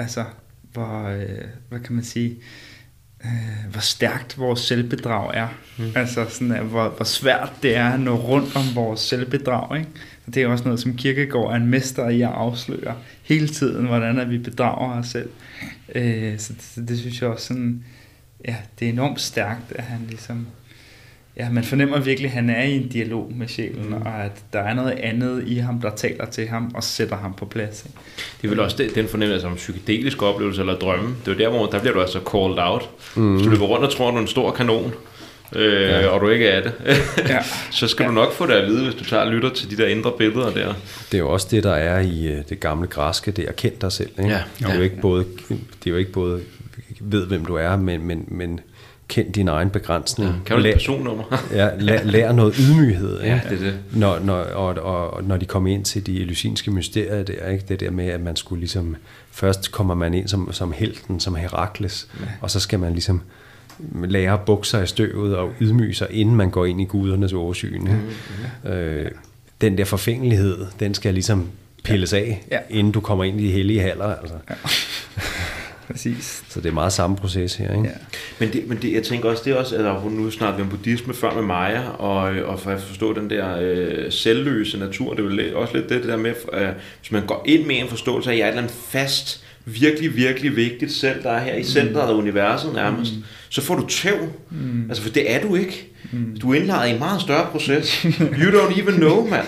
hvad kan man sige... hvor stærkt vores selvbedrag er. Altså sådan, hvor svært det er at nå rundt om vores selvbedrag, ikke? Det er også noget, som Kierkegaard er en mester i at afsløre hele tiden, hvordan at vi bedrager os selv. Så det synes jeg også sådan, ja, det er enormt stærkt, at han ligesom, ja, man fornemmer virkelig, at han er i en dialog med sjælen, og at der er noget andet i ham, der taler til ham og sætter ham på plads. Ikke? Det er vel også den fornemmelse som psykedelisk oplevelse eller drømme. Det er jo der, hvor der bliver du altså called out. Hvis du løber rundt og tror, du er en stor kanon, og du ikke er det, så skal du nok få det at vide, hvis du tager og lytter til de der indre billeder der. Det er jo også det, der er i det gamle græske, det er at kende dig selv. Ikke? Ja. Det er jo ikke både ved, hvem du er, men kend din egen begrænsning. Ja, kan du et personnummer? Lær noget ydmyghed. Ja, det er det. Når de kommer ind til de elysinske mysterier, der, ikke? Det der med, at man skulle ligesom, først kommer man ind som helten, som Herakles, og så skal man ligesom lære at bukke sig i støvet og ydmyge sig, inden man går ind i gudernes åsyn. Den der forfængelighed, den skal ligesom pilles af, inden du kommer ind i de hellige haller. Altså. Ja. Præcis. Så det er meget samme proces her, ikke? Ja. Men det, jeg tænker også, det er også, at nu snakker vi om buddhisme før med Maya, og for at forstå den der selvløse natur, det er jo også lidt det der med, hvis man går ind med en forståelse af, at jeg er et eller andet fast, virkelig, virkelig vigtigt selv, der er her i centret af universet nærmest, så får du tæv. Altså, for det er du ikke. Du er indlejret i en meget større proces. You don't even know, man.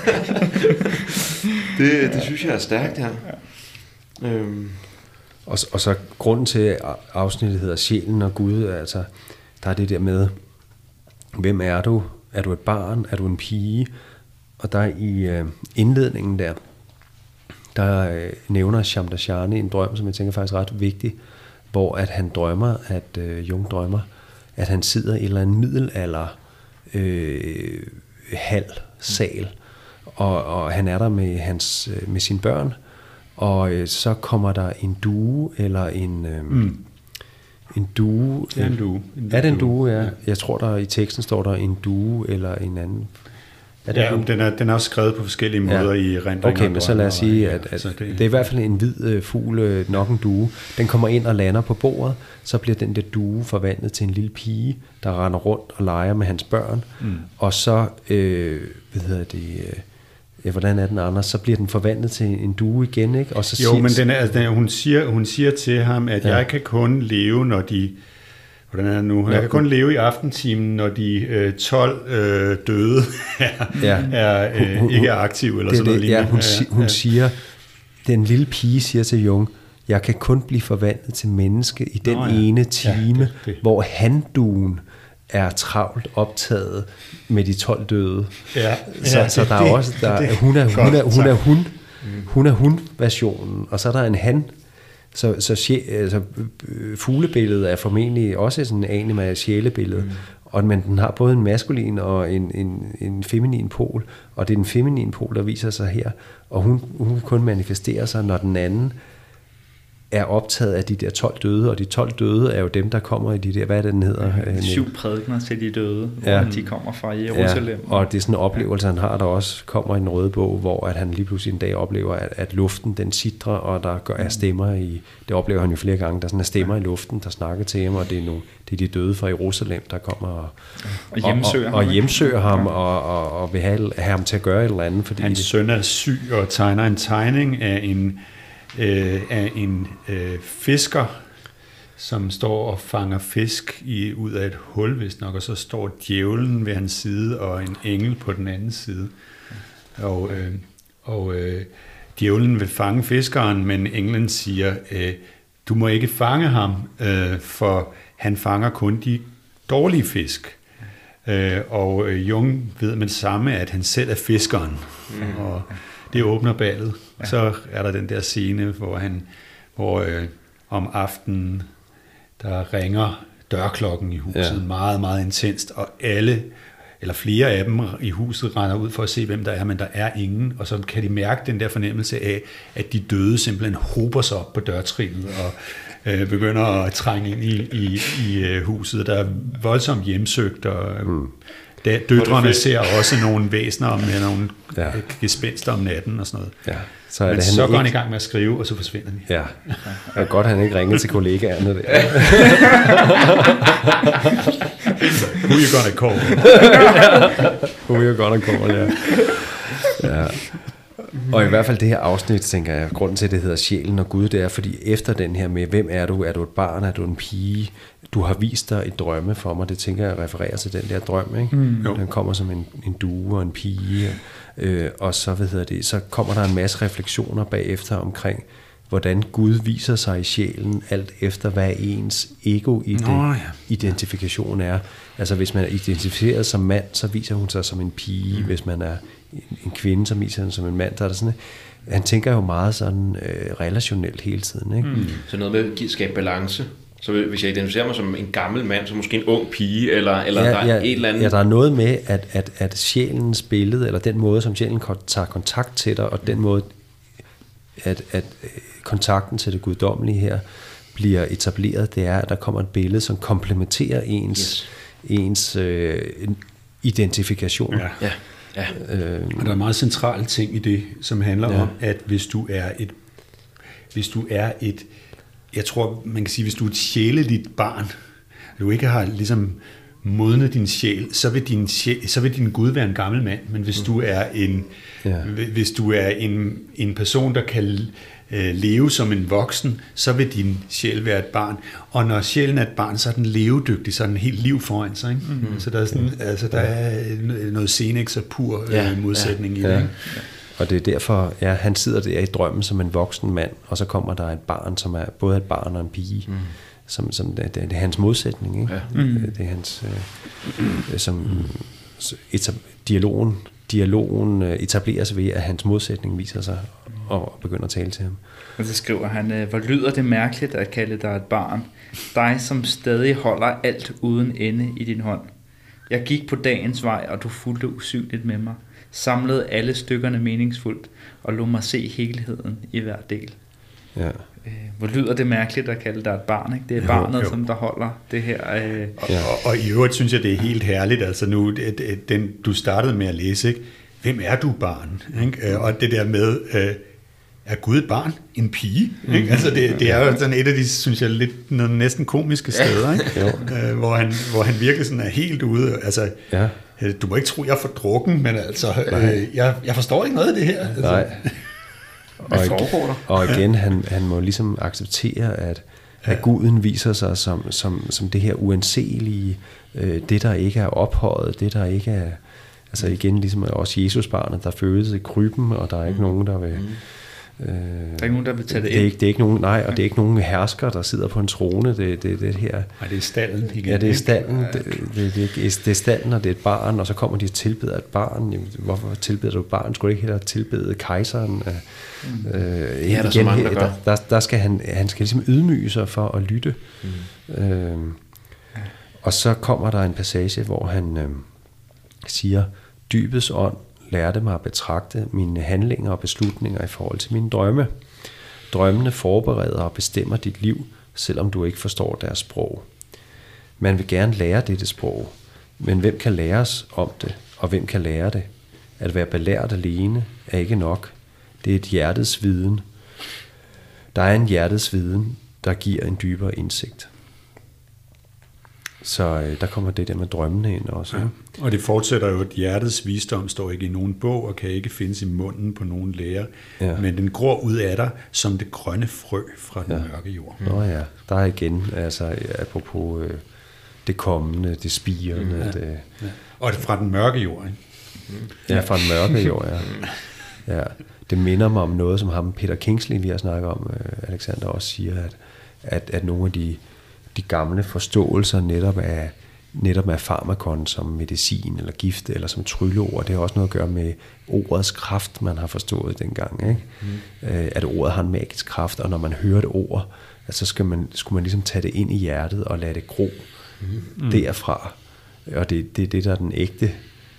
det synes jeg er stærkt her. Og så grunden til, at afsnittet hedder Sjælen og Gud, altså, der er det der med, hvem er du? Er du et barn? Er du en pige? Og der i indledningen der nævner Shamdasani en drøm, som jeg tænker faktisk er ret vigtig, hvor at han drømmer, at Jung drømmer, at han sidder i en eller anden middelalder sal, og han er der med sine børn, og så kommer der en due, eller en due. Det er en due. Er det en due, ja? Jeg tror, der i teksten står der en due, eller en anden. Den er også skrevet på forskellige måder i rendringer. Okay, men så lad os sige, at det er i hvert fald en hvid fugl, nok en due. Den kommer ind og lander på bordet, så bliver den der due forvandlet til en lille pige, der render rundt og leger med hans børn. Og så, hvordan er den, Anders? Så bliver den forvandlet til en due igen, ikke? Og så hun siger til ham, at jeg kan kun leve, når de... Hvordan er det nu? Jeg kan kun leve i aftentimen, når de 12 døde ikke er aktive, eller sådan noget lignende. Hun siger, den lille pige siger til Jung, jeg kan kun blive forvandlet til menneske i den ene time, hvor handuen er travlt optaget med de 12 døde. Så der er også, hun er hun-versionen, og så er der en han. Så fuglebilledet er formentlig også sådan en anima af sjælebillede, men den har både en maskulin og en feminin pol, og det er den feminine pol, der viser sig her, og hun kan kun manifestere sig, når den anden er optaget af de der 12 døde, og de 12 døde er jo dem, der kommer i de der, hvad er det, den hedder? 7 prædikener til de døde, hvor de kommer fra Jerusalem. Ja, og det er sådan en oplevelse, han har, der også kommer i den røde bog, hvor at han lige pludselig en dag oplever, at luften, den sidrer, og der er stemmer i, det oplever han jo flere gange, der sådan er stemmer i luften, der snakker til ham, og det er de døde fra Jerusalem, der kommer og hjemsøger ham, og vil have ham til at gøre et eller andet. Fordi hans søn er syg og tegner en tegning af en fisker, som står og fanger fisk ud af et hul, vist nok, og så står djævlen ved hans side og en engel på den anden side. Og djævlen vil fange fiskeren, men englen siger, du må ikke fange ham, for han fanger kun de dårlige fisk. Og Jung ved med det samme, at han selv er fiskeren, og det åbner ballet. Så er der den der scene, hvor om aftenen, der ringer dørklokken i huset meget, meget intenst, og alle, eller flere af dem i huset render ud for at se, hvem der er, men der er ingen, og så kan de mærke den der fornemmelse af, at de døde simpelthen hober sig op på dørtrinnet, og begynder at trænge ind i huset. Der er voldsomt hjemsøgt, og døtrene ser også nogle væsener med nogle gespenster om natten og sådan noget. Ja. Så går han i gang med at skrive, og så forsvinder de. Ja, det er godt, han ikke ringede til kollegaerne der. Who you gonna call? Who you gonna call, ja. Og i hvert fald det her afsnit, tænker jeg, grunden til, at det hedder Sjælen og Gud, det er, fordi efter den her med, hvem er du? Er du et barn? Er du en pige? Du har vist dig et drømme for mig. Det tænker jeg refererer til den der drøm, ikke? Den kommer som en due og en pige, og så, så kommer der en masse refleksioner bagefter omkring, hvordan Gud viser sig i sjælen, alt efter hvad ens ego-identifikation er. Altså hvis man er identificeret som mand, så viser hun sig som en pige. Hvis man er en kvinde, så viser han som en mand. Der er der sådan, han tænker jo meget sådan relationelt hele tiden. Ikke? Så noget med at skabe balance. Så hvis jeg identificerer mig som en gammel mand, så måske en ung pige, eller der er et eller andet... Ja, der er noget med, at sjælens billede, eller den måde, som sjælen tager kontakt til dig, og den måde, at kontakten til det guddommelige her bliver etableret, det er, at der kommer et billede, som komplementerer ens jeg og der er meget centrale ting i det, som handler om, at hvis du er et, jeg tror, man kan sige, hvis du er et sjæleligt barn, du ikke har ligesom modnet din sjæl, så vil din Gud være en gammel mand, men hvis du er en person, der kan leve som en voksen, så vil din sjæl være et barn. Og når sjælen er et barn, så er den levedygtig, så er den helt liv foran sig. Ikke? Så der er sådan, der er noget Senex og pur modsætning i det. Ikke? Og det er derfor, han sidder der i drømmen som en voksen mand, og så kommer der et barn, som er både et barn og en pige. Som det er hans modsætning, ikke? Det er hans dialogen etableres ved, at hans modsætning viser sig og begynder at tale til ham. Og så skriver han, hvor lyder det mærkeligt at kalde dig et barn, dig som stadig holder alt uden ende i din hånd. Jeg gik på dagens vej, og du fulgte usynligt med mig, samlede alle stykkerne meningsfuldt og lod mig se helheden i hver del. Ja. Hvor lyder det mærkeligt at kalde dig et barn, ikke? Det er barnet, som der holder det her. Og i øvrigt synes jeg, det er helt herligt. Altså nu, du startede med at læse, ikke? Hvem er du, barn? Ikke? Og det der med, er Gud et barn? En pige? Ikke? Altså det er jo sådan et af de, synes jeg, lidt næsten komiske steder, ikke? Hvor han virkelig sådan er helt ude. Altså, du må ikke tro, jeg er for drukken, men altså, jeg forstår ikke noget af det her. Altså. Nej. Og igen, han må ligesom acceptere, at guden viser sig som det her uanselige, det der ikke er ophøjet, det der ikke er, altså igen ligesom også Jesusbarnet, der fødes i krybben, og der er ikke nogen, der vil... der er ikke nogen, der vil tage det ind. Det er ikke nogen, nej, og det er ikke nogen hersker, der sidder på en trone. Det her. Nej, det er stallen igen. Ja, det er stallen. Det er stallen, og det er et barn, og så kommer de og tilbeder et barn. Jamen, hvorfor tilbeder du et barn? Skulle du ikke hellere tilbede kejseren? Det er der så mange, der gør. Der skal han skal ligesom ydmyge sig for at lytte. Og så kommer der en passage, hvor han siger, dybets ånd lærte mig at betragte mine handlinger og beslutninger i forhold til mine drømme. Drømmene forbereder og bestemmer dit liv, selvom du ikke forstår deres sprog. Man vil gerne lære dette sprog, men hvem kan læres om det, og hvem kan lære det? At være belært alene er ikke nok. Det er et hjertets viden. Der er en hjertets viden, der giver en dybere indsigt. Så der kommer det der med drømmene ind også. Ja. Og det fortsætter jo, at hjertets visdom står ikke i nogen bog, og kan ikke findes i munden på nogen lærer, men den gror ud af dig, som det grønne frø fra den mørke jord. Nå ja, der er igen, altså apropos det kommende, det spirende. Det, Og fra den mørke jord, ikke? Ja, fra den mørke jord, ja. Det minder mig om noget, som ham Peter Kingsley, vi har snakket om, Alexander også siger, at nogle af de gamle forståelser netop af farmakon som medicin eller gift eller som trylleord, det har også noget at gøre med ordets kraft, man har forstået dengang, ikke? At ordet har en magisk kraft, og når man hører et ord, så skulle man ligesom tage det ind i hjertet og lade det gro derfra. Og det er det, der er den ægte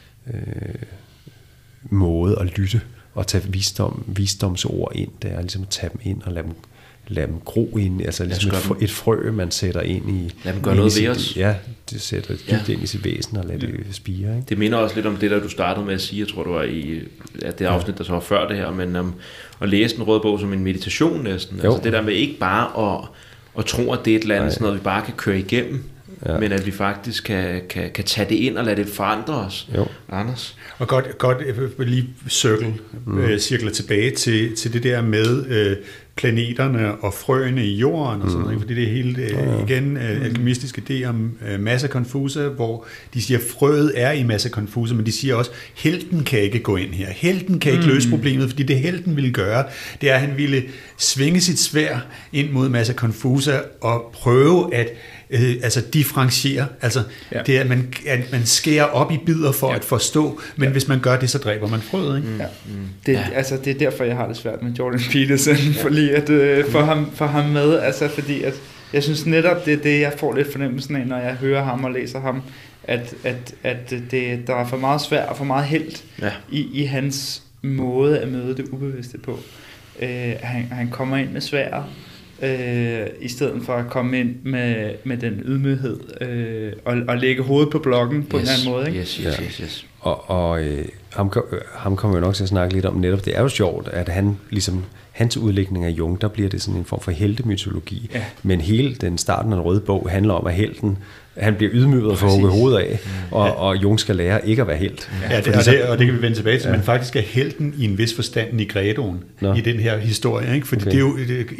måde at lytte og tage visdomsord ind, det er ligesom at tage dem ind og lade dem gro ind, altså ligesom et frø, man sætter ind i. Lad dem gøre noget ved os. Ja, det sætter dybt ind i sit væsen og lader det spire. Ikke? Det minder også lidt om det, der du startede med at sige, jeg tror, det var i det afsnit, der så var før det her, men at læse den røde bog som en meditation næsten. Altså det der med ikke bare at tro, at det er et eller andet, sådan noget, vi bare kan køre igennem, men at vi faktisk kan tage det ind og lade det forandre os. Jo. Anders? Og godt lige cirkler tilbage til det der med planeterne og frøene i jorden og sådan noget, fordi det er helt igen alkemistiske idé om massa confusa, hvor de siger, at frøet er i massa confusa, men de siger også, at helten kan ikke gå ind her. Helten kan ikke løse problemet, fordi det helten ville gøre, det er, at han ville svinge sit sværd ind mod massa confusa og prøve at differentiere, det er, at man skærer op i bidder for at forstå, men hvis man gør det, så dræber man frøet, ikke? Det er derfor, jeg har det svært med Jordan Peterson, fordi at få ham med, fordi at jeg synes netop, det er det, jeg får lidt fornemmelsen af, når jeg hører ham og læser ham, at der er for meget svært og for meget held i hans måde at møde det ubevidste på. Han kommer ind med sværd, i stedet for at komme ind med den ydmyghed og lægge hovedet på blokken på en eller anden måde. Ikke? Yes. Og ham kommer jo nok til at snakke lidt om netop. Det er jo sjovt, at han ligesom hans udlægning af Jung, der bliver det sådan en form for heltemytologi. Ja. Men hele den starten af den røde bog handler om, at helten han bliver ydmyget for at hugge hovedet af, og Jung skal lære ikke at være helt. Og det kan vi vende tilbage til, men faktisk er helten i en vis forstand Nigredoen i den her historie, ikke? Fordi det er jo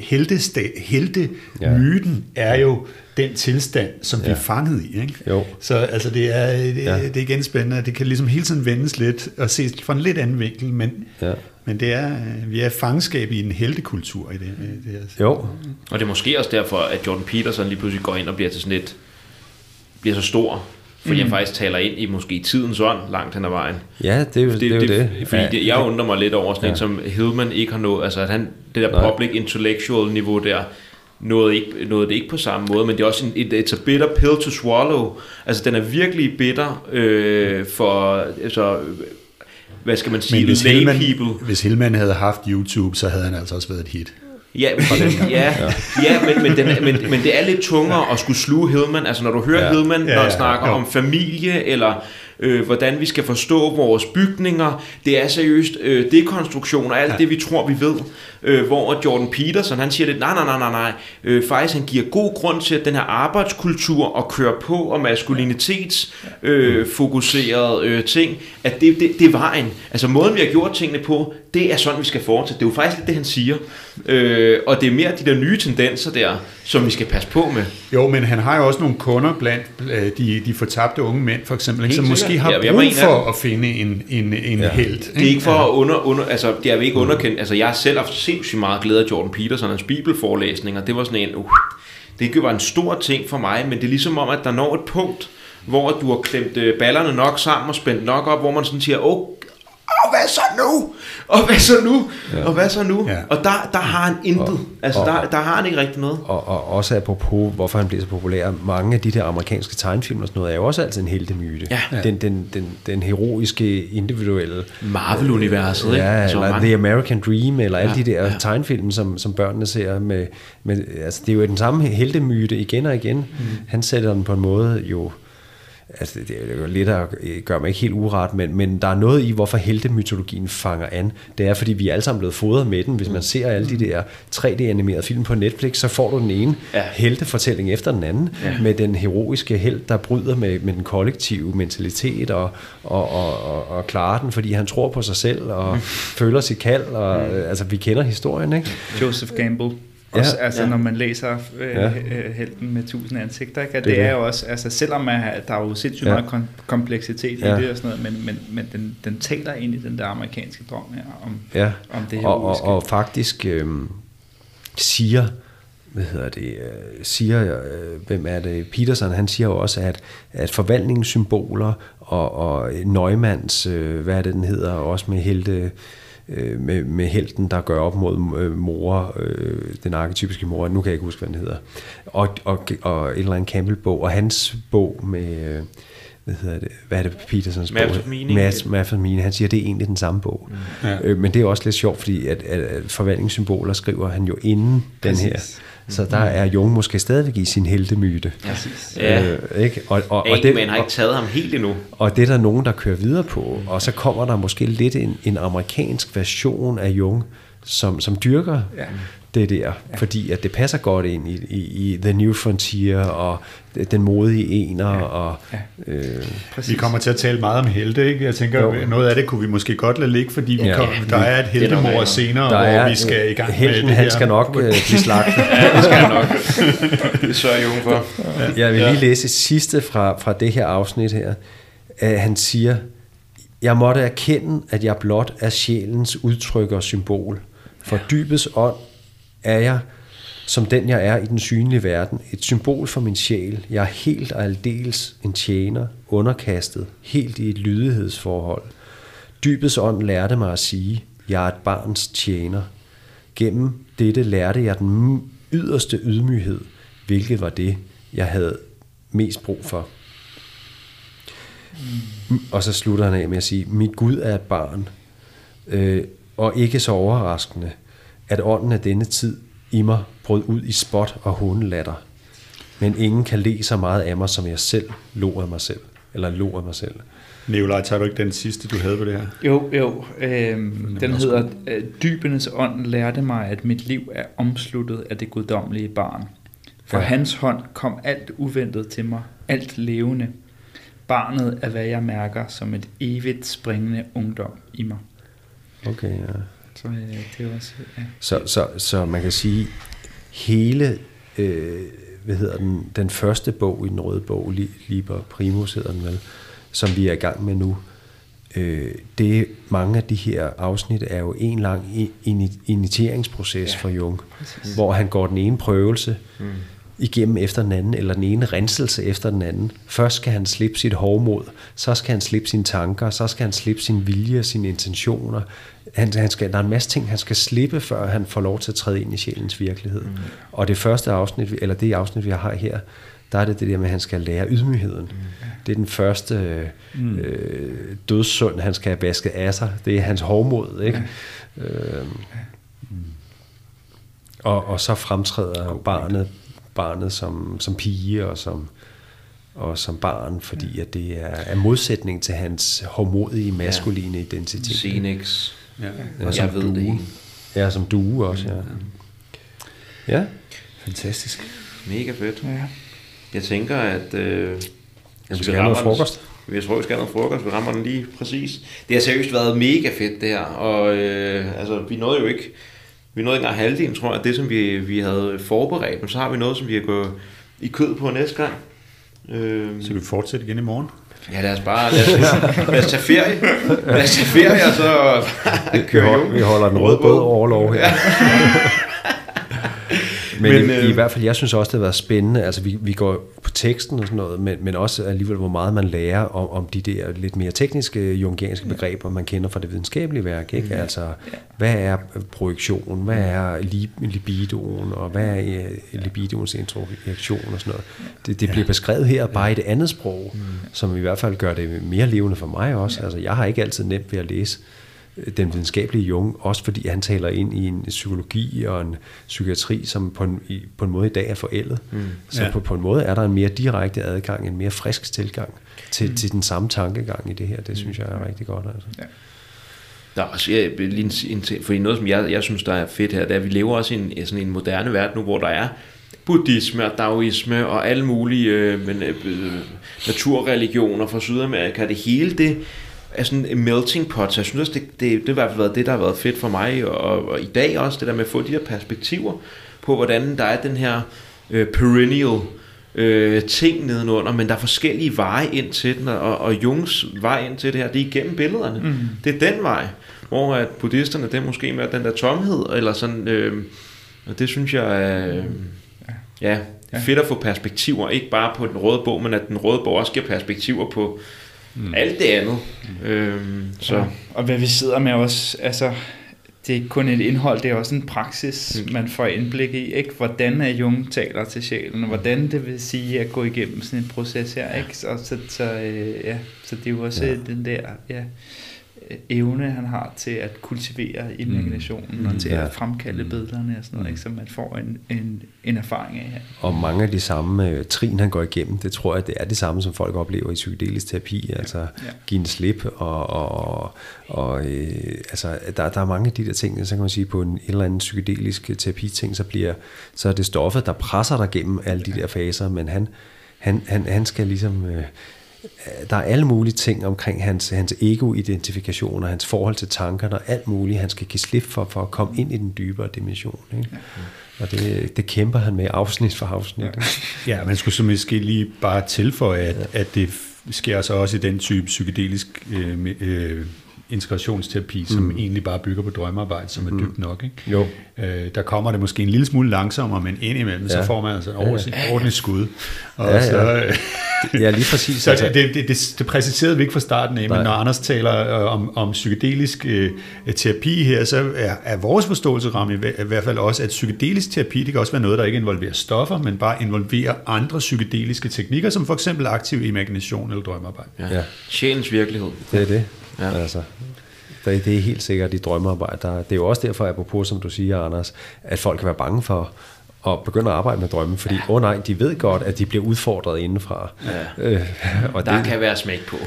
heltemyten er jo den tilstand, som vi er fanget i, ikke? Jo. Så altså det er igen spændende, det kan ligesom hele tiden vendes lidt og ses fra en lidt anden vinkel, men det er, vi er fangenskab i en heltekultur i det her. Jo. Og det er måske også derfor, at Jordan Peterson lige pludselig går ind og bliver til sådan et, bliver så stor, fordi han faktisk taler ind i måske tidens ånd langt hen ad vejen. Ja, det er jo det. Fordi jeg undrer mig lidt over sådan en, som Hillman ikke har nået, altså at han, det der public intellectual niveau der, nåede det ikke på samme måde, men det er også it's a bitter pill to swallow. Altså den er virkelig bitter for, altså, hvad skal man sige, lay people. Hvis Hillman havde haft YouTube, så havde han altså også været et hit. Men det er lidt tungere at skulle sluge Hillman. Altså når du hører Hillman, når han snakker om familie, eller hvordan vi skal forstå vores bygninger, det er seriøst dekonstruktion og alt det, vi tror, vi ved. Hvor Jordan Peterson, han siger lidt, nej. Faktisk, han giver god grund til, at den her arbejdskultur og køre på og maskulinitetsfokuseret ting, at det er vejen. Altså måden, vi har gjort tingene på, det er sådan, vi skal fortsætte. Det er jo faktisk lidt det, han siger. Og det er mere de der nye tendenser der, som vi skal passe på med. Jo, men han har jo også nogle kunder blandt de fortabte unge mænd, for eksempel, som måske har brug for at finde en helt. Det er ikke for at altså, det er ikke underkendt. Altså, jeg har selv haft sindssygt meget glæde af Jordan Peterson, hans bibelforelæsninger. Det var sådan det var en stor ting for mig, men det er ligesom om, at der når et punkt, hvor du har klemt ballerne nok sammen og spændt nok op, hvor man sådan siger, hvad så nu? Ja. Og der har han intet. Altså, der har han ikke rigtig noget. Og også apropos, hvorfor han bliver så populær. Mange af de der amerikanske tegnefilm og sådan noget, er jo også altid en heltemyte. Ja. Den heroiske, individuelle... Marvel-universet, ikke? Ja, eller The American Dream, eller alle de der tegnefilm, som børnene ser med... Altså, det er jo den samme heltemyte igen og igen. Han sætter den på en måde jo... altså det er jo lidt at gøre mig ikke helt uret, men der er noget i, hvorfor heltemytologien fanger an. Det er, fordi vi er alle sammen blevet fodret med den. Hvis man ser alle de der 3D-animerede film på Netflix, så får du den ene heltefortælling efter den anden, med den heroiske helt, der bryder med den kollektive mentalitet og klarer den, fordi han tror på sig selv og føler sit kald. Og, altså, vi kender historien, ikke? Joseph Campbell. Også, altså, når man læser helten med 1000 ansigter, ikke? Det er jo også, altså, selvom der er jo sindssygt meget kompleksitet i det og sådan noget, men den taler ind i den der amerikanske drøm her, om det her og faktisk siger, hvem er det, Peterson, han siger jo også, at forvandlingens symboler og Neumanns, hvad er det, den hedder, også med helte, med helten, der gør op mod mor, den arketypiske mor, nu kan jeg ikke huske, hvad den hedder, og en eller anden Campbell-bog, og hans bog med, hvad er det Petersons bog? Maps of Meaning, han siger, det er egentlig den samme bog. Men det er også lidt sjovt, fordi at forvandlingssymboler skriver han jo inden den her. Så der er Jung måske stadigvæk i sin heltemyte. Ikke? Og man har ikke taget ham helt endnu. Og det er der nogen, der kører videre på. Og så kommer der måske lidt en amerikansk version af Jung, som dyrker det der. Fordi at det passer godt ind i The New Frontier og den modige ener. Og, vi kommer til at tale meget om helte, ikke? Jeg tænker, noget af det kunne vi måske godt lade ligge, fordi der er et heltemord senere, hvor vi skal i gang helten, med det her. Han skal nok blive slagtet. Det skal han nok. Det sørger Jung for. Jeg vil lige læse sidste fra det her afsnit her. Han siger, jeg måtte erkende, at jeg blot er sjælens udtryk og symbol. For dybets ånd er jeg, som den jeg er i den synlige verden, et symbol for min sjæl. Jeg er helt og aldeles en tjener, underkastet, helt i et lydighedsforhold. Dybets ånd lærte mig at sige, jeg er et barns tjener. Gennem dette lærte jeg den yderste ydmyghed, hvilket var det, jeg havde mest brug for. Og så slutter han af med at sige, mit Gud er et barn, og ikke så overraskende, at ånden af denne tid i mig brød ud i spot og hånelatter. Men ingen kan le så meget af mig, som jeg selv lå af mig selv. Eller lå af mig selv. Nikolaj, tager du ikke den sidste, du havde på det her? Jo. Den hedder, dybenes ånd lærte mig, at mit liv er omsluttet af det guddommelige barn. For hans hånd kom alt uventet til mig, alt levende. Barnet er, hvad jeg mærker, som et evigt springende ungdom i mig. Okay, ja. Så det er også, så man kan sige, hele, den første bog i den røde bog, Liber Primus hedder den vel, som vi er i gang med nu, det mange af de her afsnit er jo en lang initieringsproces for Jung, hvor han går den ene prøvelse igennem efter den anden, eller den ene renselse efter den anden. Først skal han slippe sit hovmod, så skal han slippe sine tanker, så skal han slippe sin vilje, sine intentioner. Der er en masse ting, han skal slippe, før han får lov til at træde ind i sjælens virkelighed. Og det første afsnit, eller det afsnit, vi har her, der er det der med, at han skal lære ydmygheden. Det er den første dødssynd, han skal have vasket af sig. Det er hans hovmod, ikke? Og så fremtræder barnet som pige og som barn, fordi at det er modsætning til hans hovmodige maskuline identitet. Phoenix. Og jeg ved det ikke. Ja, som due også, ja. Fantastisk. Mega fedt. Ja. Jeg tænker, at vi skal have noget frokost. Jeg tror, vi skal have noget frokost. Vi rammer den lige præcis. Det har seriøst været mega fedt, det her. Og vi nåede jo ikke... Vi nåede ikke engang halvdelen, tror jeg, det som vi havde forberedt. Men så har vi noget, som vi har gået i kød på næste gang. Så vi fortsætter igen i morgen? Ja, lad os tage ferie. Lad os tage ferie, og så køre vi holder den røde båd overlov her. Men i hvert fald, jeg synes også, det har været spændende. Altså, vi går på teksten og sådan noget, men også alligevel, hvor meget man lærer om de der lidt mere tekniske jungianske begreber, man kender fra det videnskabelige værk. Ikke? Altså, hvad er projektion? Hvad er libidoen? Og hvad er libidoens introjektion og sådan noget? Det bliver beskrevet her bare i det andet sprog, som i hvert fald gør det mere levende for mig også. Altså, jeg har ikke altid nemt ved at læse den videnskabelige Jung, også fordi han taler ind i en psykologi og en psykiatri, som på en måde i dag er forældet. Så på en måde er der en mere direkte adgang, en mere frisk tilgang til den samme tankegang i det her. Det synes jeg er rigtig godt. Altså. Ja. Der er også fordi noget, som jeg synes, der er fedt her, det er, at vi lever også i sådan en moderne verden nu, hvor der er buddhisme og daoisme og alle mulige naturreligioner fra Sydamerika. Det hele, det er sådan en melting pot, så jeg synes også, det har i hvert fald været det, der har været fedt for mig, og i dag også, det der med at få de her perspektiver på, hvordan der er den her perennial ting nedenunder, men der er forskellige veje ind til den, og Jungs vej ind til det her, det er igennem billederne. Det er den vej, hvor at buddhisterne, det er måske med den der tomhed, eller sådan, og det synes jeg er fedt at få perspektiver, ikke bare på den røde bog, men at den røde bog også giver perspektiver på alt det andet. Så. Ja. Og hvad vi sidder med også, altså det er ikke kun et indhold, det er også en praksis, man får indblik i, ikke? Hvordan er Jung taler til sjælen, og hvordan det vil sige at gå igennem sådan en proces her, ikke? Så det er jo også den der evne, han har til at kultivere imaginationen og til at fremkalde billederne og sådan noget, ikke? Så man får en erfaring af her. Og mange af de samme trin, han går igennem, det tror jeg, det er det samme, som folk oplever i psykedelisk terapi, altså give en slip, altså der er mange af de der ting, så kan man sige, på en eller anden psykedelisk terapiting, så er det stoffet, der presser dig gennem alle de der faser, men han skal ligesom... Der er alle mulige ting omkring hans ego-identifikation og hans forhold til tankerne og alt muligt, han skal give slip for at komme ind i den dybere dimension. Ikke? Og det kæmper han med afsnit for afsnit. Ja, man skulle så måske lige bare tilføje, at det sker så også i den type psykedelisk integrationsterapi, som egentlig bare bygger på drømmearbejde, som er dybt nok. Ikke? Jo. Der kommer det måske en lille smule langsommere, men indimellem, så får man altså en ordentligt skud. Og ja, lige præcis. Så det præciserede vi ikke fra starten af, men når Anders taler om psykedelisk terapi her, så er vores forståelsesramme i hvert fald også, at psykedelisk terapi, det kan også være noget, der ikke involverer stoffer, men bare involverer andre psykedeliske teknikker, som for eksempel aktiv imagination eller drømmearbejde. Ja. Sjælens virkelighed. Det er det. Ja. Altså, det er helt sikkert i drømmearbejde. Det er jo også derfor, apropos, som du siger, Anders, at folk kan være bange for at begynde at arbejde med drømme, fordi nej, de ved godt, at de bliver udfordret indenfra. Ja. Og der kan være smæk på.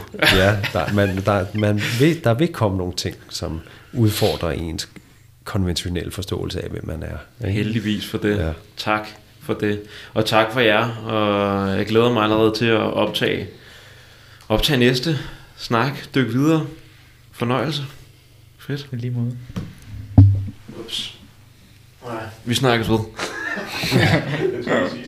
Der vil komme nogle ting, som udfordrer ens konventionelle forståelse af, hvem man er. Heldigvis for det. Ja. Tak for det. Og tak for jer. Og jeg glæder mig allerede til at optage næste snak, dykke videre. Fornøjelse. Fedt. I lige måde. Ups. Vi snakkes ved.